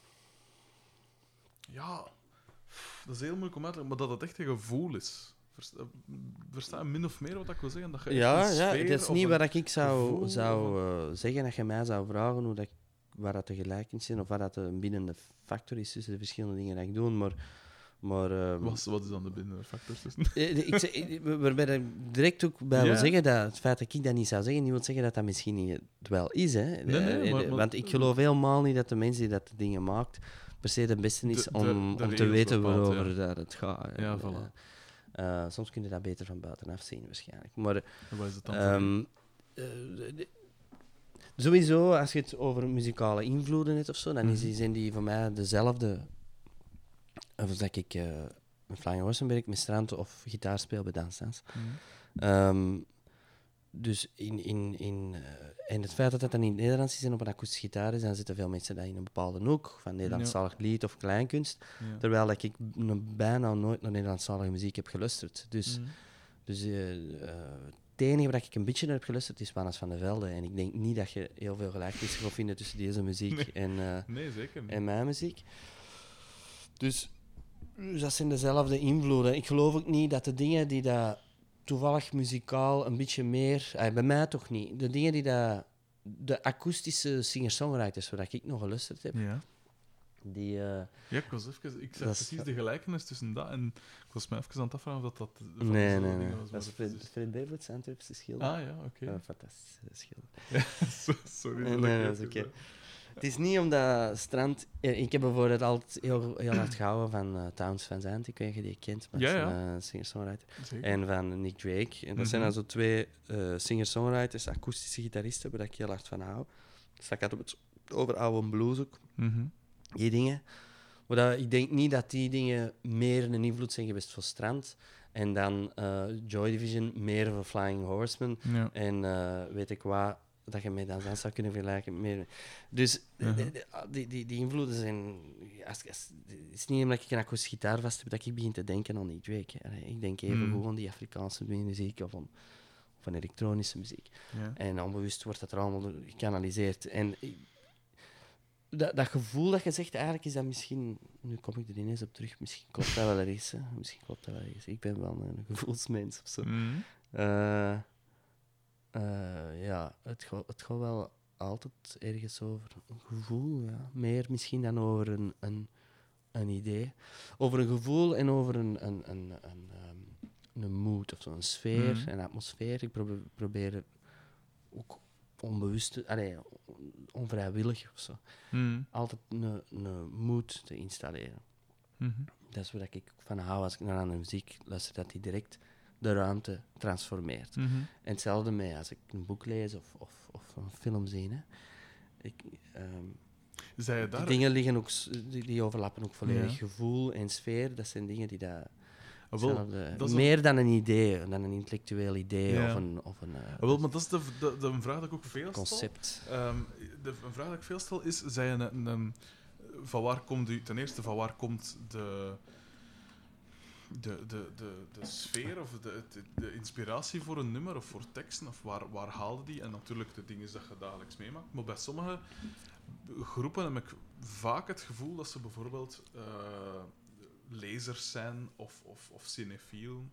ja, dat is heel moeilijk om uit te leggen, maar dat het echt een gevoel is. Versta je min of meer wat ik wil zeggen? Dat je ja, ja, het is niet wat ik zou, gevoel, zou uh, zeggen als je mij zou vragen hoe dat, waar dat de gelijkenis is of waar dat de bindende factor is tussen de verschillende dingen die ik doe. Maar, maar, uh, wat, wat is dan de bindende factor tussen? ik, ik, waarbij ik direct ook bij ja. wil zeggen dat het feit dat ik dat niet zou zeggen, niet wil zeggen dat dat misschien niet het wel is. Hè. Nee, nee, maar, maar, Want ik geloof helemaal niet dat de mensen die dat de dingen maakt per se de beste is de, de, om, de om te weten bepaald, waarover ja. dat het gaat. Ja, voilà. Uh, soms kun je dat beter van buitenaf zien, waarschijnlijk. Maar, en wat is het dan? Um, uh, de, de, sowieso, als je het over muzikale invloeden hebt of zo, dan mm-hmm. zijn die voor mij dezelfde. Of als ik uh, met Flying Horsenberg, met strand of gitaar speel bij Dans Dans. Mm-hmm. Um, dus in, in, in, uh, en het feit dat dat dan in het Nederlands is en op een akoestische gitaar is, dan zitten veel mensen dat in een bepaalde hoek van Nederlandstalig lied of kleinkunst. Ja. Terwijl dat ik n- bijna nooit naar Nederlandstalige muziek heb geluisterd. Dus, mm. dus uh, uh, het enige wat ik een beetje naar heb geluisterd is Wannes van der Velde. En ik denk niet dat je heel veel gelijkenissen gaat vinden tussen deze muziek nee. en, uh, nee, zeker niet. en mijn muziek. Dus, dus dat zijn dezelfde invloeden. Ik geloof ook niet dat de dingen die dat toevallig muzikaal een beetje meer... Eh, bij mij toch niet. De dingen die dat... De akoestische singer-songwriters, waar ik nog geluisterd heb... Ja. Die... Uh, ja, ik was even... Ik zag precies is, de gelijkenis tussen dat en... Ik was me even aan het afvragen of dat... dat nee, nee, nee. Was, dat is Fred, Fred Bevert's Antwerpse schilder. Ah, ja, oké. Okay. Uh, fantastische schilder. Ja, sorry. Nee, nee, dat is oké. Okay. Het is niet omdat Strand... Ik heb bijvoorbeeld altijd heel, heel hard gehouden van uh, Towns Van Zandt. Ik weet niet of je die kent, maar ja, ja. ja. Uh, singer-songwriter. Zeker. En van Nick Drake. En dat mm-hmm. zijn dan zo twee uh, singer-songwriters, akoestische gitaristen, waar ik heel hard van hou. Dus dat gaat op het, over oude blues ook. Mm-hmm. Die dingen. Maar dat, ik denk niet dat die dingen meer een invloed zijn geweest voor Strand. En dan uh, Joy Division meer voor Flying Horseman. Ja. En uh, weet ik wat... dat je met dan zou kunnen vergelijken. Meer. Dus uh-huh. die, die, die invloeden zijn... Als, als, het is niet omdat ik een akoestische gitaar vast heb dat ik begin te denken aan die Drake. Ik denk even mm. gewoon aan die Afrikaanse muziek of aan, of aan elektronische muziek. Ja. En onbewust wordt dat er allemaal gekanaliseerd. En dat, dat gevoel dat je zegt, eigenlijk is dat misschien... Nu kom ik er ineens op terug. Misschien klopt dat wel ergens. Hè. Misschien klopt dat wel ergens. Ik ben wel een gevoelsmens of zo. Mm. Uh, uh, ja, het gaat, het gaat wel altijd ergens over een gevoel. Ja. Meer misschien dan over een, een, een idee. Over een gevoel en over een, een, een, een, um, een mood of zo. Een sfeer, Mm. een atmosfeer. Ik probeer, probeer ook onbewust, allee, onvrijwillig of zo, Mm. altijd een, een mood te installeren. Mm-hmm. Dat is waar ik van hou als ik naar een muziek luister, dat die direct de ruimte transformeert. Mm-hmm. En hetzelfde mee als ik een boek lees of, of, of een film zie. Hè. Ik, um, Zij je daar... Die dingen liggen ook, die, die overlappen ook volledig. Ja. Gevoel en sfeer, dat zijn dingen die dat... Ah, wel, hetzelfde- dat is meer een- dan een idee, dan een intellectueel idee Ja. of een, of een uh, Ah, wel, maar dat is de, de, de, een vraag die ik ook veel stel. concept. Um, de, een vraag die ik veel stel is, zij een, een, een, van waar komt u, ten eerste, van waar komt de, de, de, de, de sfeer of de, de, de inspiratie voor een nummer of voor teksten, of waar, waar haalde die? En natuurlijk de dingen dat je dagelijks meemaakt. Maar bij sommige groepen heb ik vaak het gevoel dat ze bijvoorbeeld uh, lezers zijn of, of, of cinefielen.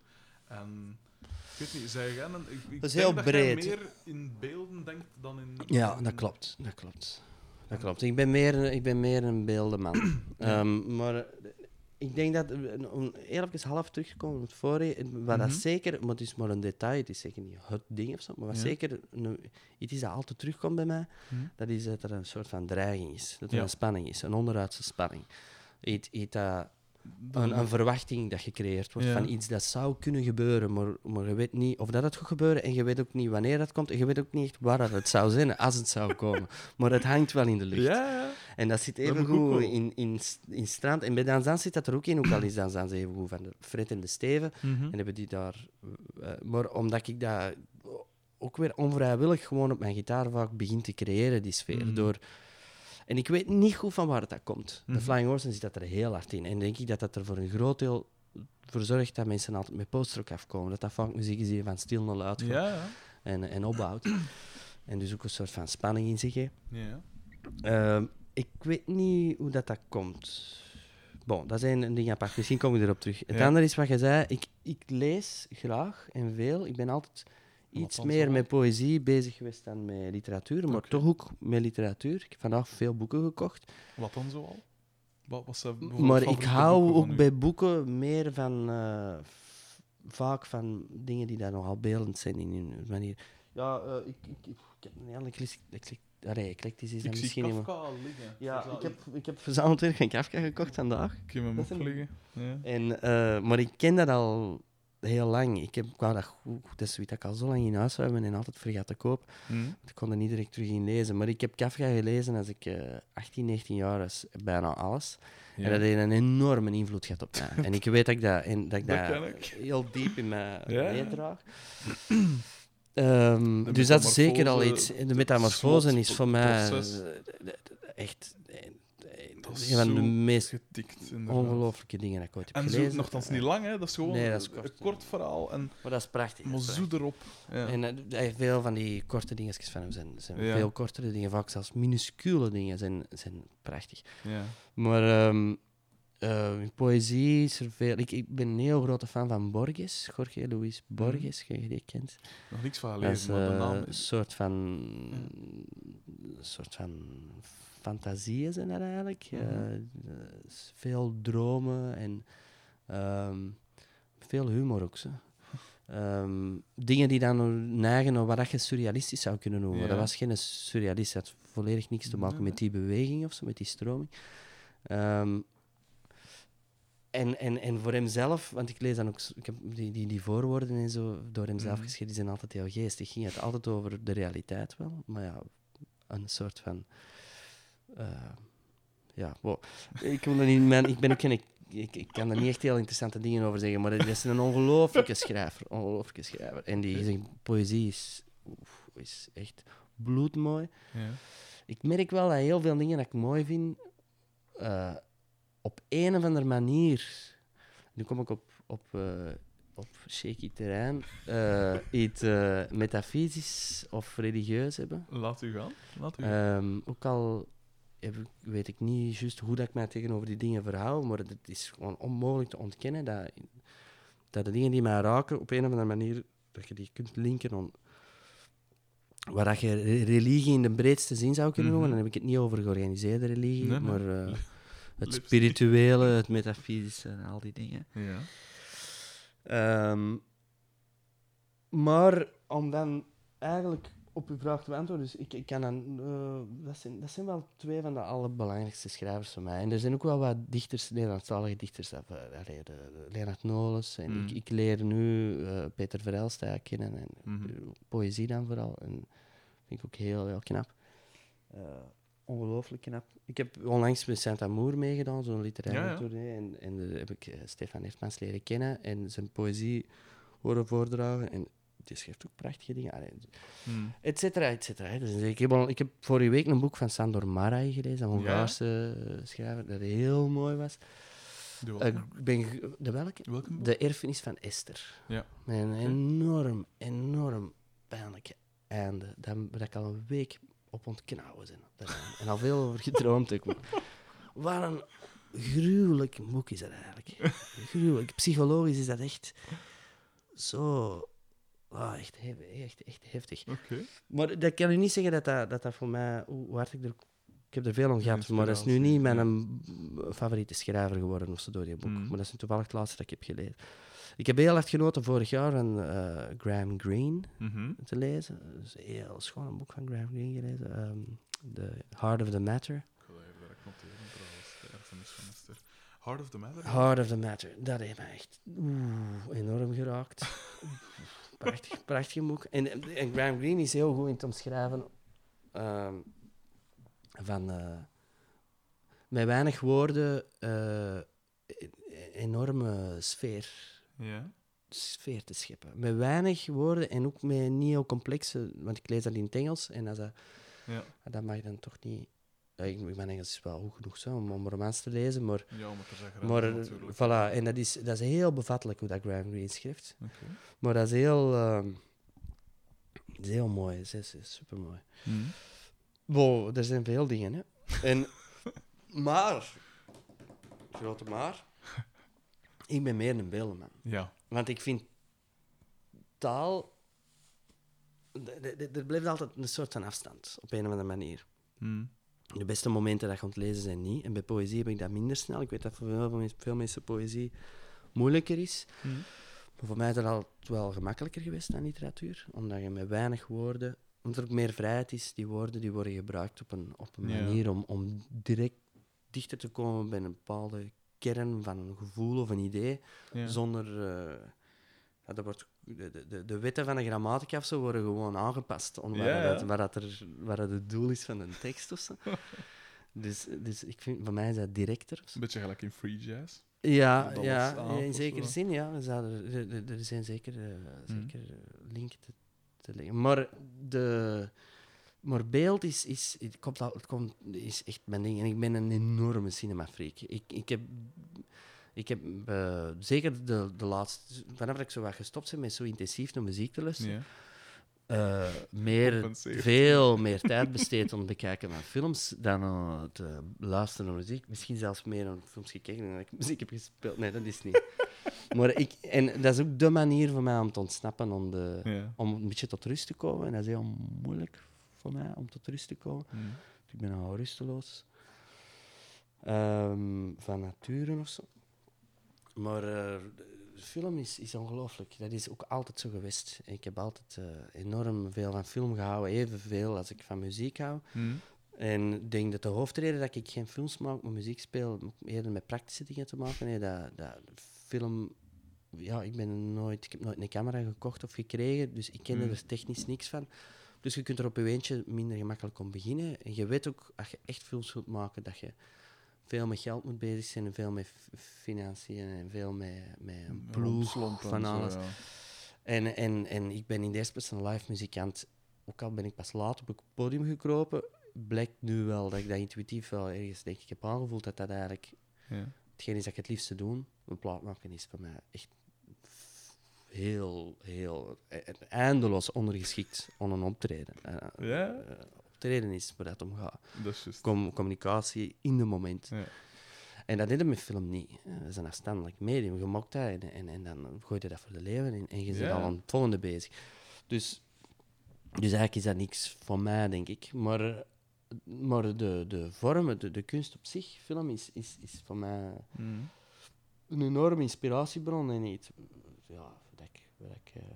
En ik weet niet, zij gaan een, ik, ik Dat is denk heel dat breed. jij meer in beelden denkt dan in... Ja, in- dat klopt. Dat klopt. Dat klopt. Ik ben meer, ik ben meer een beeldenman. Ja. um, maar uh, ik denk dat, uh, om even half terug te komen op het vorige, wat dat Mhm. zeker, maar het is maar een detail, het is zeker niet het ding of zo, maar wat Ja. zeker een, iets is dat altijd terugkomt bij mij, Mhm. dat is dat er een soort van dreiging is. Dat er Ja. een spanning is, een onderuitse spanning. Iets, iets dat... Dat- Een, een verwachting dat gecreëerd wordt Ja. van iets dat zou kunnen gebeuren, maar, maar je weet niet of dat het gaat gebeuren en je weet ook niet wanneer dat komt en je weet ook niet echt waar dat het zou zijn als het zou komen. Maar het hangt wel in de lucht. Ja, ja. En dat zit Dat even moet ik ook goed wel. in, in, in strand. En bij Dansdans zit dat er ook in, ook al is Dansdans even goed van de Fred en de Steven. Mhm. En hebben die daar... Uh, maar omdat ik dat ook weer onvrijwillig gewoon op mijn gitaar vaak begin te creëren, die sfeer. Mhm. Door... En ik weet niet goed van waar dat komt. Mhm. De Flying Horseman zit dat er heel hard in. En denk ik dat dat er voor een groot deel voor zorgt dat mensen altijd met poster afkomen. Dat dat vaak muziek is die van stil naar luid gaat Ja, ja. en, en opbouwt. En dus ook een soort van spanning in zich heeft. Ja. Ehm, ik weet niet hoe dat, dat komt. Bon, dat zijn een ding apart. Misschien kom ik erop terug. Het Ja. andere is wat je zei. Ik, ik lees graag en veel. Ik ben altijd Wat iets dan meer zo? met poëzie bezig geweest dan met literatuur. Maar Oké. toch ook met literatuur. Ik heb vandaag veel boeken gekocht. Wat dan zoal? Wat was dat bijvoorbeeld Maar ik favoriete hou boeken van ook u? bij boeken meer van... eh, f- vaak van dingen die daar nogal beeldend zijn in hun manier. Ja, eh, ik, ik, ik, ik heb een hele eclectisch... Allee, eclectisch is dat Ik zie misschien niet, maar- Kafka liggen. Ja, Verzamel- ik heb, ik heb verzameld werk van Kafka gekocht vandaag. Ik heb hem dat is een- opliggen. Ja. En, eh, maar ik ken dat al heel lang. Ik, heb, ik wou dat goed... Dat is zoiets dat ik al zo lang in huis heb en altijd vergat te koop. Hm. Ik kon er niet direct terug in lezen. Maar ik heb Kafka gelezen als ik eh, achttien, negentien jaar was. Bijna alles. Ja. En dat heeft een enorme invloed gehad op mij. En ik weet dat ik dat, en dat, ik Dat dat ken ik. heel diep in mij Ja, ja. meedraag. Ehm, De dus dat is zeker al metamorfose, iets. De metamorfose is voor mij slotproces. eh, de- de- echt eh, eh, Dat is een van de zo meest getikt, inderdaad. ongelooflijke dingen dat ik ooit heb En zo, gelezen. nogthans Eh, niet lang, hè? Dat is gewoon Nee, dat is een kort. kort verhaal. En Maar dat is prachtig. dat maar is zo prachtig. erop. Ja. En eh, veel van die korte dingetjes van hem zijn, zijn Ja. veel kortere dingen, vaak zelfs minuscule dingen, zijn, zijn prachtig. ja. Maar ehm, eh, in poëzie is er veel... Ik, ik ben een heel grote fan van Borges, Jorge Luis Borges, mm. je die kent. Nog niks van Dat is gelezen, maar de eh, naam een is... soort van... een soort van fantasieën zijn dat eigenlijk. Mhm. Eh, eh, s- veel dromen en ehm, veel humor ook. Zo. Ehm, dingen die dan neigen naar wat dat je surrealistisch zou kunnen noemen. Ja. Dat was geen surrealist, dat had volledig niks te maken Nee, met die beweging of zo, met die stroming. Ehm, en, en, en voor hemzelf, want ik lees dan ook, s- ik heb die, die, die voorwoorden en zo door hemzelf Mhm. geschreven, die zijn altijd heel geestig. Ging het altijd over de realiteit wel, maar ja, een soort van. eh, ja, wow. ik, wil er niet, mijn, ik ben ook geen. Ik, ik kan er niet echt heel interessante dingen over zeggen, maar dat is een ongelooflijke schrijver. Ongelooflijke schrijver. En die zijn poëzie is, oef, is echt bloedmooi. Ja. Ik merk wel dat heel veel dingen dat ik mooi vind, eh, op een of andere manier, nu kom ik op, op, eh, op shaky terrein, eh, iets eh, metafysisch of religieus hebben. Laat u gaan. Laat u gaan. Ehm, ook al heb, ik- weet ik niet juist hoe dat ik mij tegenover die dingen verhoud, maar het is gewoon onmogelijk te ontkennen dat, dat de dingen die mij raken, op een of andere manier, dat je die kunt linken aan waar dat je re- religie in de breedste zin zou kunnen noemen. Mhm. Dan heb ik het niet over georganiseerde religie, Nee, nee. maar uh, het Lipstick. spirituele, het metafysische en al die dingen. Ja. Um, maar om dan eigenlijk op uw vraag te beantwoorden, dus ik, ik kan dan, uh, dat, zijn, dat zijn wel twee van de allerbelangrijkste schrijvers voor mij. En er zijn ook wel wat dichters, Nederlandstalige dichters, uh, allee, de, de Leonard Nolens. En Mm. ik, ik leer nu uh, Peter Verhelst kennen, en Mhm. uh, poëzie dan vooral. En vind ik ook heel, heel knap. Uh, ongelooflijk knap. Ik heb onlangs met Saint-Amour meegedaan, zo'n literaire Ja, ja. tournee. En, en daar heb ik uh, Stefan Eftmans leren kennen en zijn poëzie horen voordragen. En die schrijft ook prachtige dingen. Allee, Mm. et cetera, et cetera. Dus ik, heb al, ik heb vorige week een boek van Sandor Marai gelezen, een Hongaarse uh, schrijver, dat heel mooi was. De Uh, welke? ik ben, ge- de welke? Welke boek? De Erfenis van Esther. Ja. Met een enorm, enorm pijnlijk einde, dat, dat ik al een week op ontknauwen ben. Daar- En al veel over gedroomd heb. Wat een gruwelijk boek is dat eigenlijk. Gruwelijk. Psychologisch is dat echt zo... Ah, echt, he- echt, echt heftig. Oké. Maar dat kan u niet zeggen dat dat, dat, dat voor mij... Hoe hoe hard ik er... Ik heb er veel om gehad, maar dat is nu Inspiratie, niet mijn ja. um, favoriete schrijver geworden of zo door die boek. Mm. Maar dat is nu toevallig het laatste dat ik heb gelezen. Ik heb heel hard genoten vorig jaar van uh, Graham Greene Mhm. te lezen. Dat is een heel schoon een boek van Graham Greene gelezen. Um, The Heart of the Matter. Ik ga dat even direct noteren, trouwens. De erfenis van Esther. Heart of the Matter? Heart of the Matter. Dat heeft mij echt oeh, enorm geraakt. prachtig, prachtig boek. En, en Graham Greene is heel goed in het omschrijven um, van... Uh, met weinig woorden uh, enorme sfeer, Ja. sfeer te scheppen. Met weinig woorden en ook met niet heel complexe... Want ik lees dat in het Engels en als dat, Ja. dat mag dan toch niet... Ja, ik, mijn Engels is wel goed genoeg zo, om, om romans te lezen, maar... Ja, maar te zeggen. Maar, natuurlijk. voilà, en dat is, dat is heel bevattelijk hoe dat Graham Greene schrijft. Oké. Maar dat is heel... Uh, dat is heel mooi, dat is, is super mooi. Mhm. Wow, er zijn veel dingen, hè. En... Maar... Grote maar... Ik ben meer een beeldenman. Ja. Want ik vind taal... d- d- d- Er blijft altijd een soort van afstand, op een of andere manier. Mhm. De beste momenten dat je aan het lezen zijn niet. En bij poëzie heb ik dat minder snel. Ik weet dat voor veel, men- veel mensen poëzie moeilijker is. Mhm. Maar voor mij is dat altijd wel gemakkelijker geweest dan literatuur. Omdat je met weinig woorden... Omdat er ook meer vrijheid is. Die woorden die worden gebruikt op een, op een Ja. manier om, om direct dichter te komen bij een bepaalde kern van een gevoel of een idee. Ja. Zonder... uh, ja, dat wordt, de, de, de wetten van de grammatica of zo worden gewoon aangepast. Om waar, Ja, ja. dat, waar, dat er, waar dat het doel is van een tekst of zo. dus, dus ik vind, voor mij is dat directer. Of zo. Een beetje gelijk in free jazz. Ja, Dat ja, was aan, in of zekere zo. zin, ja. Er, zouden- er, er- er zijn zeker, uh, Mhm. zeker uh, linken te, te leggen. Maar, de, maar beeld is, is, het komt, al- het komt, is echt mijn ding. En ik ben een enorme cinemafreak. Ik, ik heb... Ik heb uh, zeker de, de laatste... Vanaf dat ik zo wat gestopt ben met zo intensief naar muziek te luisteren, Ja. uh, meer, Compenseert. veel meer tijd besteed om het bekijken van films dan uh, te luisteren naar muziek. Misschien zelfs meer naar films gekeken dan dat ik muziek heb gespeeld. Nee, dat is niet. Maar ik, en dat is ook de manier voor mij om te ontsnappen, om, de, Ja. om een beetje tot rust te komen. En dat is heel moeilijk voor mij, om tot rust te komen. Mhm. Ik ben al rusteloos. Um, van nature of zo. Maar uh, de film is, is ongelooflijk. Dat is ook altijd zo geweest. Ik heb altijd uh, enorm veel van film gehouden, evenveel als ik van muziek hou. Mhm. En ik denk dat de hoofdreden dat ik geen films maak, maar muziek speel, eerder met praktische dingen te maken heeft. Dat, dat film... Ja, ik, ben nooit, ik heb nooit een camera gekocht of gekregen, dus ik ken Mm. er technisch niks van. Dus je kunt er op je eentje minder gemakkelijk om beginnen. En je weet ook, als je echt films wilt maken, dat je veel met geld moet bezig zijn en veel met f- financiën en veel met, met een ploeg Rompslomp en van zo, alles. ja. En, en, en ik ben in de eerste plaats een live muzikant. Ook al ben ik pas laat op het podium gekropen, blijkt nu wel dat ik dat intuïtief wel ergens denk ik heb aangevoeld dat dat eigenlijk Ja. hetgeen is dat ik het liefste doe. Een plaat maken is voor mij echt heel, heel, eh, eindeloos ondergeschikt aan een optreden. Eh, Ja? eh, optreden is waar het om gaat. Dat is juist. Com- communicatie in de moment. Ja. En dat deed met film niet. Dat is een afstandelijk medium. Je mokt dat en, en, en dan gooi je dat voor de leven en, en je bent Ja. al aan het volgende bezig. Dus, dus eigenlijk is dat niks voor mij, denk ik. Maar, maar de, de vormen, de, de kunst op zich, film, is, is, is voor mij Mm. een enorme inspiratiebron en iets. Ja, dat ik, dat ik, uh,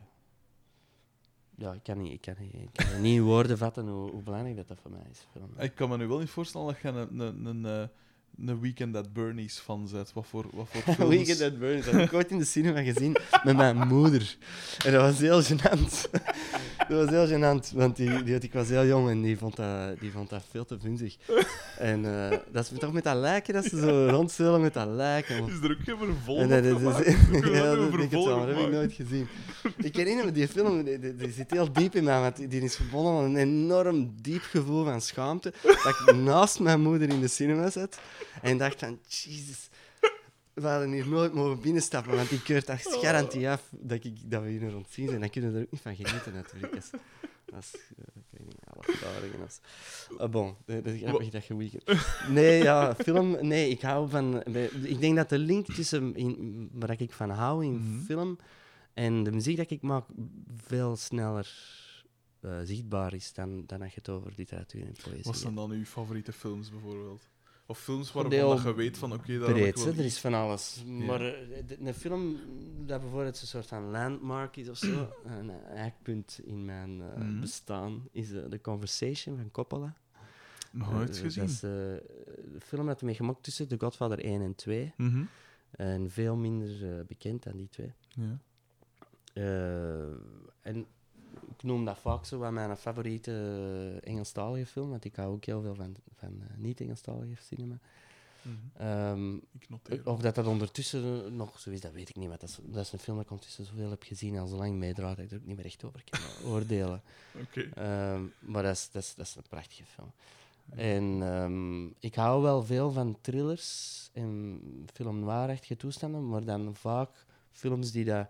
ja, ik kan niet, ik kan niet, ik kan niet in woorden vatten hoe, hoe belangrijk dat, dat voor mij is. Film. Ik kan me nu wel niet voorstellen dat je een, een, een, een, een Weekend at Bernie's fan bent. Wat voor, wat voor films... Weekend at Bernie's, dat heb ik ooit in de cinema gezien met mijn moeder. En dat was heel gênant. Dat was heel gênant, want die, die, ik was heel jong en die vond dat, die vond dat veel te vunzig. En uh, dat is toch met dat lijken, dat ze zo rondzeulen met dat lijken. Is er ook geen vervolg En dat, op dat, dat, gemaakt? ja, Ik wil er dat een denk ik vervolg wel, op maar dat heb ik maken. nooit gezien. Ik herinner me, die film die, die, die zit heel diep in mij, want die, die is verbonden aan een enorm diep gevoel van schaamte. Dat ik naast mijn moeder in de cinema zat en dacht van, jezus, we hadden hier nooit mogen binnenstappen, want die keurt echt garantie af dat, ik, dat we hier rond zien zijn. Dan kunnen we er ook niet van genieten, natuurlijk. Dat is, dat is uh, ik weet niet, afdaling. Dat is... Uh, bon, dat is grappig dat je weekend... Nee, ja, film... Nee, ik hou van... Ik denk dat de link tussen in, waar ik van hou in Mhm. film en de muziek dat ik maak veel sneller uh, zichtbaar is dan, dan als je het over literatuur en poëzie Wat zijn hebt. dan uw favoriete films, bijvoorbeeld? Of films waarvan Deel dat je weet van, oké, okay, daar heb ik breed, wel hè, er is iets- van alles. Ja. Maar uh, de- een film dat bijvoorbeeld een soort van landmark is of zo, een eikpunt in mijn uh, Mhm. bestaan, is uh, The Conversation van Coppola. Nog Uh, nooit dat gezien. is uh, de film dat hij gemaakt tussen The Godfather één en twee. Mhm. En veel minder uh, bekend dan die twee. Ja. Uh, en ik noem dat vaak zo wat mijn favoriete uh, Engelstalige film, want ik hou ook heel veel van, van uh, niet-Engelstalige cinema. Mhm. Um, Ik noteer. of dat dat ondertussen nog zo is, dat weet ik niet. Maar dat is, dat is een film dat ik ondertussen zoveel heb gezien en zo lang meedraait dat ik er ook niet meer echt over kan oordelen. Oké. Um, maar dat is, dat, is, dat is een prachtige film. En um, ik hou wel veel van thrillers en film noir-achtige toestanden, maar dan vaak films die dat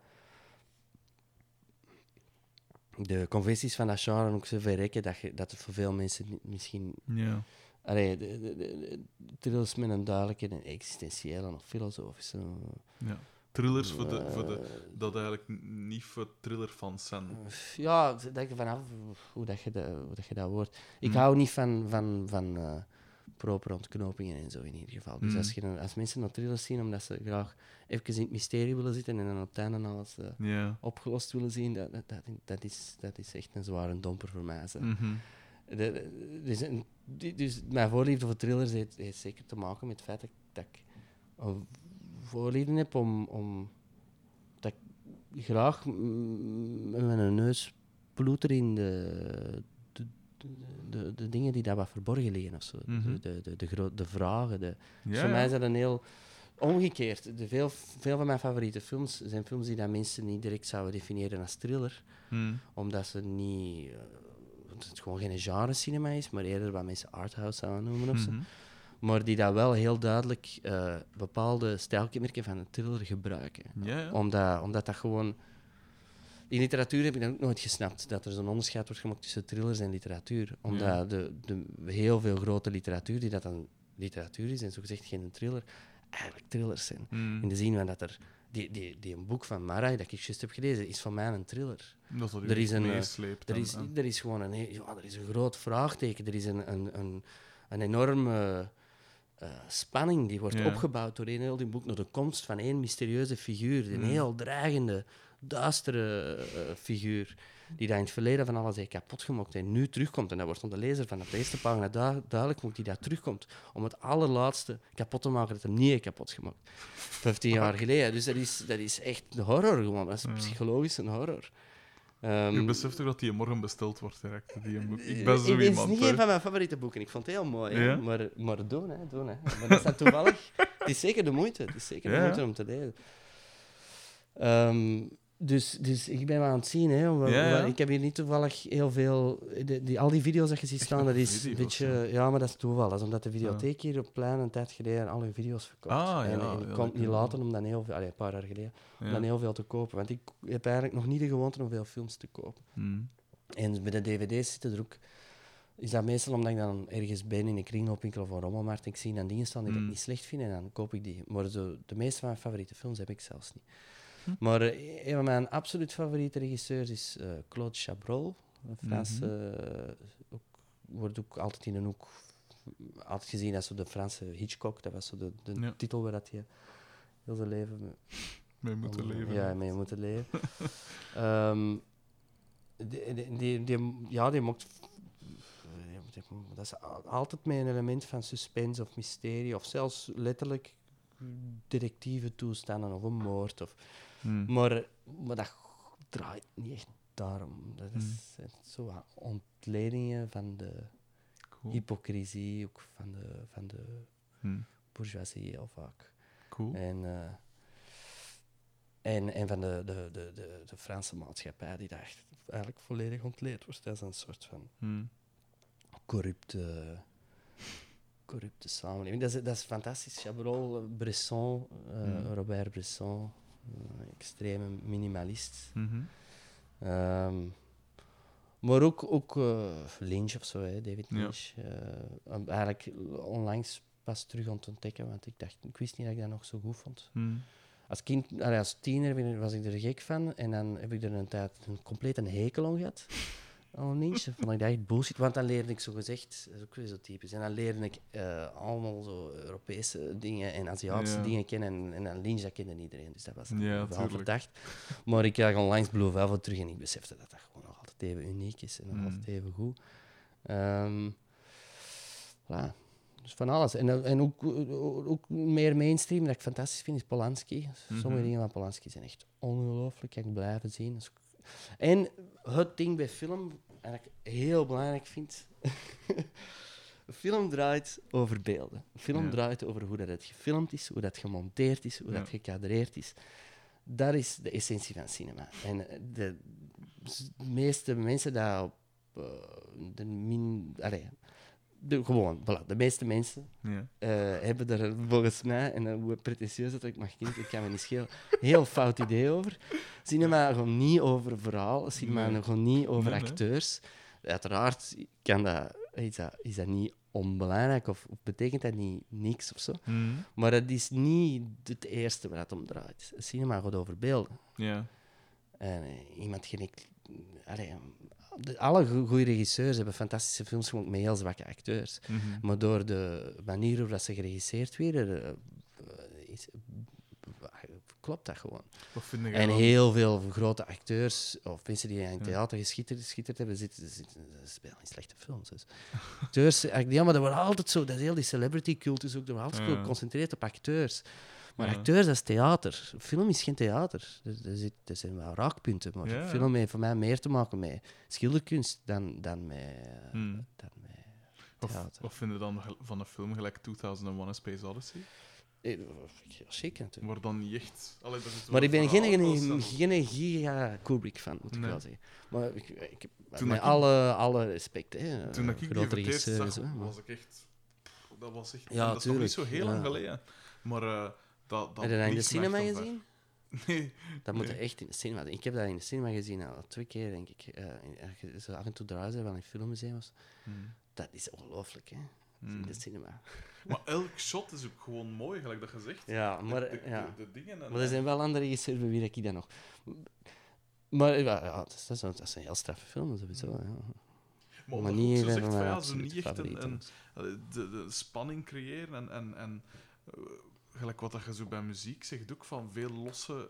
de conventies van dat genre ook zo verrekken dat, je, dat het voor veel mensen niet, misschien... Ja. Allee, de, de, de, de thrillers met een duidelijke en existentiële of filosofische... Ja. Thrillers voor de, voor de, eh, dat eigenlijk n- niet voor thrillerfans zijn. Ja, dat denk je vanaf hoe dat je dat, hoe dat, je dat hoort. Ik Mm. hou niet van, van, van uh, proper ontknopingen en zo in ieder geval. Dus Mm. als, je, een- als mensen naar thrillers zien omdat ze graag even in het mysterie willen zitten en dan op het einde alles uh, Ja. opgelost willen zien, dat, dat, dat, dat, is, dat is echt een zware domper voor mij. Zo. Mhm. De- de- dus, een- die- dus mijn voorliefde voor thrillers heeft, heeft zeker te maken met het feit dat, dat ik een voorliefde heb om, om dat ik graag mm, met mijn neus ploeter in de, de, de, de, de dingen die daar wat verborgen liggen of zo. Mhm. De, de, de, gro- de vragen. De, Ja, dus voor mij is ja. dat een heel omgekeerd. De veel, veel van mijn favoriete films zijn films die dat mensen niet direct zouden definiëren als thriller, Mhm. omdat ze niet. Uh, dat het gewoon geen genre cinema is, maar eerder wat mensen arthouse zouden noemen of zo. Mhm. Maar die dat wel heel duidelijk uh, bepaalde stijlkenmerken van een thriller gebruiken. Ja, ja. Omdat, omdat dat gewoon... In literatuur heb ik dat ook nooit gesnapt, dat er zo'n onderscheid wordt gemaakt tussen thrillers en literatuur. Omdat Ja. de, de heel veel grote literatuur, die dat dan literatuur is en zogezegd geen thriller, eigenlijk thrillers zijn. Mhm. In de zin van dat er... Die, die, die een boek van Marai, dat ik juist heb gelezen, is voor mij een thriller. Dat dat Er is een, eh, meesleept. Er en- is, en- er is gewoon een, he- ja, er is een groot vraagteken. Er is een, een, een, een enorme uh, spanning die wordt Ja. opgebouwd door een heel die boek naar de komst van één mysterieuze figuur. Een Mm. heel dreigende, duistere uh, figuur. Die dat in het verleden van alles heeft kapotgemaakt en nu terugkomt. En dat wordt aan de lezer van de eerste pagina du- duidelijk gemaakt die dat terugkomt. Om het allerlaatste kapot te maken dat hem niet heeft kapot gemaakt. Vijftien jaar geleden. Dus dat is, dat is echt een horror gewoon. Dat is Ja. psychologisch een horror. Je Ehm, beseft toch dat die morgen besteld wordt direct? Die boek. Ik eh, ben zo het is iemand. niet hè. een van mijn favoriete boeken. Ik vond het heel mooi. hè. Ja? Maar, maar doen, hè. Doen, hè. Maar dat is dan toevallig... Het is zeker de moeite. Het is zeker de Ja, moeite ja. om te lezen. Ehm, dus, dus ik ben wel aan het zien. Hè. Wa- Ja, ja. wa- Ik heb hier niet toevallig heel veel... De, die, al die video's dat je ziet Echt staan, nog dat is een video's, beetje... ja. Ja, maar dat is toeval. Dat is omdat de videotheek hier op plein een tijd geleden al hun video's verkoopt. Ah, ja, en, en ja, ik dat kon kan het niet wel. laten om dan heel veel... Allee, een paar jaar geleden. Om Ja. dan heel veel te kopen. Want ik heb eigenlijk nog niet de gewoonte om veel films te kopen. Mhm. En bij de dvd's zitten er ook is dat meestal omdat ik dan ergens ben in een kringloopwinkel of een rommelmarkt en ik zie dan dingen staan die Mm. ik niet slecht vind en dan koop ik die. Maar zo, de meeste van mijn favoriete films heb ik zelfs niet. Hm. Maar eh, een van mijn absoluut favoriete regisseurs is eh, Claude Chabrol. Een Franse... eh, ook, wordt ook altijd in een hoek... Altijd gezien als zo de Franse Hitchcock. Dat was zo de, de Ja. titel waar dat je heel zijn leven... mee- Mee moeten leven. Ja, mee moeten leven. Ehm, die, die, die, die- ja, die mocht... Dat is a- altijd met een element van suspense of mysterie, of zelfs letterlijk detectieve toestanden of een moord. Of, Hm. maar, maar dat draait niet echt daarom. Dat is Hmm. echt zo wat ontledingen van de Cool. hypocrisie, ook van de, van de Hm. bourgeoisie heel vaak. Cool. En, eh, en, en van de, de, de, de, de Franse maatschappij, die daar echt eigenlijk volledig ontleed wordt. Dat is een soort van Hm. corrupte, corrupte samenleving. Dat is, dat is fantastisch. Chabrol, eh, Bresson, eh, Mm. Robert Bresson, een extreme minimalist. Mhm. Ehm, maar ook, ook eh, Lynch of zo, hè, David Ja. Lynch. Eh, om- eigenlijk onlangs pas terug aan het ontdekken, want ik dacht, ik wist niet dat ik dat nog zo goed vond. Hm. Als kind, allee, als tiener ben ik- was ik er gek van en dan heb ik er een tijd een complete hekel aan gehad. Aan Lynch. Dan vond ik dat echt bullshit, want dan leerde ik zo gezegd, dat is ook weer zo typisch, en dan leerde ik eh, allemaal zo Europese dingen en Aziatische Ja. dingen kennen en, en dan Lynch, dat kende iedereen, dus dat was Ja, wel tuurlijk. verdacht. Maar ik kreeg onlangs Blue Velvet terug en ik besefte dat dat gewoon nog altijd even uniek is en nog Mm. altijd even goed. Ehm voilà. Dus van alles. En, en ook, ook meer mainstream, dat ik fantastisch vind, is Polanski. Sommige Mhm. dingen van Polanski zijn echt ongelooflijk, kan ik blijven zien. Dat is ook- En het ding bij film, en dat ik heel belangrijk vind, een film draait over beelden. Een film Ja. draait over hoe dat het gefilmd is, hoe dat gemonteerd is, hoe Ja. dat gecadreerd is. Dat is de essentie van cinema. En eh, de, de meeste mensen die op eh, de min... Allee, de, gewoon, voilà, de meeste mensen Ja. eh, hebben er volgens mij, en uh, hoe pretentieus dat ik mag klinken, ik kan me niet schelen, heel fout idee over. Cinema gaat niet over verhaal, cinema Nee. gaat niet over Nee, nee. acteurs. Uiteraard kan dat, is, dat, is dat niet onbelangrijk of, of betekent dat niet niks of zo. Hm. Maar dat is niet het eerste waar het om draait. Cinema gaat over beelden. Ja. En eh, iemand genikt. Allee, de- alle go- goede regisseurs hebben fantastische films gemaakt met heel zwakke acteurs. Mhm. Maar door de manier waarop dat ze geregisseerd werden, eh, is, klopt dat gewoon. Wat vind jij En dan- heel veel grote acteurs, of mensen die in het Ja. theater geschitterd, geschitterd hebben, zitten, zitten, ze spelen in slechte films. Dus. Acteurs, eigenlijk, ja, maar er wordt altijd zo, dat is heel die celebrity cultus ook, er wordt altijd Ja. geconcentreerd op acteurs. Maar Ja. acteurs, dat is theater. Film is geen theater. Er, er, zit, er zijn wel raakpunten, maar Ja, ja. film heeft voor mij meer te maken met schilderkunst dan, dan met, eh, Hm. dan met Wat, theater. wat vind je dan gel- van een film gelijk tweeduizend één A Space Odyssey? Eh, Ja, zeker natuurlijk. Waar dan niet echt... Allee, daar zit wel Maar ik ben een geen, verhaal geen, tussen. geen giga Kubrick-fan, moet ik Nee. wel zeggen. Maar ik, ik heb Toen met dat ik- alle, alle respect, hè. Toen ik die grote voor het eerst regisseurs, zag, hè, maar- was ik echt... Dat was echt... Ja, en dat is nog niet tuurlijk, zo heel lang ja. geleden. Maar eh, dat, dat Heb je dat in de blies me cinema echt omver. gezien? Nee. Dat moet Nee. je echt in de cinema zien. Ik heb dat in de cinema gezien, al twee keer, denk ik. Eh, in- als je zo af en toe draaien van in filmmuseums. Hm. Dat is ongelooflijk, hè. Hm. In de cinema. Maar elk shot is ook gewoon mooi, gelijk dat je zegt. Ja, maar, de, de, ja. de, de dingen en... maar er zijn wel andere regisseurs bij wie ik dat nog... Maar ja, ja, dat, is, dat, is, dat is een heel straffe film, sowieso. Ja. Maar, Maar omdat je niet ook zo een zegt van van mijn ja, ze absolute niet echt een, favorieten. een, allee, de, de spanning creëren en, en, en eh, gelijk wat dat je zo bij muziek zegt ook van veel losse,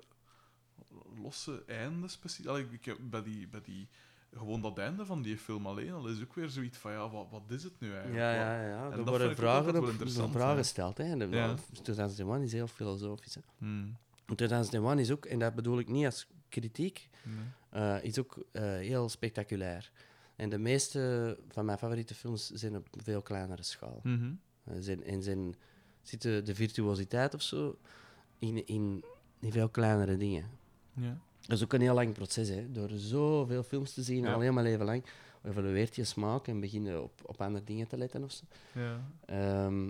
losse einden precies. Allee, ik heb bij die, bij die gewoon dat einde van die film alleen al is ook weer zoiets van ja, wat, wat is het nu eigenlijk? Ja, Wat- ja, ja. en Er dat worden vind ik ook altijd vragen, wel op, interessant, vragen hè. gesteld. Hè. De, Ja. tweeduizend één is heel filosofisch. Hè. Hmm, tweeduizend één is ook, en dat bedoel ik niet als kritiek, nee. eh, is ook eh, heel spectaculair. En de meeste van mijn favoriete films zijn op veel kleinere schaal. Mhm. Eh, zijn, en zijn, zit de, de virtuositeit of zo in, in, in veel kleinere dingen. Ja. Dat is ook een heel lang proces, hè. Door zoveel films te zien, Ja. alleen maar even lang, evalueert je smaak en begin je op, op andere dingen te letten. Of zo. Ja. Ehm,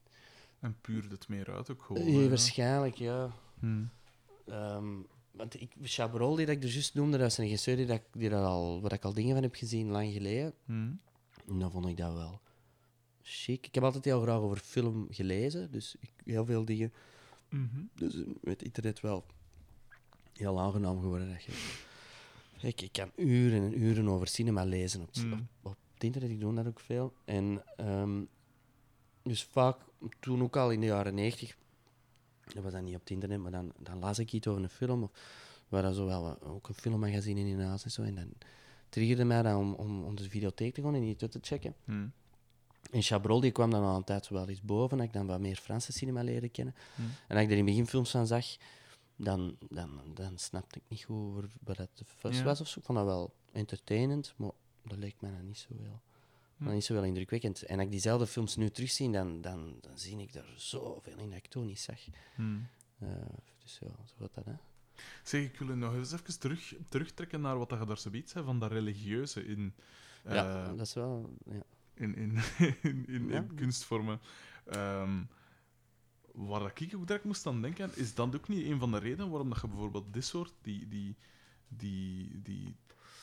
En puur het meer uit ook gewoon. eh, hè. waarschijnlijk, ja. Hmm. Ehm, want ik, Chabrol, die dat ik er juist noemde, dat is een regisseur die, dat, ik- die dat al, waar ik al dingen van heb gezien lang geleden. Hmm. En dan vond ik dat wel chic. Ik heb altijd heel graag over film gelezen, dus ik, heel veel dingen. Mhm. Dus eh, met internet wel heel aangenaam geworden. Dat je, ik, ik kan uren en uren over cinema lezen op, Mm. op, op het internet. Ik doe dat ook veel. En ehm, dus vaak, toen ook al in de jaren negentig, dat was dan niet op het internet, maar dan, dan las ik iets over een film. Of waar dan zo wel wat- ook een filmmagazine in huis en zo. En dan triggerde mij dat om, om, om de videotheek te gaan en iets uit te checken. Mm. En Chabrol die kwam dan al een tijd wel eens boven, dat ik dan wat meer Franse cinema leerde kennen. Mm. En als ik er in beginfilms van zag, dan, dan, dan snapte ik niet goed over wat het de fuss Ja. was of zo. Ik vond dat wel entertainend, maar dat leek mij dan niet zo wel, Hm. dan niet zo wel indrukwekkend. En als ik diezelfde films nu terugzie, dan, dan, dan zie ik er zoveel in dat ik toen niet zag. Mm. Uh, dus ja, zo gaat dat, hè. Zeg, ik wil je nog eens even terug, terugtrekken naar wat je daar zoiets zei van dat religieuze in, eh, Ja, dat is wel... Ja. in, in, in, in, Ja. in kunstvormen. Ehm, waar dat ik ook direct moest aan denken, is dat ook niet een van de redenen waarom dat je bijvoorbeeld dit soort, die, die, die, die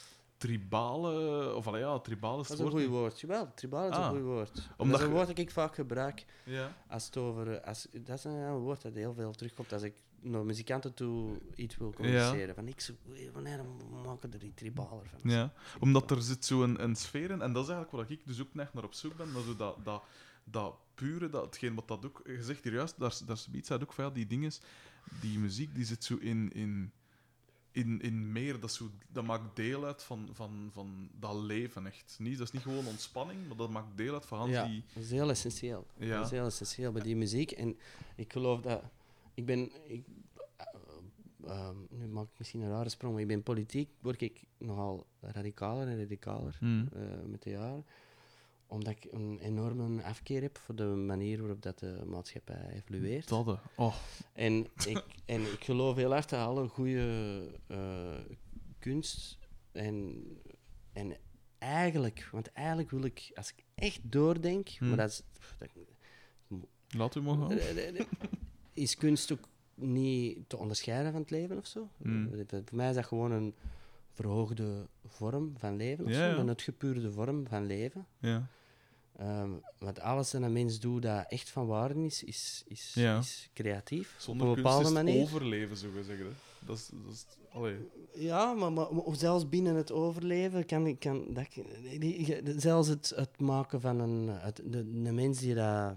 tribale, of allee, ja, tribale Dat is een goed woord. Jawel, tribaal is Ah. een goed woord. Omdat dat is een je- woord dat ik vaak gebruik Ja. als het over... eh, Als, dat is een, ja, een woord dat heel veel terugkomt als ik naar muzikanten toe iets wil communiceren. Van, ik zo, wanneer maken er die tribaler van? Ja, omdat er zit zo'n een sfeer in, en dat is eigenlijk wat ik dus ook echt naar op zoek ben, dat, zo dat, dat, dat pure, dat, hetgeen wat dat ook, je zegt hier juist, daar, daar is iets uit ook van, ja, die dingen, die muziek, die zit zo in, in, in, in meer, dat, is zo, dat maakt deel uit van, van, van dat leven, echt. Niet, dat is niet gewoon ontspanning, maar dat maakt deel uit van Hans Ja, die... dat is heel essentieel. Ja. Dat is heel essentieel bij die muziek. En ik geloof dat... Ik ben... Ik, uh, uh, nu maak ik misschien een rare sprong, maar ik ben politiek, word ik nogal radicaler en radicaler Hmm. uh, met de jaren. Omdat ik een enorme afkeer heb voor de manier waarop dat de maatschappij evolueert. Dat, hè. Oh. En ik, en ik geloof heel hard dat alle goede uh, kunst en, en eigenlijk, want eigenlijk wil ik, als ik echt doordenk, Hmm. maar dat is, dat, Laat u maar gaan. is kunst ook niet te onderscheiden van het leven of zo. Hmm. Voor mij is dat gewoon een verhoogde vorm van leven of Ja, zo, ja. een uitgepuurde vorm van leven. Ja. Um, want alles dat een mens doet dat echt van waarde is, is, is, Ja. is creatief. Zonder op een kunst bepaalde is het manier. overleven, zo gezegd. Hè. Dat is, dat is, allee. Ja, maar, maar, maar zelfs binnen het overleven kan, kan dat, die, die- zelfs het, het maken van een, het, de, een mens die dat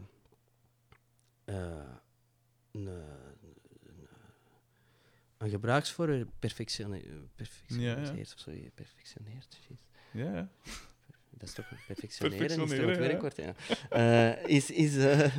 uh, een, een, een gebruiksvorm perfectione- perfectioneert Ja, ja. of zo, perfectioneert. Jeez. Ja, ja. Dat is toch een perfectioneren, is toch het Perfectioneren, werkwoord, ja. Uh, is, is, uh,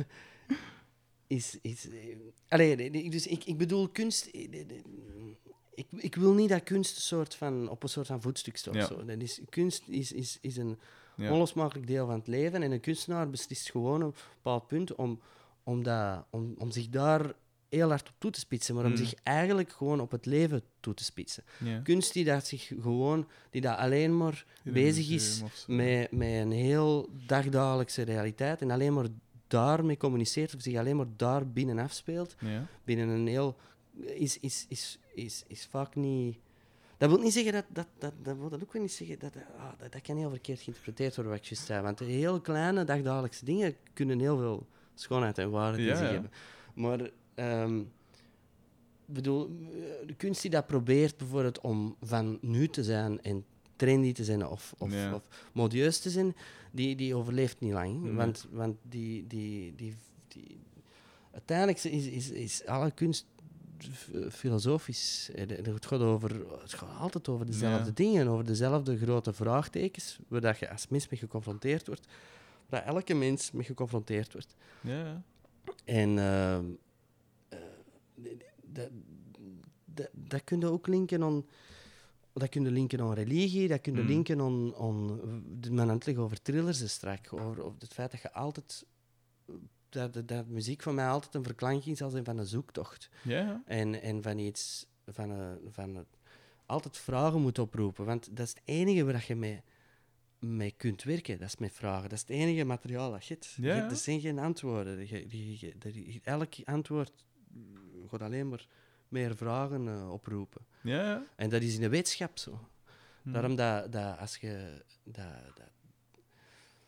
is, is, uh, allee, de- de- dus ik, ik bedoel, kunst... eh, de- de- ik, ik wil niet dat kunst een soort van, op een soort van voetstuk staat. Ja. Zo. Dat is, kunst is, is, is een Ja. onlosmakelijk deel van het leven en een kunstenaar beslist gewoon op een bepaald punt om, om, dat, om, om zich daar heel hard op toe te spitsen, maar om Mm. zich eigenlijk gewoon op het leven toe te spitsen. Ja. Kunst die dat zich gewoon, die dat alleen maar In een bezig is museum of zo. met, met een heel dagdagelijkse realiteit en alleen maar daarmee communiceert of zich alleen maar daar binnen afspeelt, Ja. binnen een heel... is, is, is, is, is vaak niet... Dat wil niet zeggen dat... Dat, dat, dat wil dat ook weer niet zeggen... Dat, ah, dat, dat kan heel verkeerd geïnterpreteerd worden, wat ik juist zei. Want de heel kleine dagdagelijkse dingen kunnen heel veel schoonheid en waarde in Ja, zich ja. hebben. Maar... ehm, bedoel, de kunst die dat probeert bijvoorbeeld om van nu te zijn en trendy te zijn of, of, Ja. of modieus te zijn, die, die overleeft niet lang. Nee. Want, want die, die, die, die, uiteindelijk is, is, is alle kunst f- filosofisch. Eh, de- Het gaat, over, het gaat altijd over dezelfde Ja. dingen, over dezelfde grote vraagtekens, waar dat je als mens mee geconfronteerd wordt, waar elke mens mee geconfronteerd wordt. Ja, ja. En ehm, eh, dat, dat, dat kun je ook linken aan... Dat kun je linken aan religie, dat kun je Mm. linken aan... aan men aan het liggen over thrillers is strak, over, over het feit dat je altijd... Dat, dat, dat muziek voor mij altijd een verklanking zal zijn van een zoektocht. Ja, ja. En, en van iets... Van een, van een, altijd vragen moet oproepen. Want dat is het enige waar je mee, mee kunt werken. Dat is met vragen. Dat is het enige materiaal dat je hebt. Ja, Je- ja. Er zijn geen antwoorden. Je, je, je, je- elk antwoord gaat alleen maar meer vragen uh, oproepen. Ja, ja. En dat is in de wetenschap zo. Hm. Daarom dat, dat als je... Dat, dat,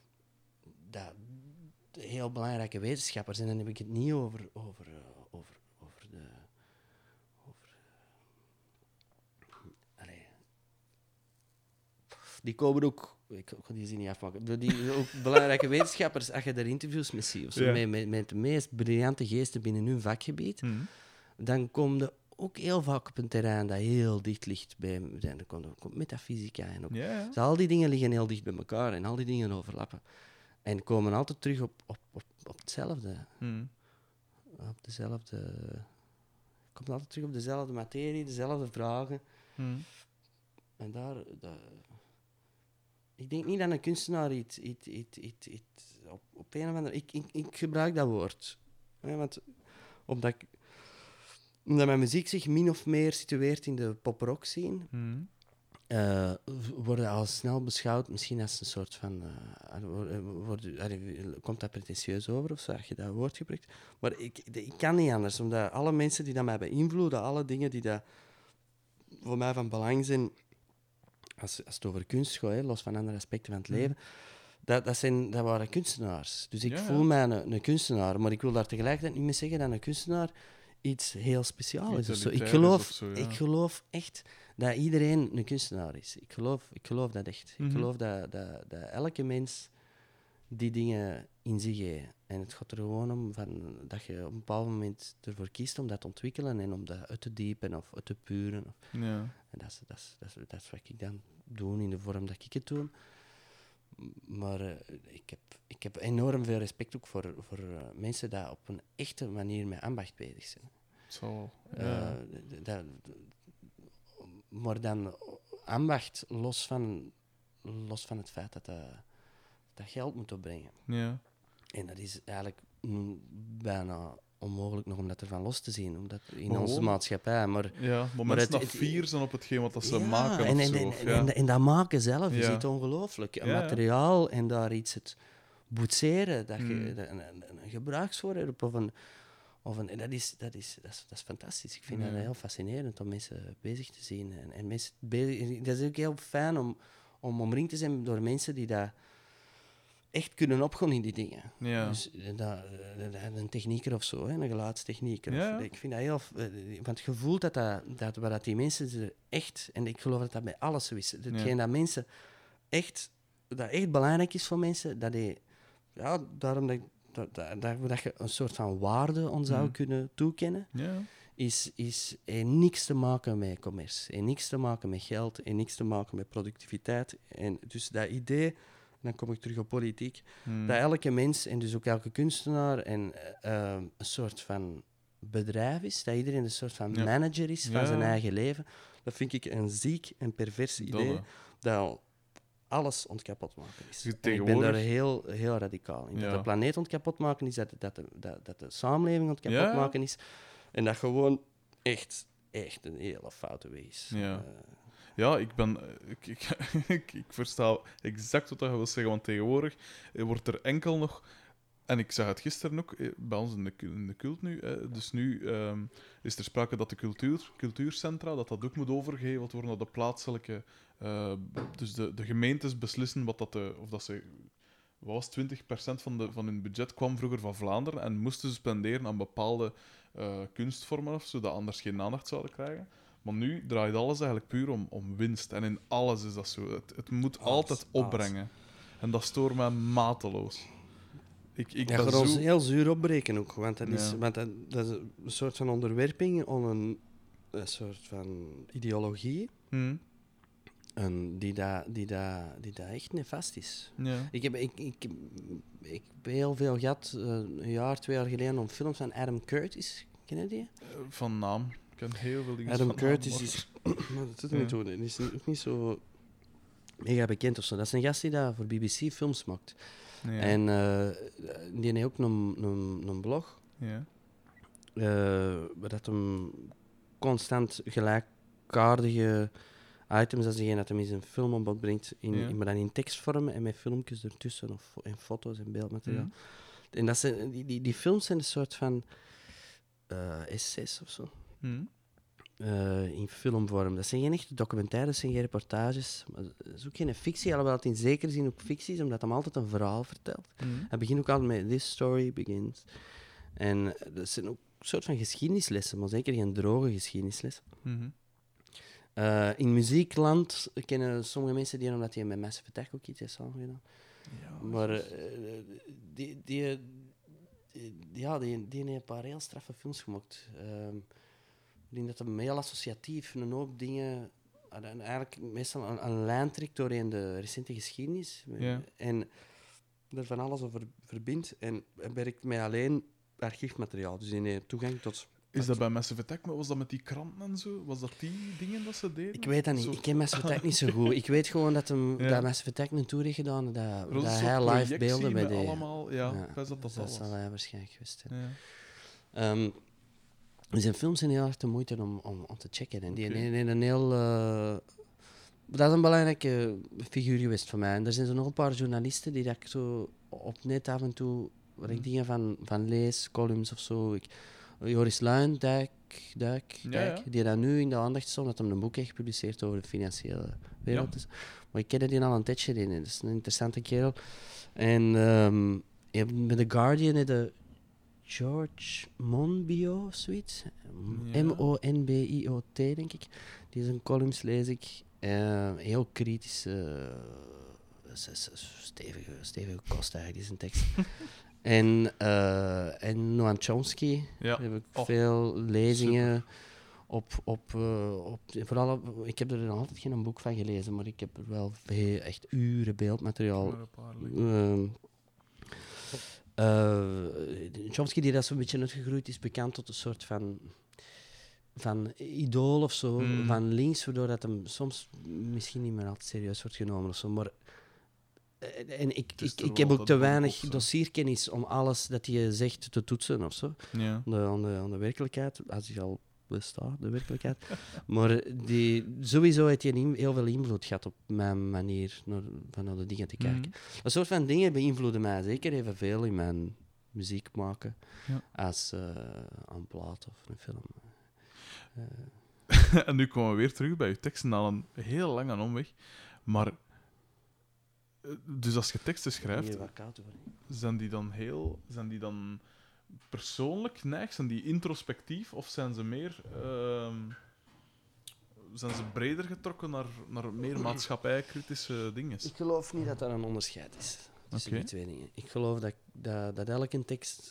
dat heel belangrijke wetenschappers, en dan heb ik het niet over, over, uh, over, over de... Over, uh, allee. Die komen ook... Ik ga die zin niet afmaken. Die, die ook belangrijke wetenschappers, als je daar interviews mee ziet, of zo, Ja. met, met, met de meest briljante geesten binnen hun vakgebied, Mhm. dan kom je ook heel vaak op een terrein dat heel dicht ligt bij... Dan komt, er komt metafysica en ook... Ja, ja. Dus al die dingen liggen heel dicht bij elkaar en al die dingen overlappen. En komen altijd terug op, op, op, op hetzelfde. Mhm. Op dezelfde... Komt altijd terug op dezelfde materie, dezelfde vragen. Mhm. En daar... daar ik denk niet dat een kunstenaar iets... iets, iets, iets, iets op, op een of andere... Ik, ik, ik gebruik dat woord. Ja, want omdat, ik, omdat mijn muziek zich min of meer situeert in de pop-rock scene... Mhm. Uh, worden al snel beschouwd, misschien als een soort van... Uh, word, uh, komt dat pretentieus over of zo, als je dat woord gebruikt? Maar ik, ik kan niet anders, omdat alle mensen die dat mij beïnvloeden, alle dingen die dat voor mij van belang zijn, als, als het over kunst gaat, hè, los van andere aspecten van het leven, mm. dat, dat, zijn, dat waren kunstenaars. Dus ik ja, voel ja. mij een, een kunstenaar, maar ik wil daar tegelijkertijd niet mee zeggen dat een kunstenaar iets heel speciaals is. Of zo. Ik, geloof, zo, ja. ik geloof echt dat iedereen een kunstenaar is. Ik geloof, ik geloof dat echt. Mm-hmm. Ik geloof dat, dat, dat elke mens die dingen in zich heeft. En het gaat er gewoon om van, dat je op een bepaald moment ervoor kiest om dat te ontwikkelen en om dat uit te diepen of uit te puren. Of, Ja. en dat is, dat, is, dat, is, dat is wat ik dan doe in de vorm dat ik het doe. Maar uh, ik, heb, ik heb enorm veel respect ook voor, voor uh, mensen die op een echte manier met ambacht bezig zijn. Zo, ja. Uh, dat, maar dan ambacht, los van, los van het feit dat dat, dat geld moet opbrengen. Ja. En dat is eigenlijk mm, bijna onmogelijk nog om dat ervan los te zien, omdat in maar onze gewoon, maatschappij. Maar, ja, maar, maar mensen dat fier zijn op hetgeen wat dat ze ja, maken. En, of en, zo, en, of, en, ja. en, en dat maken zelf is ja. iets ongelooflijk. Een ja, materiaal en daar iets het boetseren, dat mm. je, een, een, een gebruiksvoorwerp of een. Of een dat, is, dat, is, dat, is, dat is fantastisch. Ik vind ja. dat heel fascinerend om mensen bezig te zien. En, en mensen bezig, dat is ook heel fijn om, om omringd te zijn door mensen die dat echt kunnen opgaan in die dingen. Ja. Dus dat, dat, een technieker of zo, hè, een geluidstechnieker. Ja. Of, ik vind dat heel... Want je voelt dat, dat, dat, waar dat die mensen er echt... En ik geloof dat dat bij alles zo is. Hetgeen ja. dat mensen echt... Dat echt belangrijk is voor mensen, dat die... Ja, daarom dat, dat, dat, dat, dat je een soort van waarde ons zou mm. kunnen toekennen, ja. is, is heeft niks te maken met commerce. Heeft niks te maken met geld. Heeft niks te maken met productiviteit. En dus dat idee... Dan kom ik terug op politiek. Hmm. Dat elke mens, en dus ook elke kunstenaar, en, uh, een soort van bedrijf is. Dat iedereen een soort van ja. manager is van ja. zijn eigen leven. Dat vind ik een ziek en pervers idee. Dat, dat alles ontkapot maken is. Dus en ik ben daar heel, heel radicaal in. Ja. Dat de planeet ontkapot maken is, dat, dat, de, dat, dat de samenleving ontkapot ja. maken is. En dat gewoon echt, echt een hele foute weg is. Ja. Uh, Ja, ik ben... Ik, ik, ik, ik versta exact wat je wil zeggen, want tegenwoordig wordt er enkel nog... En ik zag het gisteren ook, bij ons in de, in de cult nu. Hè, dus nu um, is er sprake dat de cultuur, cultuurcentra, dat dat ook moet overgeheveld worden naar de plaatselijke... Uh, dus de, de gemeentes beslissen wat dat de... Of dat ze... Wat was twintig procent van, de, van hun budget kwam vroeger van Vlaanderen en moesten ze spenderen aan bepaalde uh, kunstvormen of zo, dat anders geen aandacht zouden krijgen. Maar nu draait alles eigenlijk puur om, om winst. En in alles is dat zo. Het, het moet alles, altijd opbrengen. Alles. En dat stoort mij mateloos. Ik, ik ja, ben gaat zo... ons heel zuur opbreken ook. Want dat, ja. is, want dat, dat is een soort van onderwerping aan een, een soort van ideologie. Hmm. En die daar die da, die da echt nefast is. Ja. Ik, heb, ik, ik, ik heb heel veel gehad, uh, een jaar, twee jaar geleden, om films van Adam Curtis. Ken je die? Van naam. Ik ken heel veel dingen Adam van Curtis naam, is... maar dat doet er niet toe. Die is ook niet zo mega bekend of zo. Dat is een gast die daar voor B B C films maakt. Ja. En uh, die heeft ook een, een, een blog. Ja. Uh, waar dat hem constant gelijkaardige items als degene dat hem in zijn film op bod brengt, in, ja. in, maar dan in tekstvorm en met filmpjes ertussen of en foto's en beeldmateriaal. Mm. En dat zijn, die, die, die films zijn een soort van uh, essays of zo. Mm. uh, in filmvorm. Dat zijn geen echte documentaires, dat zijn geen reportages. Maar dat is ook geen fictie, alhoewel het in zekere zin ook fictie is, omdat hij altijd een verhaal vertelt. Mm. Hij begint ook altijd met This Story Begins. En dat zijn ook een soort van geschiedenislessen, maar zeker geen droge geschiedenislessen. Mm-hmm. Uh, in muziekland kennen sommige mensen die, omdat hij met Massive Attack ook iets heeft samengedaan. Ja, Maar uh, die, die, die, ja, die, die heeft een paar heel straffe films gemaakt. Uh, ik denk dat hem heel associatief een hoop dingen... En eigenlijk meestal een, een lijn trekt doorheen de recente geschiedenis. Ja. En er van alles over verbindt. En hij werkt met alleen archiefmateriaal. Dus die heeft toegang tot... Is dat bij Massive Attack, maar was dat met die kranten en zo? Was dat die dingen dat ze deden? Ik weet dat niet. Zo... Ik ken Massive Attack niet zo goed. Ik weet gewoon dat, hem, Ja. dat Massive Attack een tour heeft gedaan, dat, dat, dat hij live beelden bij met de... allemaal... Ja, Ja, ik wist dat dat dat dat zal was. hij waarschijnlijk geweest zijn. Ja. Um, zijn films zijn heel erg de moeite om, om, om te checken. En die Oké. okay. een, een heel... Uh, dat is een belangrijke figuur geweest voor mij. En er zijn zo nog een paar journalisten die dat ik zo op net af en toe... Waar ik dingen van, van lees, columns of zo... Ik, Joris Luijn, Dijk, Dijk, Ja, Dijk ja. die dat nu in de aandacht stond, dat hij een boek heeft gepubliceerd over de financiële wereld. Ja. Dus, maar ik kende die al een tijdje in. Dat is een interessante kerel. En um, ja, met The Guardian heeft de George Monbiot of zoiets. Ja. M O N B I O T, denk ik. Die zijn columns lees ik. Uh, heel kritisch. Uh, stevige, stevige kost eigenlijk, die zijn tekst. En, uh, en Noam Chomsky Ja. heb ik Oh, veel lezingen op, op, uh, op vooral op, ik heb er nog altijd geen boek van gelezen, maar ik heb er wel veel, echt uren beeldmateriaal. Maar een paar liggen. Uh, uh, Chomsky, die dat zo'n beetje uitgegroeid is, bekend tot een soort van van idool of zo, Mm. van links, waardoor dat hem soms misschien niet meer altijd serieus wordt genomen of zo, maar en ik, Het is ik, er ik wel heb ook altijd te een weinig box, dossierkennis om alles dat je zegt te toetsen of zo. Ja. Aan de, aan de, aan de werkelijkheid, als die al bestaat, de werkelijkheid. Maar die, sowieso heeft hij een in- heel veel invloed gehad op mijn manier naar, van naar de dingen te kijken. Mhm. Een soort van dingen beïnvloeden mij zeker evenveel in mijn muziek maken Ja. als uh, een plaat of een film. Uh, En nu komen we weer terug bij je teksten na een heel lange omweg. Maar... eh, Dus als je teksten schrijft, hier wat koud worden. zijn die dan heel... Zijn die dan persoonlijk neig? Zijn die introspectief? Of zijn ze meer... ehm, zijn ze breder getrokken naar, naar meer maatschappijkritische dingen? Ik geloof niet dat er een onderscheid is tussen Oké. die twee dingen. Ik geloof dat, dat, dat elke tekst...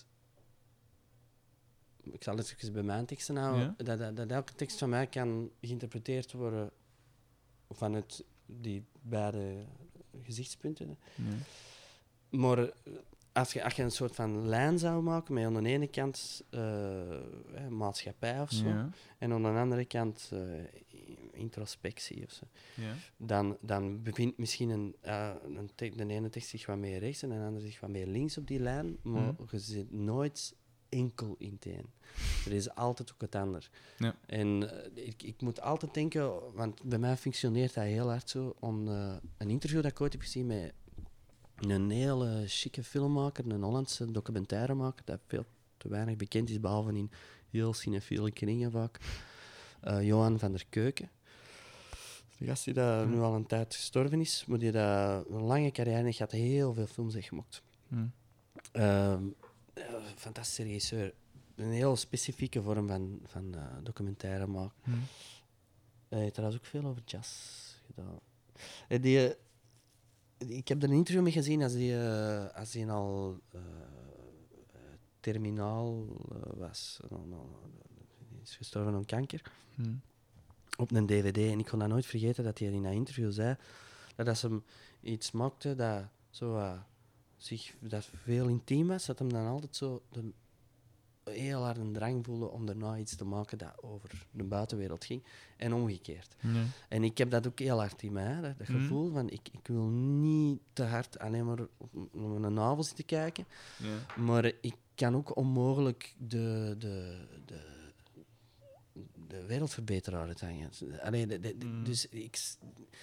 Ik zal het even bij mijn teksten houden. Ja. Dat, dat, dat elke tekst van mij kan geïnterpreteerd worden vanuit die beide gezichtspunten. Ja. Maar als je, als je een soort van lijn zou maken met aan de ene kant uh, maatschappij of zo, Ja. en aan de andere kant uh, introspectie of zo, Ja. dan, dan bevindt misschien een, uh, een te- de ene tekst zich wat meer rechts en de andere zich wat meer links op die lijn, maar Mhm. je zit nooit enkel in het een. Er is altijd ook het ander. Ja. En uh, ik, ik moet altijd denken, want bij mij functioneert dat heel hard zo, om uh, een interview dat ik ooit heb gezien met een hele chique filmmaker, een Hollandse documentairemaker, dat veel te weinig bekend is, behalve in heel cinefiele kringen vaak. Uh, Johan van der Keuken. De gast die dat nu al een tijd gestorven is, maar die dat een lange carrière heeft gehad, heel veel films heeft gemaakt. Hm. Uh, fantastische regisseur. Een heel specifieke vorm van, van uh, documentaire maken. Hm. Hij heeft trouwens ook veel over jazz gedaan. En die, ik heb er een interview mee gezien als die, uh, als die al uh, terminaal uh, was. Hij is gestorven aan kanker. Hm. Op een D V D. En ik kon dat nooit vergeten dat hij in dat interview zei dat als hem iets maakte dat, zo, uh, zich, dat veel intiem was, dat hem dan altijd zo de, heel hard een drang voelde om daarna iets te maken dat over de buitenwereld ging. En omgekeerd. Ja. En ik heb dat ook heel hard in mij, dat, dat Mhm. gevoel van ik, ik wil niet te hard alleen maar op op een navel zitten kijken, Ja. maar ik kan ook onmogelijk de, de, de, de wereldverbeteraar uithangen. Allee, de, de, de- Mm. Dus ik... s-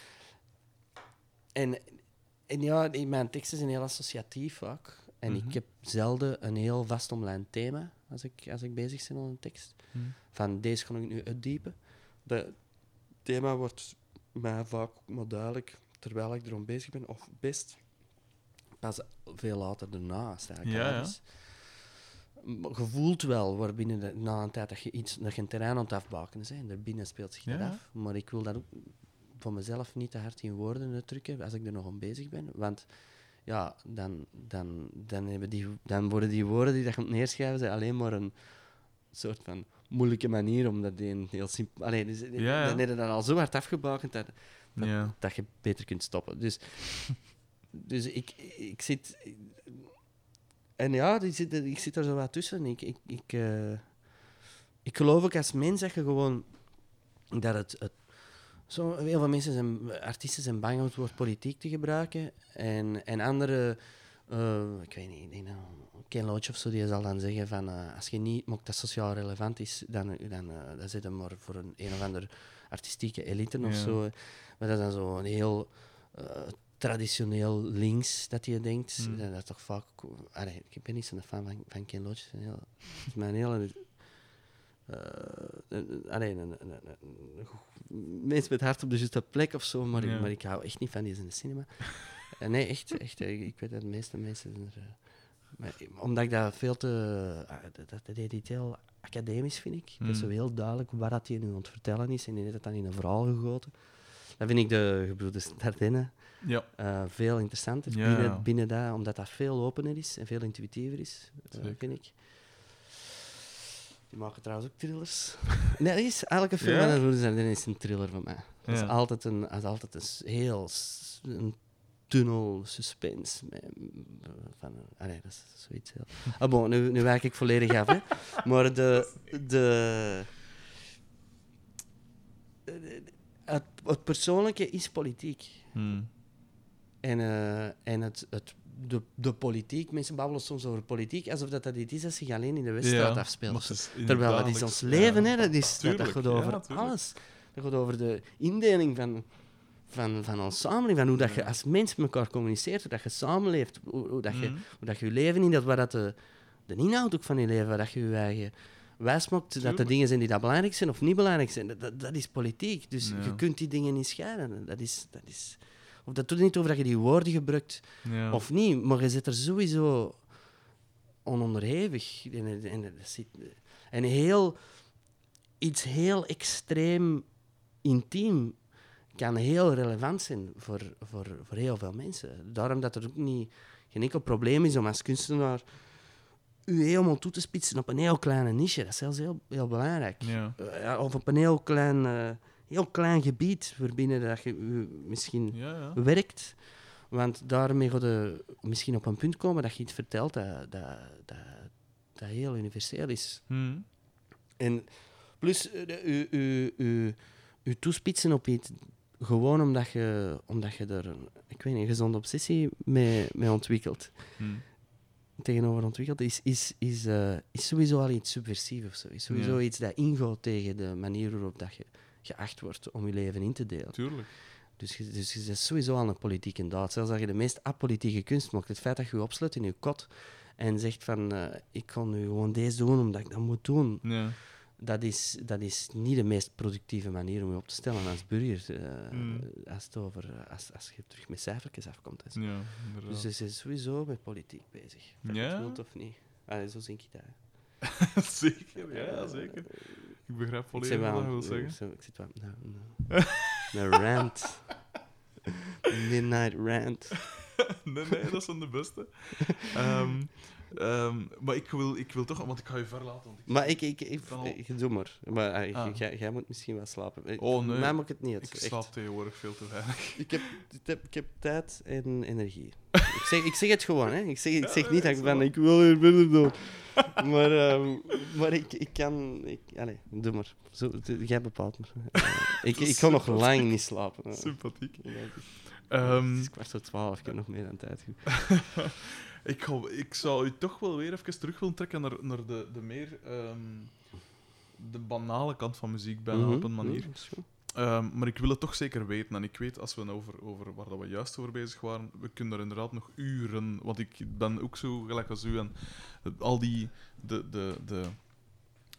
En, en ja, in mijn teksten zijn heel associatief vaak. En Mhm. ik heb zelden een heel vastomlijnd thema als ik, als ik bezig ben aan een tekst. Hm. Van deze kan ik nu uitdiepen. dat thema wordt mij vaak maar duidelijk terwijl ik erom bezig ben, of best pas veel later daarna. Als het eigenlijk Ja, klaar ja. is. Maar je voelt wel waar binnen de, na een tijd dat je, iets, dat je een terrein aan het afbakenen bent. Daarbinnen speelt zich dat Ja. af. Maar ik wil dat ook voor mezelf niet te hard in woorden uitdrukken als ik er nog aan bezig ben. Want ja, dan, dan, dan, hebben die, dan worden die woorden die dat je moet neerschrijven zijn alleen maar een soort van moeilijke manier, omdat die een heel simpel... Allee, dus, Ja, ja. dan heb je dat al zo hard afgebakend dat, dat, Ja. dat je beter kunt stoppen. Dus, dus ik, ik zit... En ja, ik zit, er- ik zit er zo wat tussen. Ik, ik, ik, eh, ik geloof ook als mens dat je gewoon... Dat het... het zo, heel veel mensen zijn... Artiesten zijn bang om het woord politiek te gebruiken. En, en andere... eh, ik weet niet, ik denk nou, Ken Loach of zo, die zal dan zeggen van... eh, als je niet mocht dat sociaal relevant is, dan, dan, eh, dan zit je maar voor een een of ander artistieke elite of Ja. zo. Maar dat is dan zo een heel... eh, traditioneel links dat je denkt. Mm. Dat, dat toch vaak... Allee, ik ben niet zo'n fan van, van Ken Loach. Het is een heel- het is mijn hele... eh, een- allee, een, een, een, een, een goed- mens met hart op de juiste plek of zo, maar, Ja. ik, maar ik hou echt niet van die in de cinema. Eh, nee, echt, echt. eh, Ik weet dat de meeste mensen... Er, eh, maar, omdat ik dat veel te... ah, dat, dat, dat deed hij heel academisch, vind ik. Dat is zo Mm. heel duidelijk wat dat hij nu aan het vertellen is. En die heeft het dan in een verhaal gegoten. Dan vind ik de gebroeders Dardenne Ja. eh, veel interessanter Ja, binnen, ja. binnen dat, omdat dat veel opener is en veel intuïtiever is, eh, Zeker. vind ik. Die maken trouwens ook thrillers. Nee, dat is elke film Ja? van de Broeders Dardenne is een thriller van mij. Dat Ja. is altijd een, dat is altijd een s- heel s- een tunnel suspense. Met, van, een- allee, dat is zoiets heel... Ah, bon, nu, nu wijk ik volledig af, hè. Maar de... de het, het persoonlijke is politiek. Mm. En, eh, en het, het, de, de politiek, mensen babbelen soms over politiek alsof dat, dat iets is dat zich alleen in de Weststraat Ja, afspeelt. maar of het zo. is in Terwijl het dat is dagelijks- ons leven, ja. hè. Dat, is, dat, dat Tuurlijk, gaat ja, over tuurlijk. alles. Dat gaat over de indeling van, van, van onze samenleving, van hoe dat je Ja. als mens met elkaar communiceert, hoe dat je samenleeft, hoe, hoe, dat, je, Mm. hoe dat je je leven in dat, wat dat de, de inhoud ook van je leven, wat dat je je eigen wijs maakt, dat er Tuurlijk. dingen zijn die dat belangrijk zijn of niet belangrijk zijn. Dat, dat, dat is politiek. Dus Ja. je kunt die dingen niet scheiden. Dat is... Dat is of dat doet er niet over dat je die woorden gebruikt Ja. of niet, maar je zit er sowieso ononderhevig. En, en, dat zit, en heel, iets heel extreem intiem kan heel relevant zijn voor, voor, voor heel veel mensen. Daarom dat er ook niet, geen enkel probleem is om als kunstenaar u helemaal toe te spitsen op een heel kleine niche. Dat is zelfs heel, heel belangrijk. Ja. Eh, ja, of op een heel klein, eh, heel klein gebied waarbinnen dat je u misschien Ja, ja. werkt. Want daarmee ga je misschien op een punt komen dat je iets vertelt dat, dat, dat, dat heel universeel is. Mm. En plus, eh, de- u, u, u, u toespitsen op iets gewoon omdat je, omdat je er een, ik weet niet, een gezonde obsessie mee, mee ontwikkelt. Mm. Tegenover ontwikkeld is, is, is, eh, is sowieso al iets subversiefs of zo. Is sowieso Ja. iets dat ingaat tegen de manier waarop dat je geacht wordt om je leven in te delen. Tuurlijk. Dus je, dus je bent sowieso al een politieke daad. Zelfs als je de meest apolitieke kunst maakt, het feit dat je je opsluit in je kot en zegt van eh, ik kan nu gewoon deze doen omdat ik dat moet doen, Ja. dat is, dat is niet de meest productieve manier om je op te stellen als burger. eh, Mm. als, het over, eh, als, als je terug met cijfertjes afkomt. en zo. Ja, inderdaad. Dus ze is sowieso met politiek bezig. Of je Ja? het wilt of niet. Allee, zo denk ik dat. Zeker, ja, zeker. Ik begrijp Ik volledig zit wel wat je aan- wil zeggen. ik zit- ik zit wel... Nou, nou. Een rant. Midnight rant. Nee, nee, dat zijn de beste. Ehm, ehm, maar ik wil, ik wil toch, want ik ga je verlaten. Want ik, Maar ik, ik, ik, Kan al- ik doe maar. Maar eh, Ah. jij, jij moet misschien wel slapen. Ik- Oh, nee. Mij maakt het niet uit. ik echt. slaap tegenwoordig veel te weinig. Ik heb, ik, heb, ik heb tijd en energie. ik, zeg, ik zeg het gewoon, hè. Ik zeg, ik Ja, zeg nee, niet dat is ik wel. van, ik wil hier verder doen. maar ehm, maar ik, ik kan... Ik, allez, doe maar. Zo, d- jij bepaalt maar. Eh, ik, is ik kan nog sympathiek. lang niet slapen. eh. Sympathiek. Ja, het is- Ehm, het is kwart voor twaalf, ik heb nog meer aan tijd. ik, ga, ik zou u toch wel weer even terug willen trekken naar, naar de, de meer ehm, de banale kant van muziek, bijna Mhm, op een manier. ja, dat is goed. Ehm, maar ik wil het toch zeker weten. En ik weet, als we over, over waar dat we juist over bezig waren, we kunnen er inderdaad nog uren... Want ik ben ook zo gelijk als u. En al die... De, de, de,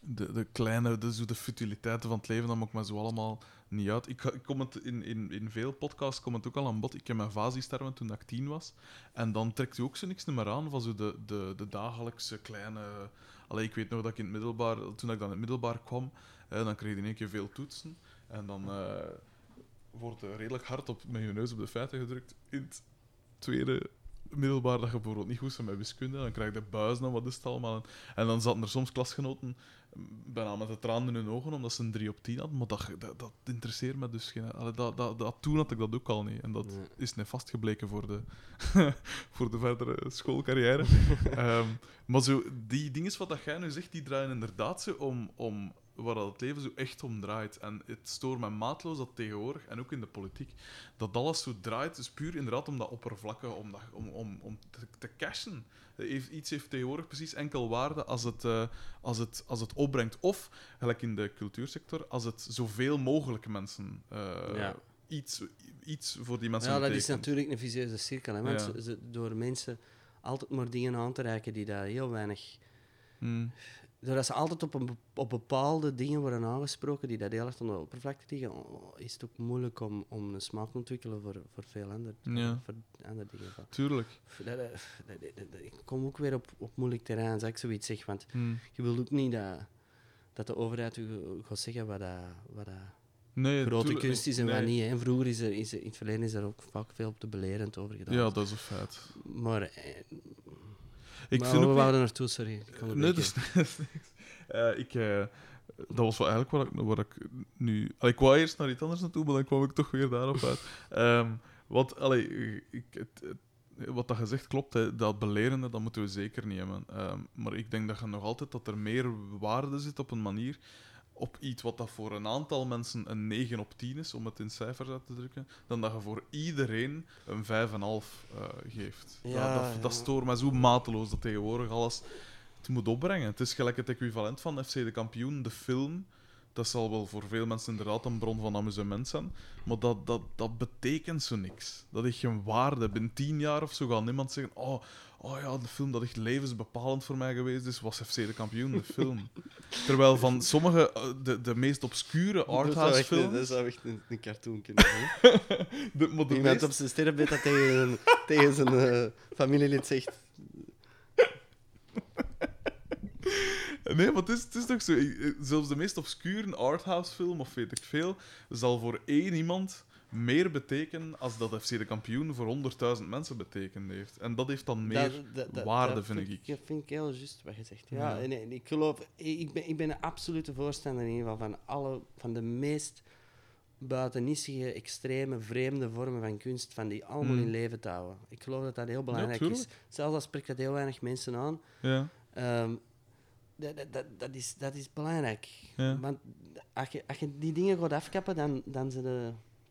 de, de kleine, de, zo de futiliteiten van het leven, dat maakt me zo allemaal niet uit. Ik, ik kom het in, in, in veel podcasts komt het ook al aan bod. Ik heb mijn vasie sterven toen ik tien was. En dan trekt u ook zo niks meer aan van zo de, de, de dagelijkse kleine... Allee, ik weet nog dat ik in het middelbaar... Toen ik dan in het middelbaar kwam, eh, dan kreeg je in één keer veel toetsen. En dan uh, wordt er redelijk hard op, met je neus op de feiten gedrukt. In het tweede middelbaar dat je bijvoorbeeld niet goed bent met wiskunde, dan krijg je buizen en wat is het allemaal. En dan zaten er soms klasgenoten bijna met de tranen in hun ogen, omdat ze een drie op tien hadden. Maar dat, dat, dat interesseert me dus geen... Allee, dat, dat, dat, toen had ik dat ook al niet. En dat Nee. is net vastgebleken voor de, voor de verdere schoolcarrière. um, maar zo, die dingen wat dat jij nu zegt, die draaien inderdaad zo om... om waar dat het leven zo echt om draait. En het stoort me maatloos dat tegenwoordig, en ook in de politiek, dat alles zo draait, dus puur inderdaad om dat oppervlakke, om, dat, om, om, om te, te cashen. Iets heeft tegenwoordig precies enkel waarde als het, uh, als het, als het opbrengt. Of, gelijk in de cultuursector, als het zoveel mogelijk mensen uh, Ja. iets, iets voor die mensen Ja, dat betekent. is natuurlijk een vicieuze cirkel. Hè, want Ja. ze, ze- door mensen altijd maar dingen aan te reiken die daar heel weinig... Hmm. Doordat ze altijd op, een, be- op bepaalde dingen worden aangesproken die dat heel erg aan de oppervlakte liggen, oh, is het ook moeilijk om, om een smaak te ontwikkelen voor, voor veel andere, Ja. voor andere dingen. Van. Tuurlijk. Dat, dat, dat, dat- dat- ik kom ook weer op, op moeilijk terrein als ik zoiets zeg, want Hmm. je wilt ook niet dat, dat de overheid u gaat zeggen wat, dat, wat dat Nee, grote tuurlijk kunst is en niet. wat Nee. niet. Hè. En vroeger is er, is er, in het verleden is er ook vaak veel op te belerend over gedaan. Ja, dat is een feit. Maar, eh, Ik maar vind we ook wouden naartoe, sorry. Ik kan niet... Nee, dat is, dat is niks. Eh, ik, eh, dat was wel eigenlijk wat ik, wat ik nu... Allee, ik wou eerst naar iets anders naartoe, maar dan kwam ik toch weer daarop uit. Ehm wat, allee, ik, het, het- wat dat gezegd klopt, hè, dat belerende, dat moeten we zeker niet hebben. Ehm, maar ik denk dat je nog altijd dat er meer waarde zit op een manier... op iets wat dat voor een aantal mensen een negen op tien is, om het in cijfers uit te drukken, dan dat je voor iedereen een vijf komma vijf uh, geeft. Ja, dat, dat, ja. dat stoort mij zo mateloos dat tegenwoordig alles het moet opbrengen. Het is gelijk het equivalent van F C de Kampioen, de film. Dat zal wel voor veel mensen inderdaad een bron van amusement zijn, maar dat, dat, dat betekent zo niks. Dat heeft geen waarde. Binnen tien jaar of zo gaat niemand zeggen: oh, oh ja, de film dat echt levensbepalend voor mij geweest is, was F C de Kampioen, de film. Terwijl van sommige, uh, de, de meest obscure arthouse films... Dat zou echt een, een cartoon kunnen zijn. de, maar de Iemand meest- op zijn sterrenbed dat tegen, een- tegen zijn eh, familielid zegt... Nee, maar het is, het is toch zo. eh, Zelfs de meest obscure arthouse film, of weet ik veel, zal voor één iemand meer betekenen als dat F C de Kampioen voor honderdduizend mensen betekend heeft. En dat heeft dan meer Dat- dat- dat- waarde, dat vind ik. Dat vind ik heel juist wat je zegt. Ja, Ja. En, en ik geloof... Ik ben, ik ben een absolute voorstander in ieder geval van alle... Van de meest buitenissige, extreme, vreemde vormen van kunst, van die allemaal Hmm. in leven te houden. Ik geloof dat dat heel belangrijk is. tuurlijk. Zelfs al spreekt dat heel weinig mensen aan. Ja. Ehm, dat, dat, dat, dat, is, dat is belangrijk. Ja. Want als je, als je die dingen gaat afkappen, dan, dan zijn de...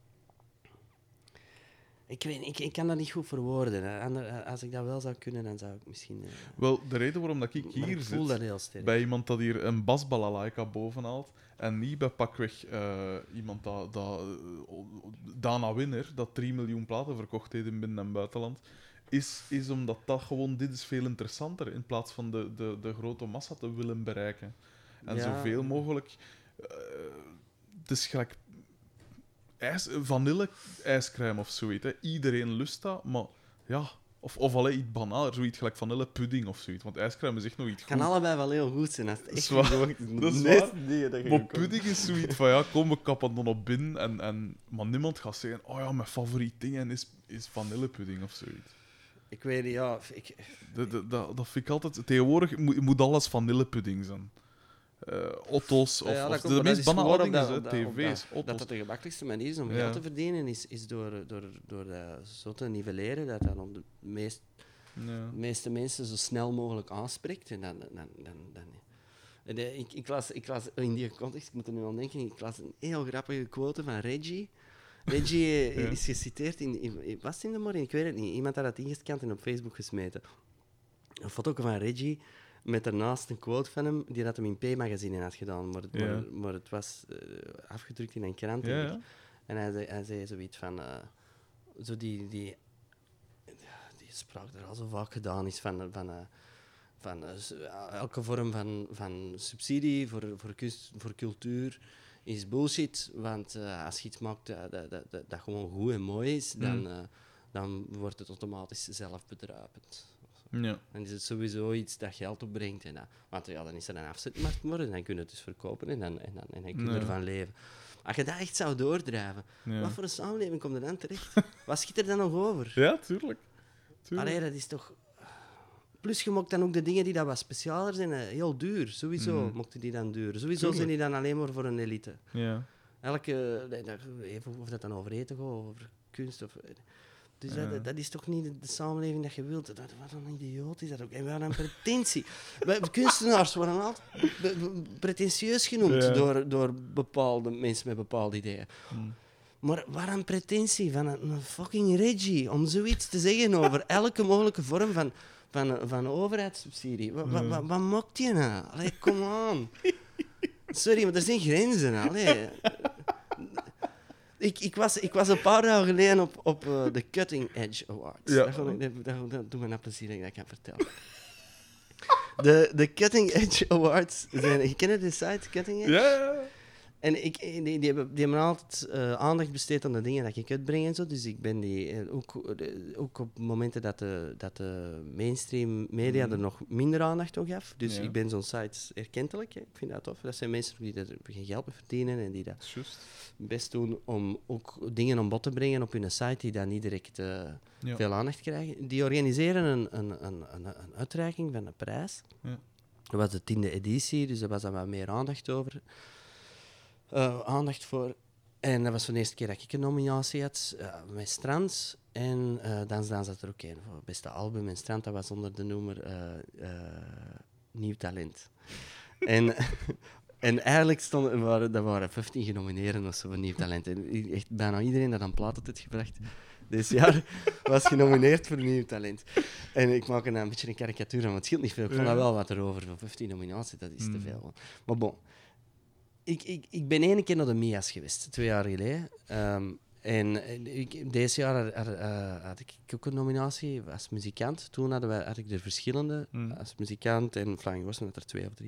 Ik, weet, ik, ik kan dat niet goed verwoorden. Hè. Ander- Als ik dat wel zou kunnen, dan zou ik misschien... eh, Wel, de reden waarom dat ik maar hier ik voel zit, dat heel sterk. bij iemand dat hier een basbalalaika bovenhaalt, en niet bij pakweg eh, iemand dat, dat eh, Dana Winner, dat drie miljoen platen verkocht heeft in binnen- en buitenland, is, is omdat dat gewoon, dit is veel interessanter, in plaats van de, de, de grote massa te willen bereiken. En Ja. zoveel mogelijk... eh, het is gelijk ijs, vanille-ijscrème of zoiets. Hè. Iedereen lust dat, maar ja... Of, of alleen iets banaler, zoiets gelijk vanillepudding of zoiets. Want ijscrème is echt nog iets Het kan goed. allebei wel heel goed zijn. Als het Dat is echt waar. gezocht is. Dat is De meeste waar. dingen dat je Maar kan- pudding is zoiets van, ja, kom, we kappen dan op binnen. En, en, maar niemand gaat zeggen, oh ja, mijn favoriet ding is, is vanillepudding of zoiets. Ik weet niet, ja... Ik, Dat, dat, dat, dat vind ik altijd... Tegenwoordig moet, moet alles vanillepudding zijn. Eh Otto's of, Ja, dat of komt- de maar dat meest is banale gewoon dingen, op hè, dat- op dat- tv's, dat Otto's. dat de gemakkelijkste manier is om Ja. geld te verdienen, is, is door, door, door dat zo te nivelleren, dat dat op de meest, Ja. de meeste mensen zo snel mogelijk aanspreekt. En dan, dan, dan, dan, en, eh, ik, ik, las, ik las in die context, ik moet er nu aan denken, ik las een heel grappige quote van Reggie. Reggie eh, Ja. is geciteerd in, in... Was het in de morgen? Ik weet het niet. Iemand had dat ingeskant en op Facebook gesmeten. Een foto van Reggie met daarnaast een quote van hem die dat hem in P-magazine had gedaan. Maar, Ja. maar, maar het was eh, afgedrukt in een krant. Ja, denk ik. ja. En hij zei, hij zei zoiets van... eh, zo die, die, die spraak er al zo vaak gedaan is van... van eh, van uh, s- elke vorm van, van subsidie voor, voor, kunst, voor cultuur is bullshit. Want uh, als je iets maakt dat, dat, dat, dat, dat gewoon goed en mooi is, dan, Mm. uh, dan wordt het automatisch zelfbedruipend. Ja. Dan is het sowieso iets dat geld opbrengt. En dat, want ja, dan is er een afzetmarkt voor en dan kun je het dus verkopen en dan, en dan, en dan kun je Ja. ervan leven. Als je dat echt zou doordrijven, Ja. wat voor een samenleving komt er dan terecht? Wat schiet er dan nog over? Ja, tuurlijk. tuurlijk. Allee, dat is toch... Plus, je maakt dan ook de dingen die dat wat specialer zijn, eh, heel duur. Sowieso Mhm. mochten die dan duur. Sowieso Tuurlijk. zijn die dan alleen maar voor een elite. Ja. Elke... nee, dat- even Of dat dan over eten gaat, over kunst of... Dus Ja. dat, dat is toch niet de, de samenleving dat je wilt. Dat, wat een idioot is dat ook. En we hadden een pretentie. Wij- kunstenaars worden altijd be- be- pretentieus genoemd Ja. door, door bepaalde mensen met bepaalde ideeën. Mm. Maar wat een pretentie van een, een fucking Reggie om zoiets te zeggen over elke mogelijke vorm van, van, van overheidssubsidie. Wat, wat, wat, wat maakt je nou? Allee, come on. Sorry, maar er zijn grenzen. Allee. Ik, ik, was, ik was een paar dagen geleden op, op uh, de Cutting Edge Awards. Ja. Dat, vond ik- dat, dat, dat doet me nou plezier dat ik dat kan vertellen. De, de Cutting Edge Awards zijn... Je kent de site Cutting Edge? Ja, ja. En ik, die, die, hebben, die hebben altijd uh, aandacht besteed aan de dingen dat ik uitbreng en zo. Dus ik ben die uh, ook, de, ook op momenten dat de, dat de mainstream media Mhm. er nog minder aandacht aan gaf. Dus Ja. ik ben zo'n site erkentelijk. Hè. Ik vind dat tof. Dat zijn mensen die er geen geld mee verdienen en die dat Dat is juist. best doen om ook dingen aan bod te brengen op hun site die dan niet direct uh, Ja. veel aandacht krijgen. Die organiseren een, een, een, een, een uitreiking van een prijs. Ja. Dat was de tiende editie, dus daar was dan wat meer aandacht over. Uh, aandacht voor. En dat was voor de eerste keer dat ik een nominatie had uh, met Strand. En uh, dan dan zat er ook een voor het beste album. En Strand, dat was onder de noemer uh, uh, Nieuw Talent. en, en eigenlijk stonden, er waren, er waren vijftien genomineerden of zo voor Nieuw Talent. En i- echt bijna iedereen dat aan plaat had het gebracht. Dit jaar was genomineerd voor Nieuw Talent. En ik maak er nou een beetje een karikatuur van, want het scheelt niet veel. Ik vond Ja. dat wel wat erover. Voor vijftien nominaties, dat is te Mm. veel. Maar bon. Ik, ik, ik ben één keer naar de Mia's geweest, twee jaar geleden. Um, en eh, ik, deze jaar had, had, uh, had ik ook een nominatie als muzikant. Toen hadden wij, had ik er verschillende Mm. als muzikant en Flying West, met er twee of drie.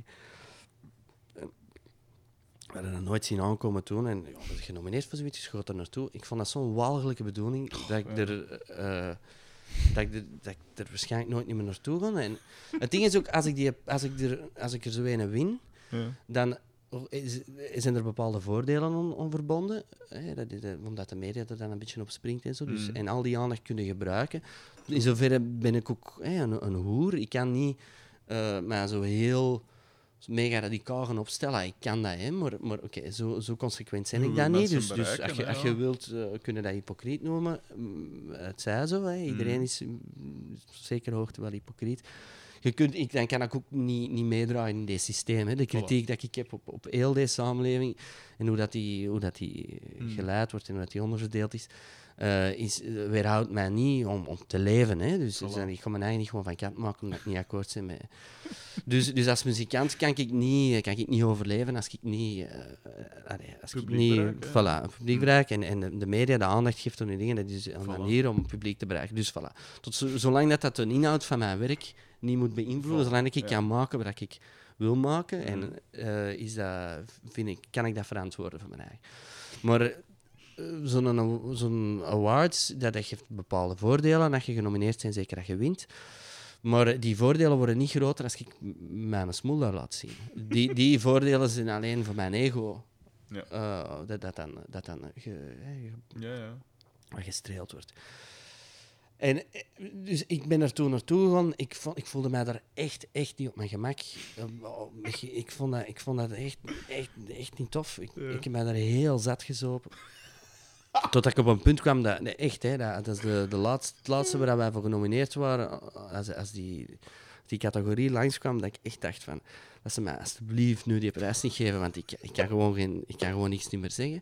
En we hadden dat nooit zien aankomen toen. En ja, werd genomineerd voor zoiets, dus schoot er naartoe. Ik vond dat zo'n walgelijke bedoeling dat ik ja. er... uh, dat ik, er, dat ik er waarschijnlijk nooit niet meer naartoe ga. En het ding is ook, als ik, die, als ik, er, als ik er zo een win, Ja. dan is, zijn er bepaalde voordelen aan, aan verbonden. Hè, dat, dat, omdat de media er dan een beetje op springt en zo. Dus, Mm. en al die aandacht kunnen gebruiken. In zoverre ben ik ook hè, een, een hoer. Ik kan niet uh, mij zo heel mega radicaal gaan opstellen. Ik kan dat, hè, maar, maar oké, zo, zo consequent ben Je ik wil dat niet. mensen Dus, dus bereiken, als je, hè, als ja. je wilt, uh, kunnen dat hypocriet noemen. Mm, Het zij zo. Hè. Iedereen Mm. is mm, zeker hoogte wel hypocriet. Je kunt, ik, dan kan ik ook niet, niet meedraaien in dit systeem. Hè. De kritiek dat ik heb op, op heel deze samenleving en hoe dat die, hoe dat die Mm. geleid wordt en hoe dat die onderverdeeld is, uh, is uh, weerhoudt mij niet om, om te leven. Hè. Dus, dus Voilà. dan, ik ga mijn eigen niet gewoon van kant maken omdat ik niet akkoord ben met... Dus, dus als muzikant kan ik niet, kan ik niet overleven als ik niet... Uh, allee, als ik Publiek niet bereiken, hè. voilà, een publiek bereik en, en de, de media de aandacht geeft aan die dingen, dat is een Voilà. manier om het publiek te bereiken. Dus voilà. Tot zo, zolang dat, dat de inhoud van mijn werk niet moet beïnvloeden, Voilà, zolang ik ja. kan maken wat ik wil maken, Mhm. en, uh, is dat, vind ik, kan ik dat verantwoorden voor mijn eigen. Maar uh, zo'n zo'n awards, dat, dat geeft bepaalde voordelen als je genomineerd bent, zeker dat je wint. Maar die voordelen worden niet groter als ik m- mijn smoel daar laat zien. Die, die voordelen zijn alleen voor mijn ego. Ja. Uh, dat, dat dan, dat dan ge, hè, Ja, ja. gestreeld wordt. En eh, dus ik ben er toen naartoe gegaan. Ik, vond, ik voelde mij daar echt, echt niet op mijn gemak. Uh, ik, ik, vond dat, ik vond dat echt, echt, echt niet tof. Ik, Ja. ik heb mij daar heel zat gezopen. Totdat ik op een punt kwam, dat, nee, echt, hè, dat, dat is de, de laatste, het laatste waar wij voor genomineerd waren. Als, als die, die categorie langskwam, dat ik echt dacht van, dat ze mij alsjeblieft nu die prijs niet geven, want ik, ik, kan, gewoon geen, ik kan gewoon niks niet meer zeggen.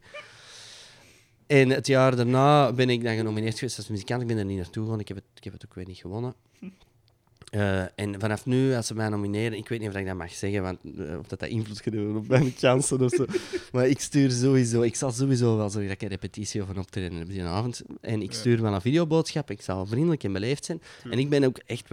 En het jaar daarna ben ik dan genomineerd geweest als muzikant. Ik ben er niet naartoe gegaan, ik heb het, ik heb het ook weer niet gewonnen. Uh, en vanaf nu, als ze mij nomineren, ik weet niet of ik dat mag zeggen, want, uh, of dat, dat invloed gaat hebben op mijn kansen of zo. Maar ik stuur sowieso, ik zal sowieso wel zorgen dat ik een repetitie of een optreden heb die avond. En ik stuur wel een videoboodschap, ik zal vriendelijk en beleefd zijn. En ik ben ook echt wel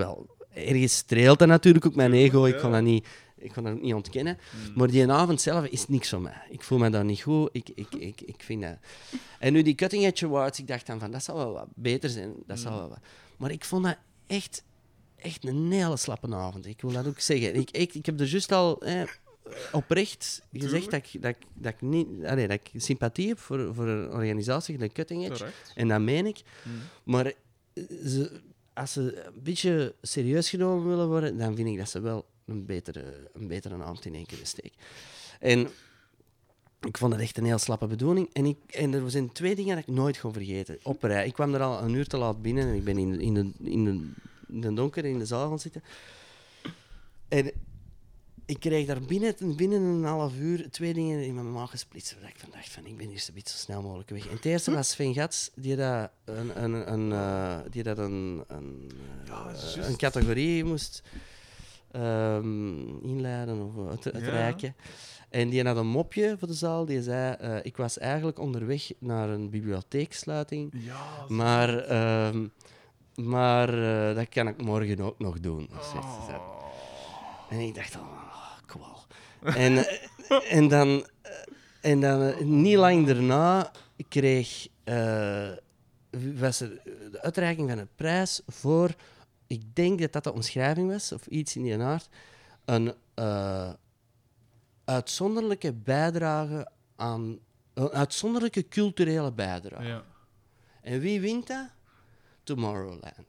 ergens streelt dat natuurlijk ook mijn ego. Ik Ja. kan dat niet, ik kan dat ook niet ontkennen. Mm. Maar die avond zelf is niks van mij. Ik voel me daar niet goed. Ik, ik, ik, ik vind dat... En nu die Cutting Edge Awards, ik dacht dan van, dat zal wel wat beter zijn. Dat zal Mm. wel wat. Maar ik vond dat echt, echt een hele slappe avond. Ik wil dat ook zeggen. Ik, ik, ik heb er juist al eh, oprecht gezegd dat ik, dat, ik, dat, ik niet, allee, dat ik sympathie heb voor, voor een organisatie, de Cutting Edge. Terecht. En dat meen ik. Mm. Maar eh, ze, als ze een beetje serieus genomen willen worden, dan vind ik dat ze wel een betere, een betere avond in één kunnen steken. En ik vond het echt een heel slappe bedoeling. En, ik, en er zijn twee dingen dat ik nooit ga vergeten. Op rij. Ik kwam er al een uur te laat binnen en ik ben in, in, de, in, de, in de donker in de zaal gaan zitten. En ik kreeg daar binnen, binnen een half uur twee dingen in mijn maag gesplitst. Waar ik van dacht van, ik ben hier een beetje zo snel mogelijk weg. En het eerste was Sven Gats, die dat een, een, een, uh, die dat een, een, Ja, uh, juist. een categorie moest um, inleiden of het, het Ja. rijken. En die had een mopje voor de zaal. Die zei, uh, ik was eigenlijk onderweg naar een bibliotheeksluiting. Ja, zo. Maar, um, maar uh, dat kan ik morgen ook nog doen. Of zoiets. Oh. En ik dacht, oh, kwal. En, uh, en dan, uh, en dan uh, niet lang daarna kreeg, uh, was er de uitreiking van een prijs voor, ik denk dat dat de omschrijving was, of iets in die aard, een uh, uitzonderlijke bijdrage aan... Een uitzonderlijke culturele bijdrage. Ja. En wie wint dat? Tomorrowland.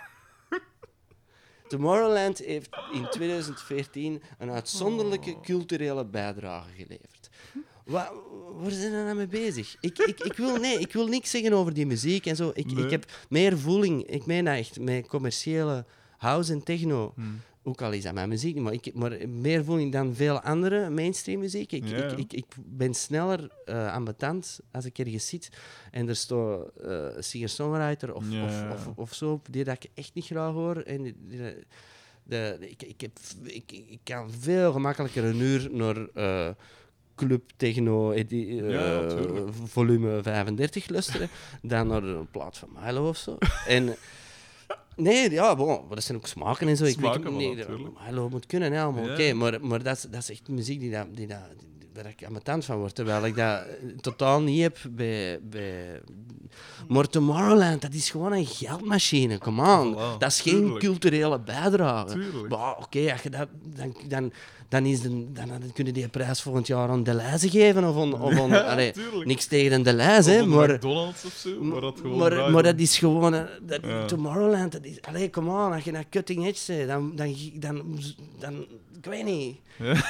Tomorrowland heeft in twintig veertien een uitzonderlijke culturele bijdrage geleverd. Wa waar zijn we nou mee bezig? Ik, ik, ik, wil, nee, ik wil niks zeggen over die muziek en zo. Ik, Nee. ik heb meer voeling, ik meen dat echt, met commerciële house en techno. Hmm. Ook al is dat mijn muziek, maar, ik, maar meer voeling dan veel andere mainstream muziek. Ik, Ja, ik, ja. ik, ik ben sneller uh, ambetant als ik ergens zit en er staat uh, een singer-songwriter of, Ja, of, ja. of, of zo op die dat ik echt niet graag hoor. En die, die, de, de, ik, ik, heb, ik, ik kan veel gemakkelijker een uur naar uh, club techno edi, uh, Ja, natuurlijk. volume vijfendertig luisteren dan naar een plaat van Milo of zo. En nee, ja, bon, maar dat zijn ook smaken en zo. Ik Smaken, weet maar niet, natuurlijk. Milo moet kunnen, ja, maar Ja. oké. Maar, maar dat, is, dat is echt muziek die, dat, die, dat, die, waar ik ambetant van word. Terwijl ik dat eh, totaal niet heb bij... bij... Maar Tomorrowland, dat is gewoon een geldmachine, come on. Voilà, Dat is geen tuurlijk. culturele bijdrage. Tuurlijk. Maar oké, als je dat- dan, dan, dan, is de, dan, dan kunnen die prijs volgend jaar aan Deleuze geven. Of aan, of aan, allee, tuurlijk. niks tegen een Deleuze, hè, Of een maar... McDonald's of zo, maar dat gewoon Maar, draait maar om- dat is gewoon... eh, Dat, Ja. Tomorrowland, dat is... Allee, come on, als je naar Cutting Edge bent, dan... dan, dan, dan ik weet niet. Ja.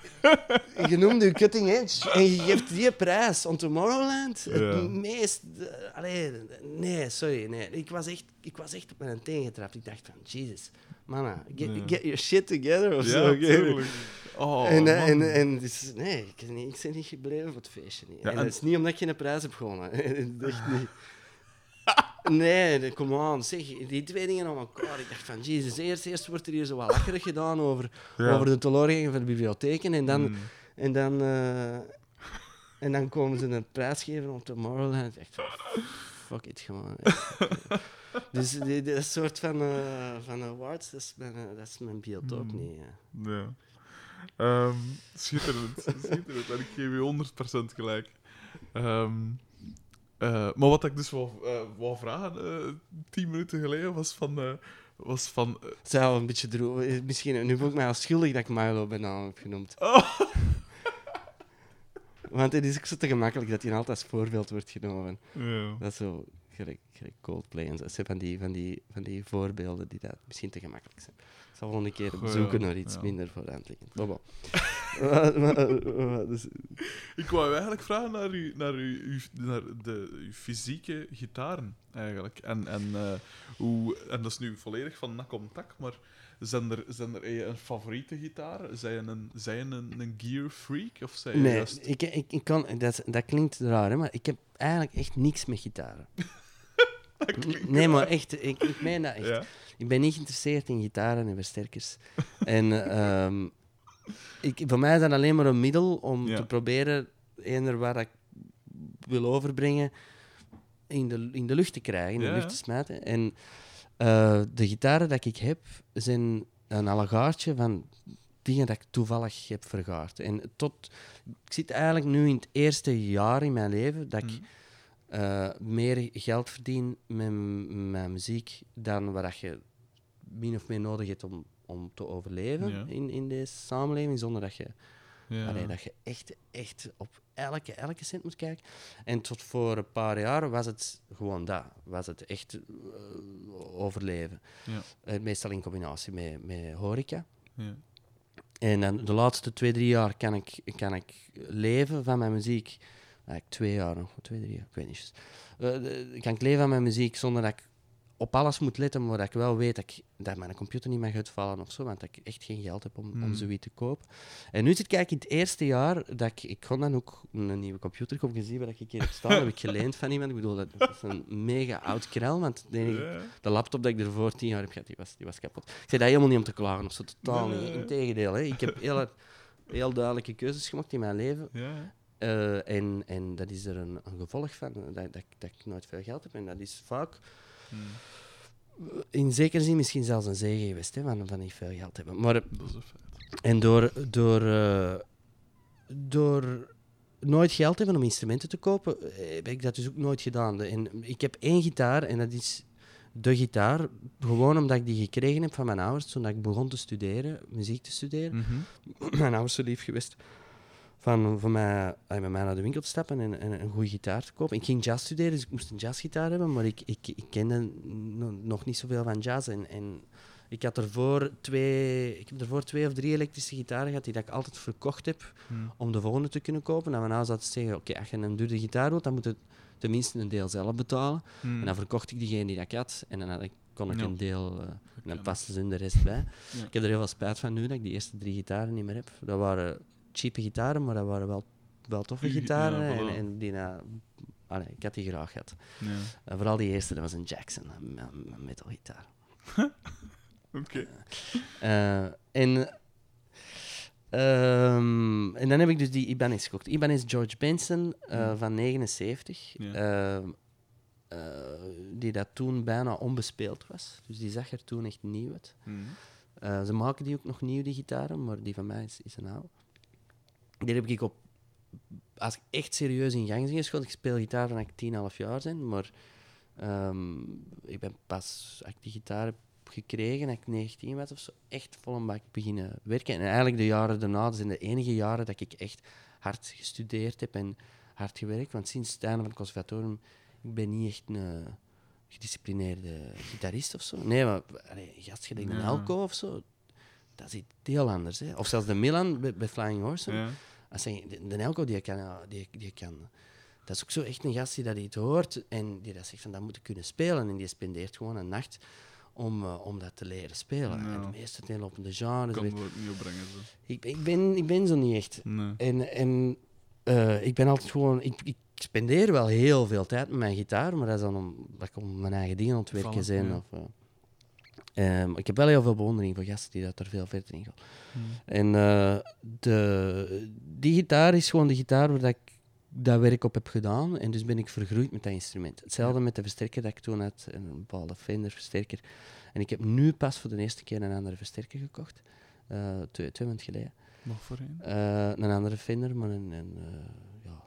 Je noemt je Cutting Edge en je geeft die prijs aan Tomorrowland. Ja. Het meest... eh, Allee, nee, sorry. Nee. Ik, was echt, ik was echt op mijn teen getrapt. Ik dacht van, Jesus, mannen, get, Ja. get your shit together of Ja, zo. oké? tuurlijk. Oh, En, eh, en, man. en dus, nee, ik, ben niet- ik ben niet gebleven op het feestje. Niet. Ja, en en- dat is niet omdat je een prijs hebt gewonnen. Echt niet. Nee, de- come on, zeg, die twee dingen aan elkaar. Ik dacht van, jezus, eerst, eerst wordt er hier zo wat lacherig gedaan over, Ja. over de teleurgang van de bibliotheken. En dan, Mm. en dan, eh, en dan komen ze een prijs geven op Tomorrowland. Ik dacht van, fuck it, gewoon. Dus die, die, dat soort van, eh, van awards, dat is mijn, eh, dat is mijn biotoop Mm. niet. Ja. Ja. Ehm, schitterend, schitterend. En ik geef je honderd procent gelijk. Ehm, eh, maar wat ik dus wou, eh, wou vragen, eh, tien minuten geleden, was van... eh, was van eh, Zou een beetje droog. Misschien, nu voel ik mij al schuldig dat ik Milo bij naam heb genoemd. oh, Want het is ook zo te gemakkelijk dat hij altijd als voorbeeld wordt genomen. ja. Dat is zo gelijk, gelijk Coldplay en zo. Dat zijn van die, van, die, van die voorbeelden die dat misschien te gemakkelijk zijn. Ik zal volgende keer Goh, zoeken ja, naar iets ja. minder voor de hand liggend. Maar bon. Maar- maar- maar- dus- Ik wou je eigenlijk vragen naar, uw, naar, uw, uw, naar de, uw fysieke gitaren, eigenlijk. En, en, eh, hoe, en dat is nu volledig van nak om tak, maar zijn er, zijn er eh, een favoriete gitaar? Zijn je een, zijn je een, een gear freak? Of zijn je Nee, juist... ik, ik, ik kan, dat, dat klinkt raar, hè, maar ik heb eigenlijk echt niks met gitaren. Nee, maar echt, ik, ik meen dat echt. Ja? Ik ben niet geïnteresseerd in gitaren en versterkers. en ehm, ik, voor mij is dat alleen maar een middel om Ja. te proberen eender wat ik wil overbrengen in de, in de lucht te krijgen, in de Ja, lucht ja. te smijten. En Uh, de gitaren dat ik heb, zijn een allegaartje van dingen dat ik toevallig heb vergaard. En tot, ik zit eigenlijk nu in het eerste jaar in mijn leven dat ik Mm. uh, meer geld verdien met m- mijn muziek dan wat je min of meer nodig hebt om, om te overleven Ja. in, in deze samenleving, zonder dat je, Ja. allee, dat je echt, echt op elke, elke cent moet kijken. En tot voor een paar jaar was het gewoon dat. Was het echt uh, overleven. Ja. Uh, meestal in combinatie met, met horeca. Ja. En dan de laatste twee, drie jaar kan ik, kan ik leven van mijn muziek. Eigenlijk twee jaar nog, twee, drie jaar, ik weet niet. Uh, de, kan ik leven van mijn muziek zonder dat ik op alles moet letten, maar dat ik wel weet dat, ik, dat mijn computer niet mag uitvallen of zo, want dat ik echt geen geld heb om, Hmm. om zoiets te kopen. En nu zit ik in het eerste jaar dat ik... Ik kon dan ook een nieuwe computer kopen. Gezien waar ik hier heb staan, heb ik geleend van iemand. Ik bedoel, dat is een mega oud krel, want de, enige, Ja. de laptop dat ik ervoor tien jaar heb gehad, die was, die was kapot. Ik zei dat helemaal niet om te klagen of zo, totaal Nee. niet. Integendeel, hè. Ik heb heel, heel duidelijke keuzes gemaakt in mijn leven. Ja. Uh, en, en dat is er een, een gevolg van, dat, dat, dat ik nooit veel geld heb. En dat is vaak... Hmm. In zekere zin misschien zelfs een zegen geweest, hè, van, van niet veel geld hebben. Maar, Dat is een feit. en door, door, uh, door nooit geld hebben om instrumenten te kopen, heb ik dat dus ook nooit gedaan. En ik heb één gitaar en dat is de gitaar, gewoon omdat ik die gekregen heb van mijn ouders toen ik begon te studeren, muziek te studeren. Mm-hmm. Mijn ouders zijn lief geweest van voor mij, met mij naar de winkel te stappen en, en een goede gitaar te kopen. Ik ging jazz studeren, dus ik moest een jazzgitaar hebben, maar ik, ik, ik kende no, nog niet zoveel van jazz. En, en ik, had ervoor twee, ik heb ervoor twee of drie elektrische gitaren gehad die dat ik altijd verkocht heb Hmm. om de volgende te kunnen kopen. En mijn ouders hadden zeggen, oké, okay, als je een dure gitaar wilt, dan moet je tenminste een deel zelf betalen. Hmm. En dan verkocht ik diegene die dat ik had en dan had ik, kon ik Ja. een deel, uh, en dan Ja. paste ze in de rest bij. Ja. Ik heb er heel veel spijt van nu dat ik die eerste drie gitaren niet meer heb. Dat waren cheape gitaren, maar dat waren wel, wel toffe Ja, gitaren. voilà. en, en die, uh, allee, ik had die graag gehad. Ja. Uh, vooral die eerste, dat was een Jackson, een, een metalgitaar. Oké. Uh, en, um, en dan heb ik dus die Ibanez gekocht. Ibanez George Benson uh, Ja. van negenenzeventig. Ja. Uh, uh, die dat toen bijna onbespeeld was. Dus die zag er toen echt nieuw uit. Hmm. Uh, ze maken die ook nog nieuw, die gitaren, maar die van mij is, is een oude. Die heb ik op... Als ik echt serieus in gang ben geschoten, ik speel gitaar van ik tien, elf jaar ben, maar um, ik ben pas, als ik die gitaar heb gekregen, als ik negentien was of zo, echt vol een bak beginnen werken. En eigenlijk de jaren daarna, dat zijn de enige jaren dat ik echt hard gestudeerd heb en hard gewerkt. Want sinds het einde van het conservatorium, ik ben niet echt een gedisciplineerde gitarist of zo. Nee, maar allee, gast, je denkt een Ja. Elko of zo, dat is iets heel anders. Hè. Of zelfs de Milan bij, bij Flying Horse. Ja. Als je, de, de Elko, die kan, ja, die, die kan... Dat is ook zo echt een gast die dat iets hoort en die dat zegt van dat moet ik kunnen spelen. En die spendeert gewoon een nacht om, uh, om dat te leren spelen. Ja. En de meeste uiteenlopende genres. Kan weet- het niet opbrengen. Zo. Ik, ik, ben, ik ben zo niet echt. Nee. En, en uh, ik ben altijd gewoon... Ik, ik spendeer wel heel veel tijd met mijn gitaar, maar dat is dan omdat ik om mijn eigen dingen aan het werken Vallen, zijn. ja. Of, uh, um, ik heb wel heel veel bewondering voor gasten die dat er veel verder in gaan. Hmm. En uh, de, die gitaar is gewoon de gitaar waar dat ik dat werk op heb gedaan. En dus ben ik vergroeid met dat instrument. Hetzelfde Ja. met de versterker dat ik toen had, een bepaalde Fender versterker. En ik heb nu pas voor de eerste keer een andere versterker gekocht. Uh, twee, twee maanden geleden. Nog voor één? Uh, een andere Fender, maar een... een uh, ja.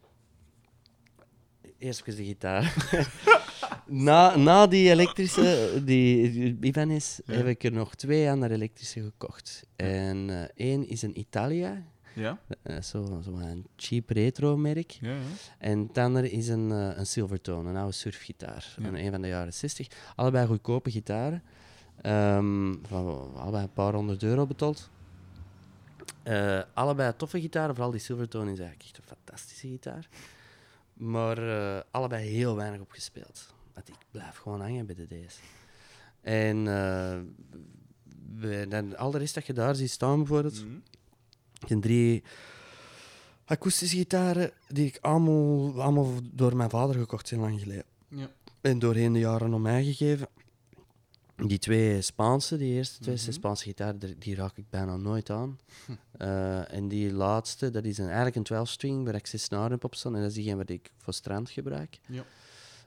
Eerst was de gitaar. na, na die elektrische, die, die Ibanez, Ja. heb ik er nog twee andere elektrische gekocht. En uh, één is een Italia, Ja? uh, zo, zo een cheap retro merk. Ja, ja. En het andere is een, uh, een Silvertone, een oude surfgitaar. Ja. Een, een van de jaren zestig. Allebei goedkope gitaren. Um, van, allebei een paar honderd euro betaald. Uh, allebei toffe gitaren, vooral die Silvertone is eigenlijk echt een fantastische gitaar. Maar uh, allebei heel weinig opgespeeld. Want ik blijf gewoon hangen bij de D's. En uh, we, dan, al de rest dat je daar ziet staan bijvoorbeeld, Mhm. zijn drie akoestische gitaren die ik allemaal, allemaal door mijn vader gekocht zijn lang geleden. Ja. En doorheen de jaren om mij gegeven. Die twee Spaanse, die eerste twee Mhm. Spaanse gitaren, die, die raak ik bijna nooit aan. Uh, en die laatste, dat is een, eigenlijk een twaalf string waar ik zes snaren heb op staan. En dat is diegene wat ik voor strand gebruik. Ja.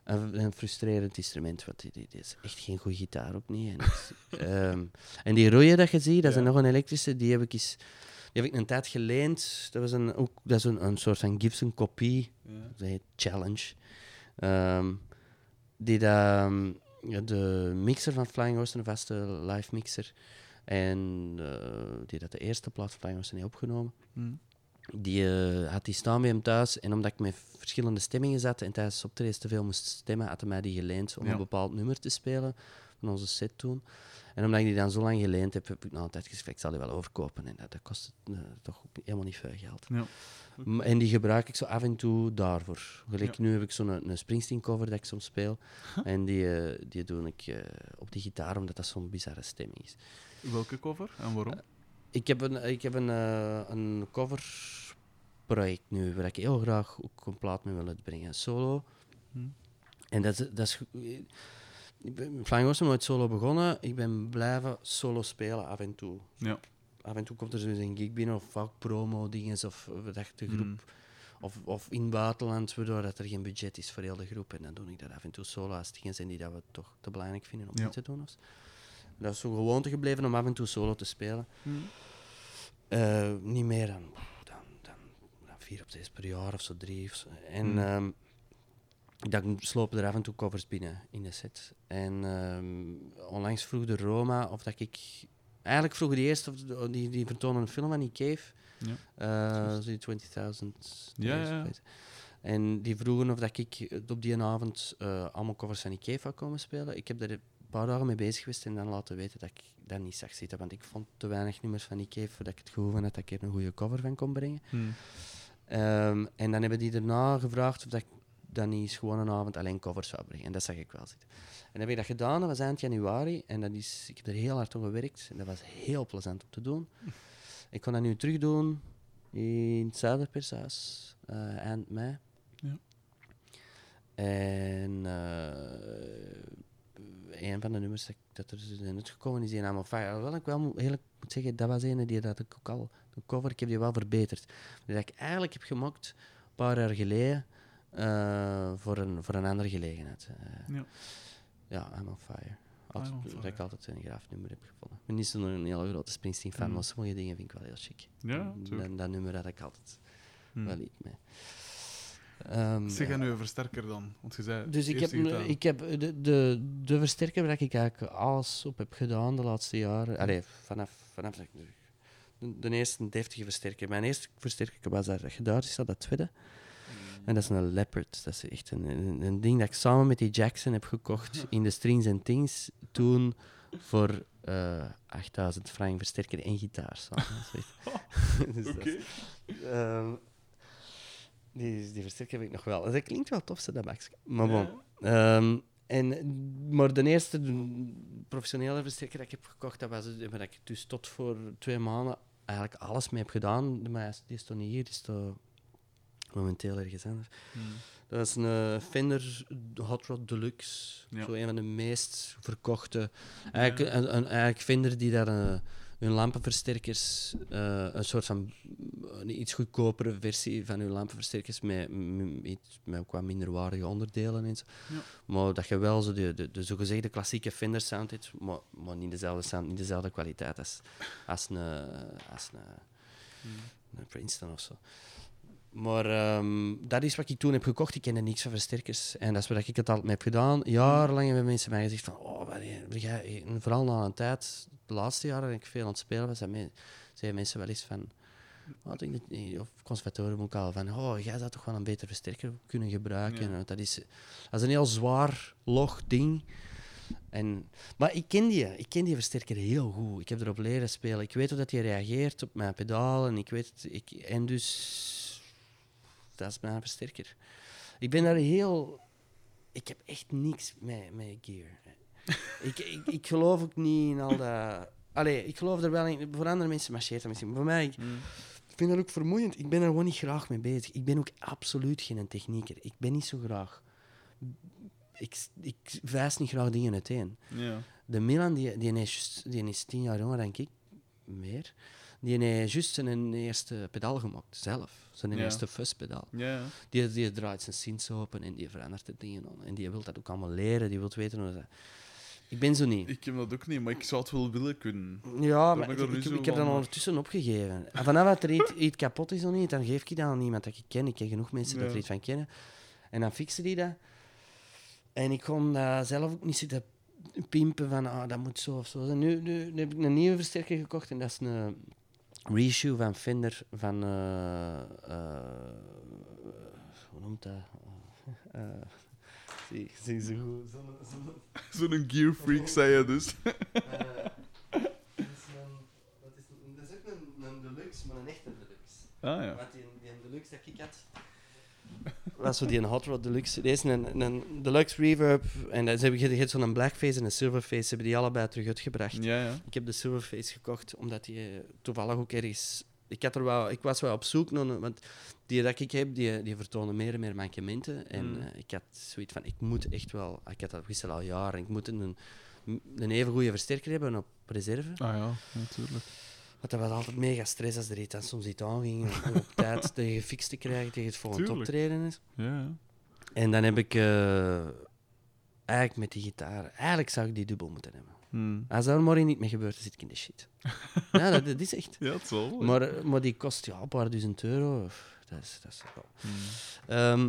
een, een frustrerend instrument. Want die, die, die is echt geen goede gitaar ook niet. En, het is, um, en die rode dat je ziet, dat is Ja. nog een elektrische, die heb ik eens... Die heb ik een tijd geleend. Dat, was een, ook, dat is een, een soort van Gibson-kopie. Ja. Dat heet Challenge. Um, die dat, um, de mixer van Flying Horse, een vaste live mixer, en uh, die dat de eerste plaat van Flying Horse heeft opgenomen, Mm. die uh, had die staan bij hem thuis. En omdat ik met verschillende stemmingen zat en tijdens optredens te veel moest stemmen, had hij mij die geleend om Ja. een bepaald nummer te spelen van onze set toen. En omdat ik die dan zo lang geleend heb, heb ik nou een tijd gezegd, ik zal die wel overkopen. En dat, dat kost uh, toch ook helemaal niet veel geld. Ja. M- En die gebruik ik zo af en toe daarvoor. Gelijk Ja. nu heb ik zo'n een, een Springsteen-cover dat ik soms speel. En die, uh, die doe ik uh, op die gitaar, omdat dat zo'n bizarre stemming is. Welke cover en waarom? Ik heb een, ik heb een, uh, een coverproject nu, waar ik heel graag ook een plaat mee wil uitbrengen. Solo. Hm. En dat is... Dat is ik ben Flying Horse nooit solo begonnen. Ik ben blijven solo spelen af en toe. Ja. Af en toe komt er zo'n een gig binnen of vaak promo-dingen of uh, dat de groep... Mm. Of, of in het buitenland, waardoor dat er geen budget is voor heel de groep. En dan doe ik dat af en toe solo als dingen zijn die dat we toch te belangrijk vinden om Ja. niet te doen. Of. Dat is zo gewoonte gebleven om af en toe solo te spelen. Mm. Uh, niet meer dan, dan, dan, dan vier op zes per jaar of zo, drie of zo. En Mm. um, dan slopen er af en toe covers binnen in de set. En um, onlangs vroeg de Roma of dat ik... Eigenlijk vroegen die eerst, of de, die, die vertonen een film van Nick Cave. Ja. Uh, die twintigduizend. Ja, ja, ja. En die vroegen of dat ik op die avond uh, allemaal covers van Nick Cave zou komen spelen. Ik heb daar een paar dagen mee bezig geweest en dan laten weten dat ik dat niet zag zitten. Want ik vond te weinig nummers van Nick Cave voordat ik het gevoel had dat ik er een goede cover van kon brengen. Mm. Um, en dan hebben die daarna gevraagd of dat ik dan niet eens gewoon een avond alleen covers zou brengen. En dat zag ik wel zitten. En dan heb ik dat gedaan, dat was eind januari. En dat is, ik heb er heel hard om gewerkt. En dat was heel plezant om te doen. Ik kon dat nu terug doen in het Zuiderpershuis, uh, eind mei. Ja. En uh, een van de nummers dat, dat er in uitgekomen is, die I'm on Fire. Wel, ik wel eerlijk moet zeggen, dat was een die dat ik ook al, de cover, ik heb die wel verbeterd. Die dat ik eigenlijk heb gemaakt een paar jaar geleden uh, voor, een, voor een andere gelegenheid. Uh, Ja. Ja, I'm on Fire. Altijd, I'm on Fire. Dat ik altijd een graaf nummer heb gevonden. Ik ben niet zo'n hele grote Springsteen-fan, Mm. maar sommige dingen vind ik wel heel chic. Ja, tuurlijk. dat, dat nummer had ik altijd Mm. wel iets mee. Um, Zeg ja. jij nu een versterker dan? Want je zei Dus ik heb, eerste gitaar. ik heb de, de, de versterker waar ik eigenlijk alles op heb gedaan de laatste jaren. Allee, vanaf, vanaf dat ik de, de eerste deftige versterker. Mijn eerste versterker was daar gedaan, is dat, dat tweede. En dat is een Leopard. Dat is echt een, een, een ding dat ik samen met die Jackson heb gekocht in de Strings and Things toen voor uh, achttaduizend frank versterker en gitaar samen. Dus Oké. dat is- um, die, die versterker heb ik nog wel. Dat klinkt wel tof, zo, dat Max. Maar bon. Um, en, maar de eerste de professionele versterker dat ik heb gekocht, dat was waar ik dus tot voor twee maanden eigenlijk alles mee heb gedaan. Maar die is toch niet hier, die is toch momenteel ergens anders. Mm. Dat was een uh, Fender Hot Rod Deluxe. Ja. Zo een van de meest verkochte. Eigenlijk, een, een, eigenlijk Fender die daar uh, hun lampenversterkers, uh, een soort van een iets goedkopere versie van hun lampenversterkers met, m- iets, met ook wat minderwaardige onderdelen en zo. Ja. Maar dat je wel zo de, de, de zogezegde klassieke Fender sound hebt, maar, maar niet dezelfde sound, niet dezelfde kwaliteit als, als een, als een, Mm. een Princeton of zo. Maar um, dat is wat ik toen heb gekocht. Ik kende niks van versterkers. En dat is wat ik het altijd mee heb gedaan. Jarenlang hebben mensen mij gezegd van... Oh, wat, jij, en vooral na een tijd, de laatste jaren dat ik veel aan het spelen was, zeiden mensen wel eens van... Oh, ik denk dat, of conservatorium ook al van... Oh, jij zou toch wel een beter versterker kunnen gebruiken. Ja. Dat, is, dat is een heel zwaar, log ding. En, maar ik ken, die, ik ken die versterker heel goed. Ik heb erop leren spelen. Ik weet hoe dat hij reageert op mijn pedalen. Ik weet, ik, en dus... Dat is mijn versterker. Ik ben daar heel... Ik heb echt niks met, met gear. ik, ik, ik geloof ook niet in al dat... Allee, ik geloof er wel in. Voor andere mensen marcheert dat misschien. Voor mij, ik Mm. vind dat ook vermoeiend. Ik ben er gewoon niet graag mee bezig. Ik ben ook absoluut geen technieker. Ik ben niet zo graag... Ik, ik wijs niet graag dingen uiteen. Ja. De Milan, die, die, is, die is tien jaar jonger dan ik. Meer. Die heeft juist zijn eerste pedaal gemaakt, zelf. Zijn Ja. eerste fuzzpedaal. Ja, ja. Die, die draait zijn synths open en die verandert de dingen. aan. En die wil dat ook allemaal leren, die wil weten hoe dat... Ik ben zo niet. Ik heb dat ook niet, maar ik zou het wel willen kunnen. Ja, Daar maar ben ik, ik er nu ik, zo ik heb van, dat maar- ondertussen opgegeven. En vanaf dat er iets, iets kapot is of niet, dan geef ik dat aan iemand dat ik ken. Ik ken genoeg mensen dat Ja. er iets van kennen. En dan fixen die dat. En ik kon dat zelf ook niet zitten pimpen van, ah, dat moet zo of zo zijn. Nu, nu, nu heb ik een nieuwe versterker gekocht en dat is een reissue van Fender van... eh, eh, hoe noemt dat? Eh, eh, zie, zie zo goed. Zo'n... zo'n Zo'n gear freak, zei je dus. Eh, dat is een, dat is een, dat is ook een, een deluxe, maar een echte deluxe. Ah ja. Want die, die deluxe dat ik had, was zo die een Hot Rod Deluxe. Deze is een, een deluxe reverb. En dat, ze hebben je hebt zo'n blackface en een silverface. Ze hebben die allebei terug uitgebracht. Ja, ja. Ik heb de silverface gekocht, omdat die eh, toevallig ook ergens... Ik, had er wel, ik was wel op zoek naar... een- Want die dat ik heb, die, die vertonen meer en meer mankementen. En Mm. eh, ik had zoiets van, ik moet echt wel... Ik had dat wist al jaren. Ik moet een, een even goede versterker hebben op reserve. Ah ja, natuurlijk. Want dat was altijd mega stress als er iets dan soms iets aanging. Om op tijd tegen gefixt te krijgen, tegen het volgende Tuurlijk. optreden is. Ja, ja. En dan heb ik... eh, eigenlijk met die gitaar... Eigenlijk zou ik die dubbel moeten hebben. Hmm. Als daar morgen niet mee gebeurt, dan zit ik in de shit. Ja, dat, dat is echt... Ja, het zal wel. Maar, maar die kost ja, een paar duizend euro. Dat is, dat is wel. Hmm. Ehm,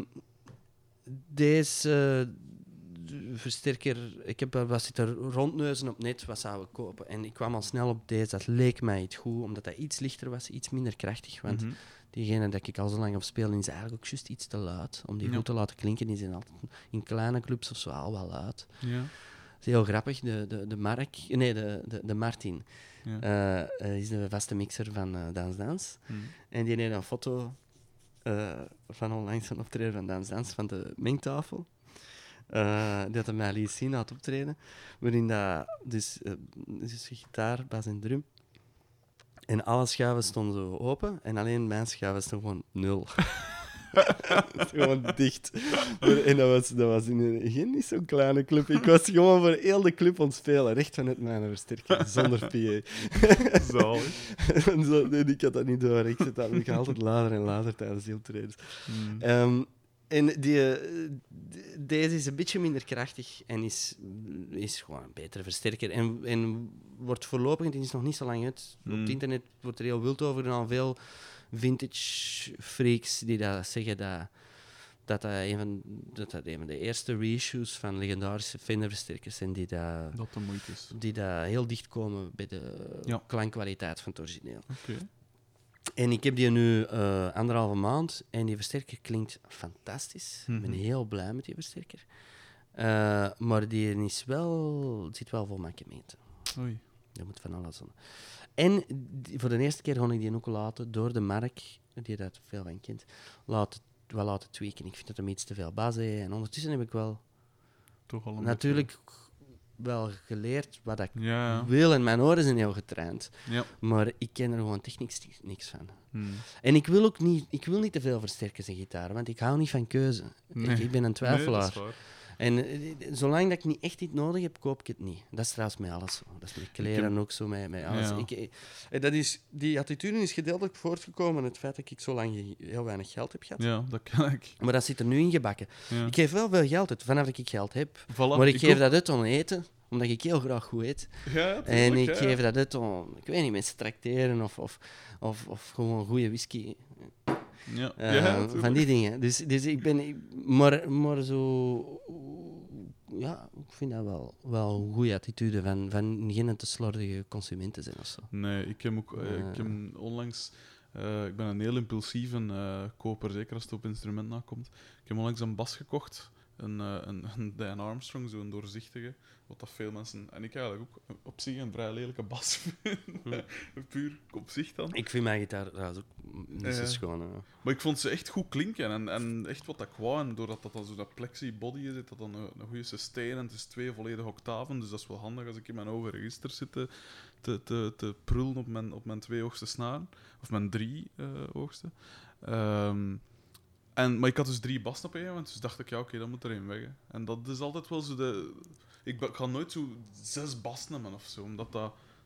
deze eh, versterker, ik heb er- was zitten rondneuzen op net, wat zou ik kopen? En ik kwam al snel op deze, dat leek mij iets goed, omdat dat iets lichter was, iets minder krachtig. Want Mhm. diegene dat ik al zo lang op speel, is eigenlijk ook juist iets te luid. Om die Ja. goed te laten klinken, die zijn altijd in kleine clubs of zo al wel luid. Ja. Dat is heel grappig, de, de, de Mark, nee, de, de, de Martin, Ja. eh, eh, is de vaste mixer van uh, Dans Dans. Hmm. En die heeft een foto eh, van onlangs een optreden van Dans Dans van de mengtafel. Eh die had hij mij liet zien aan het optreden. Waarin dat, dus, eh, dus gitaar, bas en drum. En alle schuiven stonden zo open. En alleen mijn schuiven stonden gewoon nul. Gewoon dicht. En dat was, dat was in een, geen niet zo'n kleine club. Ik was gewoon voor heel de club aan het spelen. Recht vanuit mijn versterker, zonder P A. Zalig. En zo, nee, ik had dat niet door. Ik zit daar ik ga altijd later en later tijdens die optredens. Hmm. Ehm, en die, eh, d- deze is een beetje minder krachtig en is, is gewoon een betere versterker. En, en wordt voorlopig, het is nog niet zo lang uit. Op Mm. het internet wordt er heel wild over gedaan. Veel vintage freaks die dat zeggen dat dat, dat, een, van, dat, dat een van de eerste reissues van legendarische Fender versterkers zijn die dat, Dat de moeite is. die dat heel dicht komen bij de Ja. klankkwaliteit van het origineel. Oké. En ik heb die nu eh, anderhalve maand en die versterker klinkt fantastisch. Ik ben Mhm. heel blij met die versterker. Eh, maar die is wel, zit wel vol mankementen. Oei. Je moet van alles aan. En die- voor de eerste keer kon ik die ook laten door de Mark, die dat veel van kent, laten, wel laten tweaken. Ik vind dat hem iets te veel bas heeft. En ondertussen heb ik wel Toch al een natuurlijk wel geleerd wat ik beetje- Ja, ja. wil. En mijn oren zijn heel getraind. Ja. Maar ik ken er gewoon technisch niks van. Hmm. En ik wil ook niet, ik wil niet te veel versterkers en gitaar, want ik hou niet van keuze. Nee. Ik, ik ben een twijfelaar. Nee, dat is waar. En eh, zolang dat ik niet echt iets nodig heb, koop ik het niet. Dat is trouwens met alles zo. Dat is met kleren heb- ook zo, met, met alles. Ja. Ik, eh, en dat is, die attitude is gedeeltelijk voortgekomen uit het feit dat ik zo lang ge- heel weinig geld heb gehad. Ja, dat kan ik. Maar dat zit er nu in gebakken. Ja. Ik geef wel veel geld uit, vanaf dat ik geld heb. Voilà, Maar ik, geef ook. dat uit om eten, omdat ik heel graag goed eet. Ja, En tuurlijk, ik ja. geef dat uit om, ik weet niet, mensen tracteren of, of, of, of gewoon goede whisky. Ja, Eh, ja van tuurlijk. die dingen. Dus, dus ik ben... ik- Maar, maar zo... Ja, ik vind dat wel, wel een goede attitude van, van geen te slordige consumenten zijn of zo. Nee, ik heb ook eh, ik heb onlangs. eh, ik ben een heel impulsieve eh, koper, zeker als het op instrument nakomt. Ik heb onlangs een bas gekocht, een, eh, een, een Dan Armstrong, zo'n doorzichtige. Wat dat veel mensen, en ik eigenlijk ook, op zich een vrij lelijke bas vinden. Puur op zich dan. Ik vind mijn gitaar trouwens ook niet zo Ja. schoon. hè. Maar ik vond ze echt goed klinken en, en echt wat ik wou. En doordat dat dan zo dat plexi-body is, heeft dat dan een, een goede sustain. En het is twee volledige octaven, dus dat is wel handig als ik in mijn hoge register zit te, te, te, te prullen op mijn, op mijn twee hoogste snaren. Of mijn drie eh, hoogste. Ehm, en, maar ik had dus drie bassen op één moment, dus dacht ik, ja oké, dan moet er één weg. Hè. En dat is altijd wel zo de... Ik, ba- ik ga nooit zo zes bassen hebben of zo, omdat dat...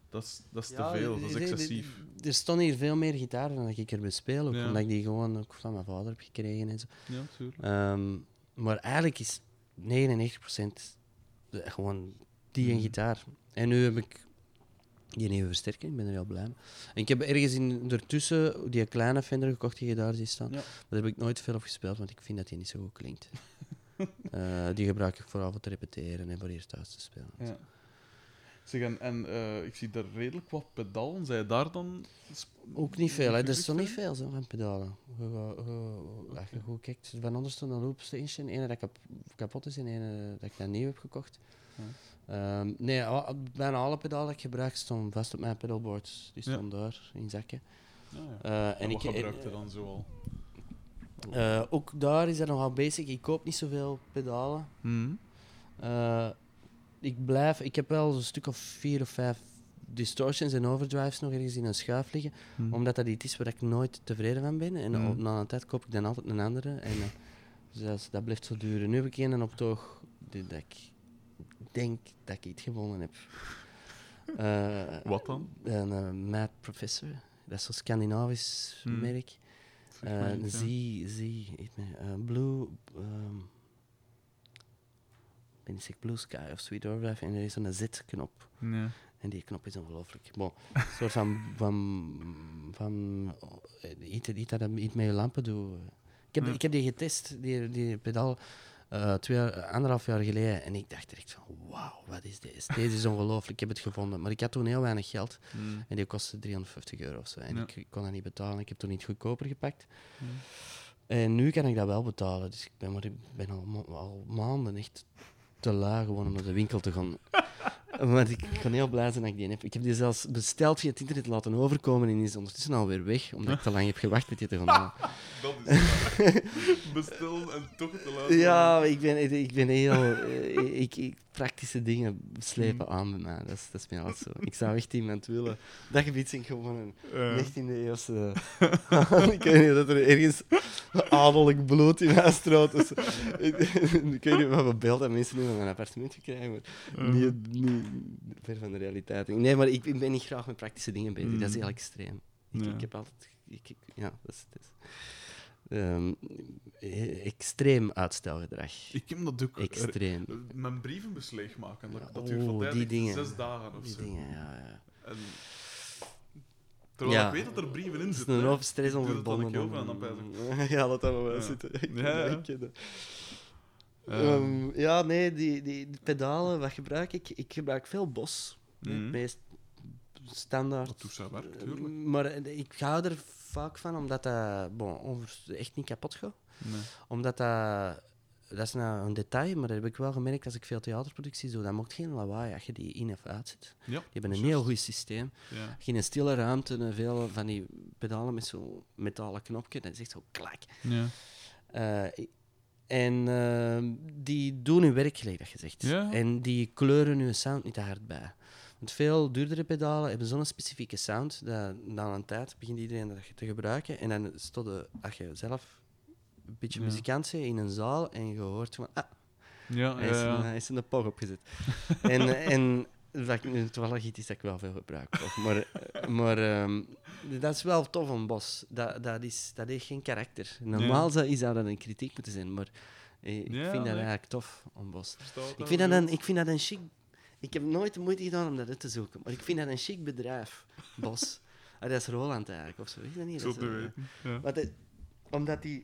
Dat is, dat is Ja, te veel, dat is er- er- excessief. Er stonden hier veel meer gitaren dan ik er bespeel, ook Ja. omdat ik die gewoon ook van mijn vader heb gekregen en zo. Ja, tuurlijk. Ehm, maar eigenlijk is negenennegentig procent de- gewoon die en Mhm. gitaar. En nu heb ik die nieuwe versterker, ik ben er heel blij mee. En ik heb ergens in, ertussen die kleine Fender gekocht die je daar ziet staan. Ja. Daar heb ik nooit veel op gespeeld, want ik vind dat die niet zo goed klinkt. Eh, die gebruik ik vooral voor te repeteren en voor hier thuis te spelen. Ja. Zeg, en, en eh, ik zie daar redelijk wat pedalen. Zij daar dan... sp- Ook niet veel, hè. Er is gezicht toch niet in? veel zo, van pedalen. Je gaat- je- Als je goed kijkt, van onder stond een loopstation. Ene dat kap- kapot is en ene dat ik dan nieuw heb gekocht. Ja. Ehm, nee, al- bijna alle pedalen die ik gebruik stonden vast op mijn pedalboard. Die Ja. stonden daar in zakken. Ja, ja. Eh, En en wat ik, gebruikt je dan zo al? eh, ook daar is dat nogal basic. Ik koop niet zoveel pedalen. Mhm. Eh, ik blijf, ik heb wel een stuk of vier of vijf distortions en overdrives nog ergens in een schuif liggen, Mhm. omdat dat iets is waar ik nooit tevreden van ben. En Mhm. op- na een tijd koop ik dan altijd een andere. En, uh, dus dat, is- dat blijft zo duren. Nu heb ik een op het oog die, dat ik denk dat ik iets gewonnen heb. Uh, Wat dan? Een uh, Mad Professor. Dat is zo'n Scandinavisch Mhm. merk. Zeg Uh, maar een niet, Z, ja. Z, heet me, uh, Blue, um, ik ben niet zeker, Blue Sky of Sweet Overdrive. En er is een Z-knop. Ja. En die knop is ongelooflijk. Bon, een soort van, van, van uh, iets, iets dat iets met je lampen doet. Ik heb, Ja. ik heb die getest, die, die pedaal, uh, twee, jaar- anderhalf jaar geleden. En ik dacht direct van, wauw, wat is deze? Deze is ongelooflijk, ik heb het gevonden. Maar ik had toen heel weinig geld. Mhm. En die kostte driehonderdvijftig euro of zo. En Ja. ik, ik kon dat niet betalen. Ik heb toen niet goedkoper gepakt. Ja. En nu kan ik dat wel betalen. Dus ik ben, maar ik ben al, ma- al maanden echt te lui gewoon om naar de winkel te gaan. Maar ik kan heel blij zijn dat ik die heb. Ik heb die zelfs besteld via het internet laten overkomen en die is ondertussen alweer weg, omdat ik te lang heb gewacht met die te gaan halen. Dat is waar. Bestel en toch te laat. Ja, ik ben, ik ben heel... eh, Ik, ik, praktische dingen slepen aan bij mij. Dat is, dat is mij altijd zo. Ik zou echt iemand willen. Dat gebied zijn gewoon Ja. echt in de eerste... ik weet niet dat er ergens adellijk bloed in mij stroomt. Dus, ik weet niet wat voor beeld dat mensen nu van mijn appartement krijgen, maar Ja. niet, niet ver van de realiteit. Nee, maar ik, ik ben niet graag met praktische dingen bezig. Mm. Dat is heel extreem. Ik, Ja. ik heb altijd... Ik, ik- ja, dat is... Dat is ehm, e- extreem uitstelgedrag. Ik heb dat ook... Extreem. er- Mijn brieven besleeg maken. Dat, Ja, dat duurt oh, van tijd die echt dingen. zes dagen of Die zo. dingen, ja, ja. En, terwijl Ja. ik weet dat er brieven in Dat is zitten. een hè. hoop stress Ik doe dat dan onverbonden. een keer over en dan pijs ik, ja, dat hebben we wel Ja. zitten. Ik ken Ja, dat, ja. ik ken dat. Ehm, Ehm, ja, nee, die, die, die pedalen, wat gebruik ik? Ik gebruik veel Bos. Mhm. Het meest standaard. Dat doet zijn werk, Eh, tuurlijk. Maar eh, ik hou er vaak van, omdat dat bon, over, echt niet kapot gaat. Nee. Omdat dat... Dat is nou een detail, maar dat heb ik wel gemerkt als ik veel theaterproducties doe. Dat maakt geen lawaai als je die in of uit zet. Ja, Die hebben een juist. heel goed systeem. Ja. Als je in een stille ruimte en veel van die pedalen met zo'n metalen knopje, dat is echt zo klak. Ja. Eh, en ehm, die doen hun werk, gelijk dat je zegt. Ja. En die kleuren hun sound niet te hard bij. Want veel duurdere pedalen hebben zo'n specifieke sound, dat na een tijd begint iedereen dat te gebruiken. En dan stond de, als je zelf een beetje Ja. muzikant bent in een zaal en je hoort van, ah, Ja, hij is, ja, een, ja. hij is een pog opgezet. en, en wat ik nu toevallig iets is dat ik wel veel gebruik. Toch? Maar, maar ehm, dat is wel tof, een Bos. Dat, dat, is, dat heeft geen karakter. Normaal zou, zou dat een kritiek moeten zijn, maar eh, ik Ja, vind dat nee. eigenlijk tof, een Bos. Verstaat Ik dat vind dat, wel. een, ik vind dat een chic... Ik heb nooit de moeite gedaan om dat uit te zoeken, maar ik vind dat een chic bedrijf, Bos. Ah, dat is Roland eigenlijk, of zo. Is dat niet? Zo Dat te is, eh, weten. Ja. wat het- omdat die...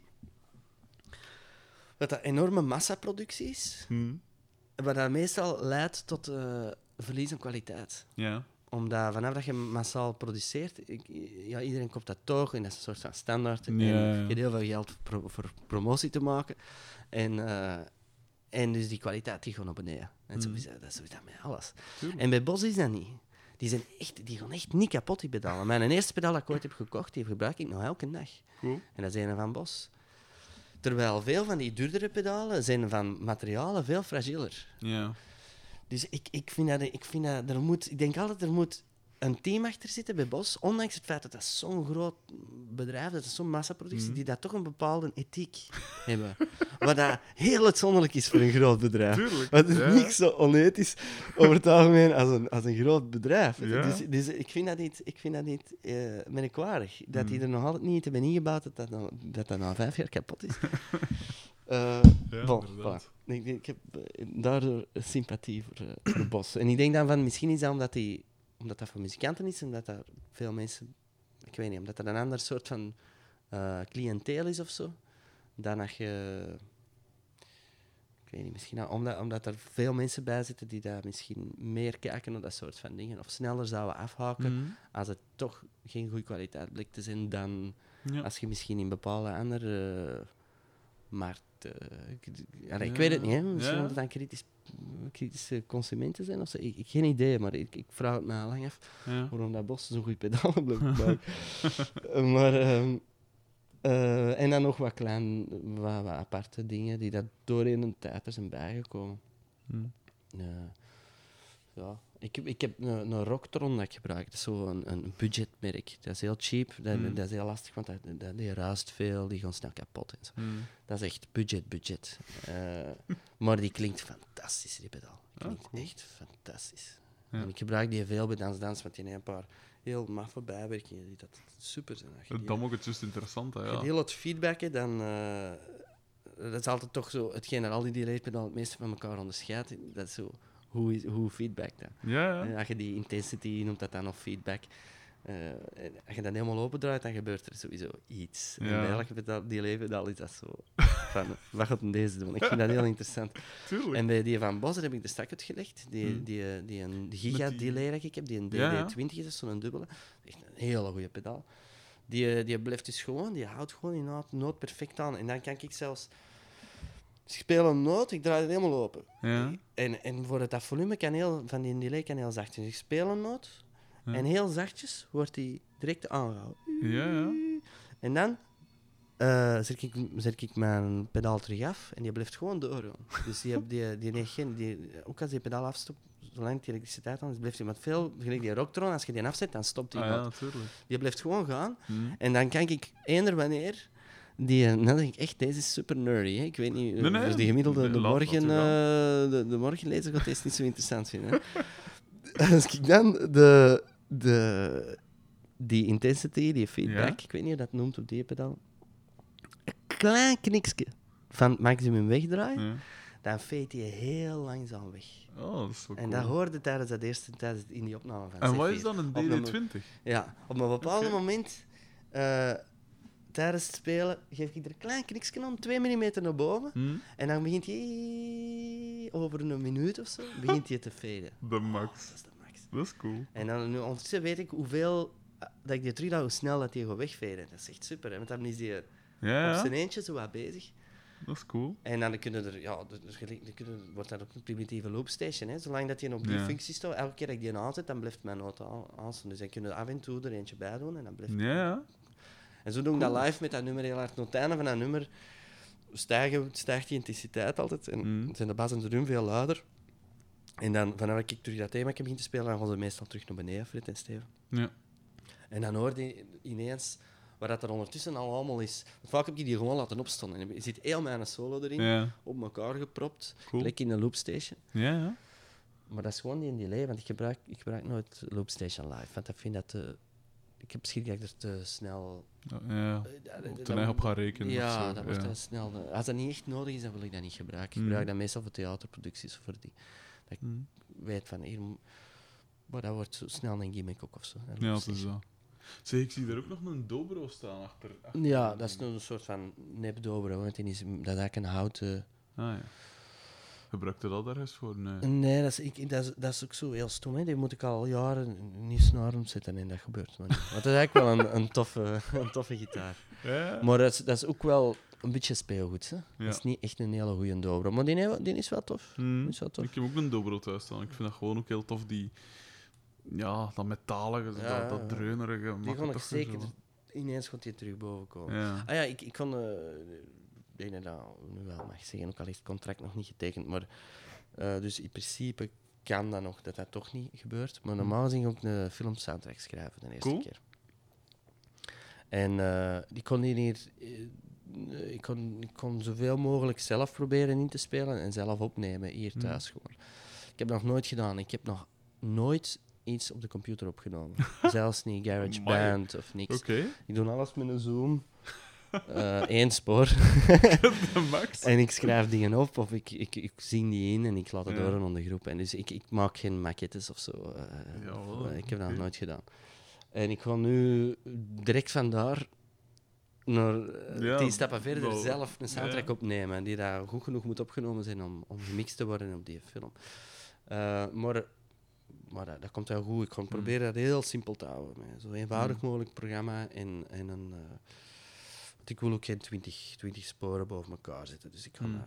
Dat dat enorme massaproductie is, Hm. wat dat meestal leidt tot eh, verlies aan kwaliteit. Ja. Omdat vanaf dat je massaal produceert, ik, ja, iedereen koopt dat toch en dat is een soort van standaard. Ja, En ja. je hebt heel veel geld voor, pro- voor promotie te maken. En, eh, en dus die kwaliteit die gaat naar beneden. En zo Mm. is dat, dat is zo is dat met alles. Tuurlijk. En bij Bos is dat niet. Die, zijn echt, die gaan echt niet kapot, die pedalen. Mijn eerste pedaal dat ik ooit heb gekocht, die gebruik ik nog elke dag. Cool. En dat is een van Bos. Terwijl veel van die duurdere pedalen zijn van materialen veel fragieler. Ja. Dus ik, ik vind dat, ik vind dat er moet, ik denk altijd er moet een team achter zitten bij Bos, ondanks het feit dat dat zo'n groot bedrijf, dat is zo'n massaproductie, Mhm. die dat toch een bepaalde ethiek hebben. Wat dat heel uitzonderlijk is voor een groot bedrijf. Tuurlijk. Want het is Ja. niks zo onethisch over het algemeen als een, als een groot bedrijf. Ja. Dus, dus ik vind dat niet, ik vind dat niet eh, merkwaardig. Dat die Mhm. er nog altijd niet hebben ingebouwd dat dat, nou, dat, dat na vijf jaar kapot is. Eh Ja, bon, inderdaad. voilà. ik, ik heb eh, daardoor sympathie voor, eh, voor Bos. En ik denk dan van, misschien is dat omdat, die, omdat dat voor muzikanten is, omdat daar veel mensen... Ik weet niet, omdat dat een ander soort van eh cliënteel is of zo. Dan als je... Ik weet niet, misschien al- omdat, omdat er veel mensen bij zitten die daar misschien meer kijken naar dat soort van dingen. Of sneller zouden afhaken Mhm. als het toch geen goede kwaliteit blijkt te zijn dan Ja. als je misschien in bepaalde andere uh, markten... ik, allee, ik Ja. weet het niet, hè. Misschien Ja. omdat het dan kritisch, kritische consumenten zijn of zo. Ik, ik geen idee, maar ik, ik vraag het me al lang af Ja. waarom dat Bos zo'n goed pedalen blijft maken. Uh, maar... ehm, uh, en dan nog wat klein, wat, wat aparte dingen die dat doorheen een tijd er zijn bijgekomen. Mhm. Uh, ja. ik, ik heb een, een Rocktron dat ik gebruik. Dat is zo'n een, een budgetmerk. Dat is heel cheap, dat, Mm. dat is heel lastig, want dat, dat, die ruist veel, die gaan snel kapot. En zo. Mhm. Dat is echt budget, budget. Uh, maar die klinkt fantastisch, die pedaal. Die klinkt Ah, cool. echt fantastisch. Ja. En ik gebruik die veel bij Dans Dans, want die heeft een paar heel maffe bijwerkingen die dat super zijn. Als je die- Dat maakt het juist interessant, hè, als je ja. heel wat feedbacken, dan... Uh, dat is altijd toch zo... Hetgeen dat al die delaypedaal het meeste van elkaar onderscheidt, dat is zo... Hoe, is, hoe feedback dat? Ja, ja. En als je die intensity noemt, dat dan nog feedback. Uh, en als je dat helemaal opendraait, dan gebeurt er sowieso iets. En Ja. bij elke pedaal, die levenpedaal is dat zo... Van, wat gaat deze doen? Ik vind dat heel interessant. Tuurlijk. En bij die van Bos, daar heb ik de stak uitgelegd. Die, Hmm. die, die, een giga die- delay dat ik heb, die een Ja, ja. D D twintig is, dat is zo'n dubbele. Echt een hele goede pedaal. Die, die blijft dus gewoon, die houdt gewoon die noot, noot perfect aan. En dan kan ik zelfs... Dus ik speel een noot, ik draai het helemaal open. Ja. En, en voor het dat volume kan heel, van die delay kan heel zacht. Dus ik speel een noot Ja. en heel zachtjes wordt die direct aangehouden. Ja, ja. En dan uh, zet, ik, zet ik mijn pedaal terug af en die blijft gewoon doorgaan. Dus die, heb- die, die, die, geen- die, ook als die pedaal afstopt, zolang die elektriciteit aan is, blijft hij met veel... Gelijk die Rocktron, als je die afzet, dan stopt die Ah, niet. ja, natuurlijk. Die blijft gewoon gaan. Mhm. En dan kan ik eender wanneer... Die, dan denk ik echt, deze is super nerdy. Hè? Ik weet niet, Nee, nee. voor de gemiddelde Nee, de laat- morgen, laat u eh, de, de morgenlezer gaat deze niet zo interessant vinden. Hè? Als ik dan de, de, die intensity, die feedback, Ja. ik weet niet hoe dat noemt op die pedaal, een klein kniksje van het maximum wegdraaien, Ja. dan veet hij heel langzaam weg. Oh, dat is wel En cool. dat hoorde tijdens dat eerste tijdens in die opname van En wat Zephyr. is dan een Op een- D D twintig? Ja, op een bepaald Oké. moment, uh, tijdens het spelen, geef ik er een klein kniksje aan, twee millimeter naar boven. Hm? En dan begint hij, over een minuut of zo, begint hij te faden. De max. Dat is de max. Dat is cool. En dan nu, ondertussen weet ik hoeveel, uh, dat ik die terug laat, hoe snel dat die gaat wegfaden. Dat is echt super, hè? Want dan is die Ja, op ja. zijn eentje zo wat bezig. Dat is cool. En dan kunnen er, ja, dus gelijk- dan kunnen, wordt dat ook een primitieve loopstation. Hè. Zolang dat je op die Ja. functie staat, elke keer dat ik die aanzet, dan blijft mijn noot aan- aanstaan. Dus dan kun je af en toe er eentje bij doen en dan blijft Ja, ja. En zo doe ik Cool. dat live met dat nummer heel hard. Aan het einde van dat nummer stijgen, stijgt die intensiteit altijd. En Mm. zijn de bas en de drum veel luider. En dan, vanaf dat ik terug dat thema begin te spelen, dan gaan ze meestal terug naar beneden, Fred en Steven. Ja. En dan hoor je ineens waar dat er ondertussen al allemaal is. Want vaak heb ik die gewoon laten opstaan. En je ziet heel mijn solo erin, Ja. op elkaar gepropt, Cool. gelijk in een loopstation. Ja, ja. Maar dat is gewoon die in delay, want ik gebruik, ik gebruik nooit loopstation live. Want ik vind dat te... Ik heb schrik dat ik er te snel... Ja. eh, dat- dat- Ten eigen op gaan rekenen. Ja, of zo. dat wordt ja. te snel. eh, Als dat niet echt nodig is, dan wil ik dat niet gebruiken. Ik Mm. gebruik dat meestal voor theaterproducties. Voor die, Hm. weet van hier... mo- Maar dat wordt zo snel een gimmick ook of zo. Dat Ja, loopt dat is niet. dat. Zeg, ik zie er ook nog een dobro staan achter. achter Ja, dat is een soort van nep-dobro, want die is, dat is eigenlijk een houten... Ah ja. Gebruikte dat ergens voor? Nee. Nee, dat is, ik, dat, is, dat is ook zo heel stom. Hè. Die moet ik al jaren niet snaren zetten en dat gebeurt maar niet. Want dat is eigenlijk wel een, een, toffe, een toffe gitaar. Ja. Maar dat is, dat is ook wel een beetje speelgoed. Hè. Ja. Dat is niet echt een hele goede dobro. Maar die, heeft- die is wel tof. Hm. Die is wel tof. Ik heb ook een dobro thuis staan. Ik vind dat gewoon ook heel tof. Die, ja, dat metalige, zo Ja, dat, dat ja. dreunerige. Die maakt kon het ik toch weer zeker... zo. Ineens gaat die terug boven komen. Ja. Ah ja, ik, ik kon... eh, ik denk dat dat nu wel mag zeggen, ook al is het contract nog niet getekend. Maar, eh, dus in principe kan dat nog, dat dat toch niet gebeurt. Maar normaal gezien ga ik een filmsoundtrack schrijven de eerste Cool. keer. En uh, die kon hier... Uh, ik, kon, ik kon zoveel mogelijk zelf proberen in te spelen en zelf opnemen hier thuis mm. gewoon. Ik heb dat nog nooit gedaan. Ik heb nog nooit iets op de computer opgenomen. Zelfs niet GarageBand of niks. Okay. Ik doe alles met een Zoom. Uh, één spoor. De max. En ik schrijf dingen op of ik, ik, ik zie die in en ik laat het ja. door aan de groep. En dus ik, ik maak geen maquettes of zo. Uh, Jawel, of, uh, ik heb dat okay. nooit gedaan. En ik ga nu direct vandaar naar uh, ja, tien stappen verder wel, zelf een soundtrack ja. opnemen die daar goed genoeg moet opgenomen zijn om, om gemixt te worden op die film. Uh, maar maar dat, dat komt wel goed. Ik ga proberen dat heel simpel te houden. Met zo eenvoudig mm. mogelijk programma en, en een... Uh, want ik wil ook geen twintig, twintig sporen boven elkaar zetten. Dus ik ga... Mm. Uh,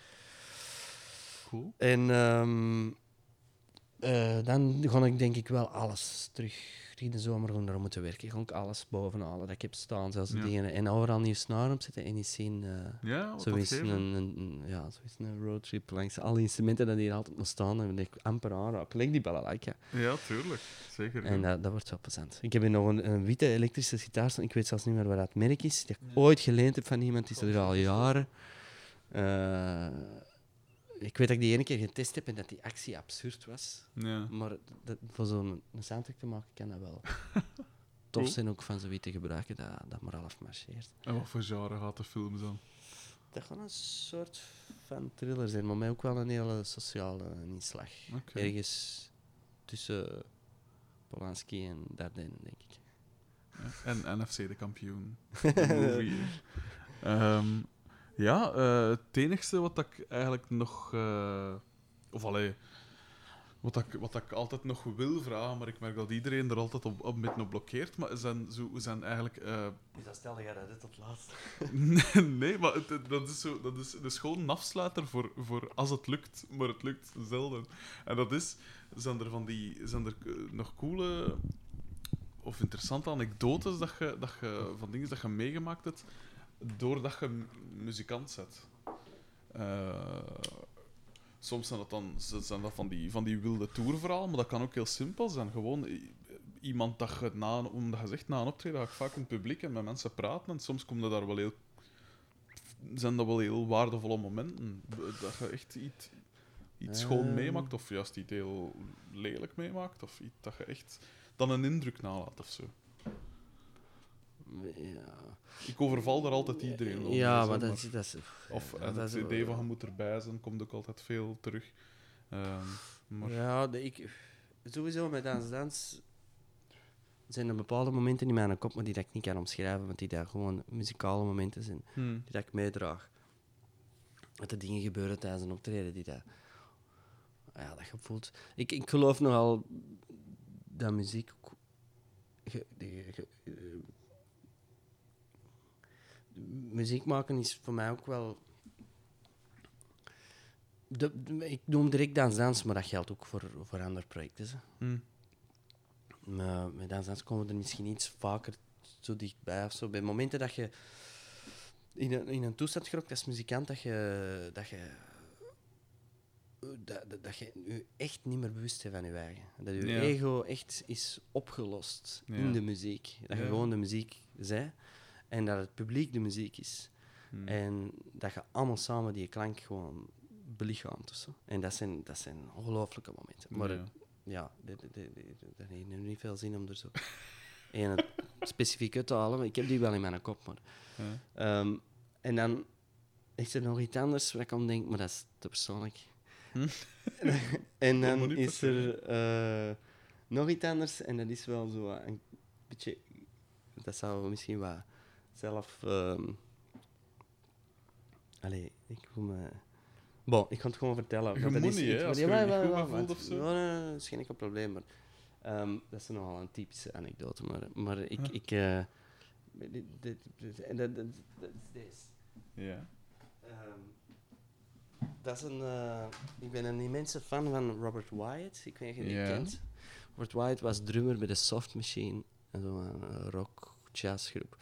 cool. En um, uh, dan ga ik denk ik wel alles terug in de zomer gewoon daar moeten werken. Ik ga ook alles bovenhalen dat ik heb staan, zelfs ja. dingen. En overal nieuw snaren opzetten en eens zien... Uh, ja, wat zo is een, een, een, ja, zo is een roadtrip langs alle instrumenten die hier altijd nog staan en dat ik amper aanraak. Leg die balalaika. Ja, tuurlijk. Zeker. En ja. uh, dat wordt wel plezant. Ik heb hier nog een, een witte elektrische gitaar staan. Ik weet zelfs niet meer waar dat merk is. Die ik ja. ooit geleend heb van iemand, die is er al jaren. Uh, ik weet dat ik die ene keer getest heb en dat die actie absurd was. Ja. Maar dat, voor zo'n soundtrack te maken kan dat wel tof zijn ook van zoiets te gebruiken dat, dat maar half marcheert. En wat voor genre gaat de film dan? Dat gaat een soort van thriller zijn, maar mij ook wel een hele sociale inslag. Okay. Ergens tussen Polanski en Dardenne, denk ik. Ja. En N F C de kampioen. De um, ja, uh, het enigste wat ik eigenlijk nog... Uh, of allee... Wat ik, wat ik altijd nog wil vragen, maar ik merk dat iedereen er altijd op, op, met op blokkeert, maar zijn, zo, zijn eigenlijk... Uh... Dus dat stelde jij dat dit tot laatst? nee, nee, maar het, het, dat, is zo, dat is dus gewoon een afsluiter voor, voor als het lukt, maar het lukt zelden. En dat is, zijn er, van die, zijn er uh, nog coole of interessante anekdotes dat je, dat je, van dingen dat je meegemaakt hebt, doordat je m- muzikant bent. Uh, Soms zijn dat dan zijn dat van, die, van die wilde tourverhalen, maar dat kan ook heel simpel zijn. Gewoon i- iemand dat je, na, omdat je zegt, na een optreden ga ik vaak in het publiek en met mensen praten. En soms komen daar wel heel, zijn dat wel heel waardevolle momenten. Dat je echt iets, iets Uh. schoon meemaakt, of juist iets heel lelijk meemaakt. Of iets dat je echt dan een indruk nalaat of zo. Ja. Ik overval daar altijd iedereen op. Ja, maar dat is... Dat is Of ja, en dat het is, idee van je moet erbij zijn, komt ook altijd veel terug. Um, maar... Ja, de, ik, sowieso met Dans Dans zijn er bepaalde momenten in mijn kop, maar die dat ik niet kan omschrijven, want die daar gewoon muzikale momenten zijn, Hmm. die dat ik meedraag. Dat er dingen gebeuren tijdens een optreden die dat... Ja, dat je voelt... Ik, ik geloof nogal dat muziek... Ook, ge, ge, ge, uh, muziek maken is voor mij ook wel... De, de, ik noem direct Dans Dans, maar dat geldt ook voor, voor andere projecten. Hè. Hmm. Maar met Dans Dans komen we er misschien iets vaker zo dichtbij of zo. Bij momenten dat je in een, in een toestand geraakt als muzikant, dat je, dat je, dat, dat, dat je je echt niet meer bewust bent van je eigen. Dat je Ja. ego echt is opgelost Ja. in de muziek. Dat je Ja. gewoon de muziek bent en dat het publiek de muziek is. Hmm. En dat je allemaal samen die klank gewoon belichaamt. Of zo. En dat zijn, dat zijn ongelooflijke momenten. Maar Ja. ja, er heeft nu niet veel zin om er zo een specifiek uit te halen. Ik heb die wel in mijn kop, maar... Ja. Um, en dan is er nog iets anders waar ik aan denk, maar dat is te persoonlijk. Hm? En maar dan niet is er uh, nog iets anders, en dat is wel zo een beetje... Dat zou misschien wat zelf... Um, allee, ik voel me... Bon, ik ga het gewoon vertellen. Je want dat moet is niet, hè, iets- als ja, je je maar- niet goed maar- bij voelt maar- of zo. ja, nee, nee, dat is geen enkel probleem, maar... Um, dat is nogal een typische anekdote, maar, maar ik... Huh? ik uh, dit, dit, dit, en dat, dat, dat is deze. Ja. Um, dat is een... Uh, ik ben een immense fan van Robert Wyatt. Ik weet niet of je die Ja. kent. Robert Wyatt was drummer bij de Soft Machine, zo'n uh, rock-jazzgroep.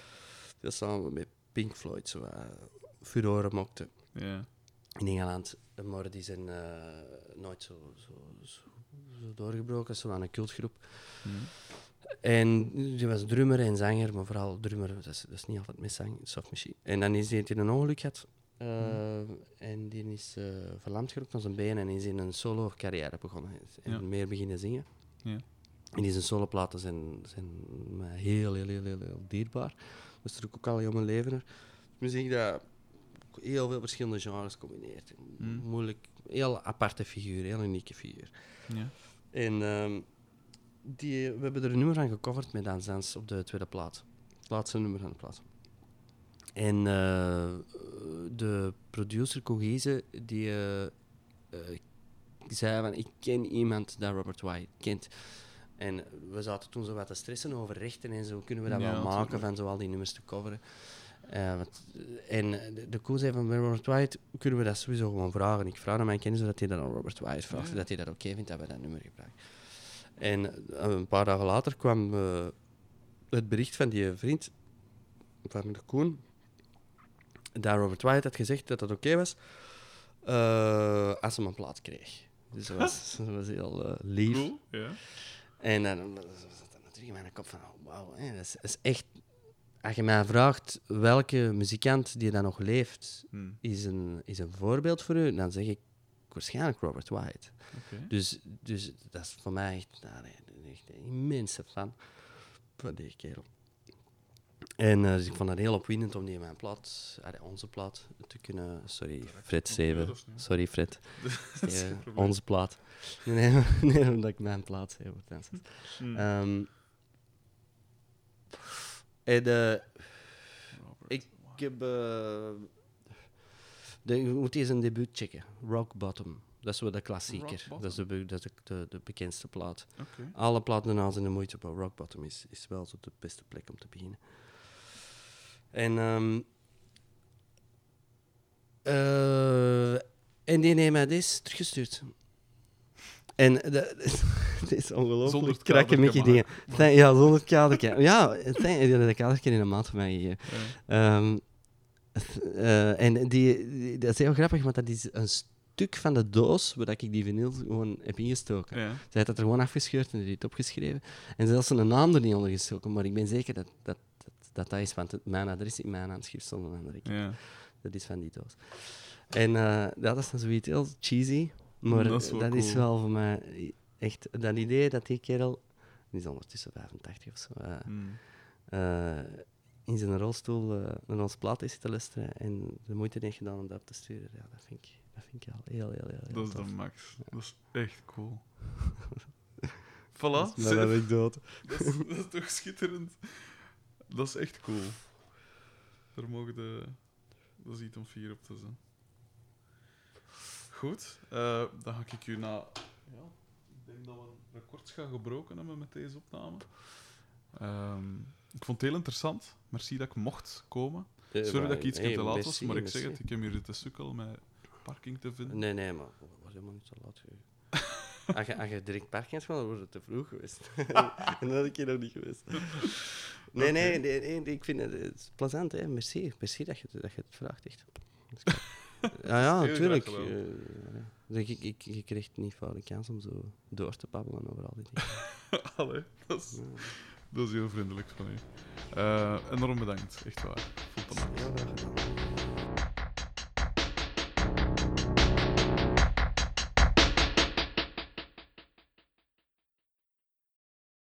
Dat samen met Pink Floyd zo uh, furoren maakte Ja. in Engeland. maar die zijn uh, nooit zo, zo, zo, zo doorgebroken. Zo aan een cultgroep. Mm. En die was drummer en zanger, maar vooral drummer. Dat is, dat is niet altijd met zang, soft machine. En dan is hij in een ongeluk gehad. Uh, mm. En die is uh, verlamd geraakt aan zijn benen en is in een solo-carrière begonnen. En ja. meer beginnen zingen. Ja. En die zijn soloplaten zijn, zijn heel, heel, heel, heel, heel dierbaar. Dat is er ook al heel mijn leven. Muziek dat heel veel verschillende genres combineert. Mm. Moeilijk, heel aparte figuur, heel unieke figuur. Ja. En um, die, we hebben er een nummer van gecoverd met Dance Dance op de tweede plaat. Het laatste nummer van de plaat. En uh, de producer Cogese, die uh, uh, zei van, ik ken iemand dat Robert White kent. En we zaten toen zo wat te stressen over rechten en zo. Kunnen we dat ja, wel maken natuurlijk. Van zo al die nummers te coveren. Uh, wat, en de, de koe zei van bij Robert White, kunnen we dat sowieso gewoon vragen. Ik vraag aan mijn kennis dat hij dat aan Robert White vraagt. Ja. Dat hij dat oké okay vindt dat we dat nummer gebruiken. En uh, een paar dagen later kwam uh, het bericht van die vriend van de Koen, dat Robert White had gezegd dat dat oké okay was uh, als hij een plaat kreeg. Dus dat was, dat was heel uh, lief. Cool, ja. En dan uh, zat er natuurlijk in mijn kop van, oh, wauw, hè, dat, is, dat is echt... Als je mij vraagt welke muzikant die dan nog leeft, hmm. is, een, is een voorbeeld voor u, dan zeg ik waarschijnlijk Robert White. Okay. Dus, dus dat is voor mij echt, nou, echt een immense fan van die kerel. En uh, dus ik vond het heel opwindend om die in mijn plaat, uh, onze plaat, te kunnen... Sorry, Fred Steven. Sorry, Fred. uh, onze plaat. Nee, nee, nee, omdat ik mijn plaat zei. Hmm. Um, en uh, ik heb... Uh, de, je moet eens een debuut checken. Rock Bottom. Dat is wel de klassieker. Dat is, de, dat is de, de, de bekendste plaat. Okay. Alle platen daarna zijn de moeite, maar Rock Bottom is, is wel zo de beste plek om te beginnen. En, um, uh, en die heeft mij deze teruggestuurd. En dat is ongelooflijk krakken met je dingen. Thank, ja, zonder kadertje. Ja, dat kadertje in een maand van mij gegeven. Ja. Um, uh, en die, die, dat is heel grappig, want dat is een stuk van de doos waar ik die vinyl gewoon heb ingestoken. Ja. Zij had dat er gewoon afgescheurd en die het opgeschreven. En zelfs een naam er niet onder gestoken, maar ik ben zeker dat dat, dat, dat, dat is, want het, mijn adres in mijn handschrift stond een andere keer. Ja. Dat is van die doos. En uh, dat is dan zoiets heel cheesy. Maar dat, is wel, dat cool. is wel voor mij echt dat idee dat die kerel, die is ondertussen vijfentachtig of zo, uh, mm. uh, in zijn rolstoel uh, naar ons plaat is te luisteren en de moeite heeft gedaan om dat te sturen. Ja, dat vind ik, dat vind ik al heel, heel, heel, heel Dat is tof. de max. Ja. Dat is echt cool. Voilà. Dat is, ben ik dood. Dat is, dat is toch schitterend. Dat is echt cool. Daar mogen de... Dat is iets om fier op te zijn. Goed, uh, dan ga ik u na... Ja, ik denk dat we een record gaan gebroken hebben met deze opname. Um, ik vond het heel interessant. Merci dat ik mocht komen. Uh, Sorry maar, dat ik iets hey, te laat merci, was, maar ik merci. zeg het, ik heb hier te sukkel met parking te vinden. Nee, nee, maar het was helemaal niet te laat. Als je, als je direct parking had, dan wordt het te vroeg geweest. En dat had ik hier nog niet geweest. Nee, nee, nee, nee, ik vind het, het is plezant. Hè. Merci, merci dat je, dat je het vraagt. Echt. Ja, ja, natuurlijk. Uh, ik, ik, ik kreeg niet vaak de kans om zo door te babbelen over al die dingen. Allee, dat is, ja. dat is heel vriendelijk van u. Uh, enorm bedankt, echt waar. Vond het heel graag gedaan.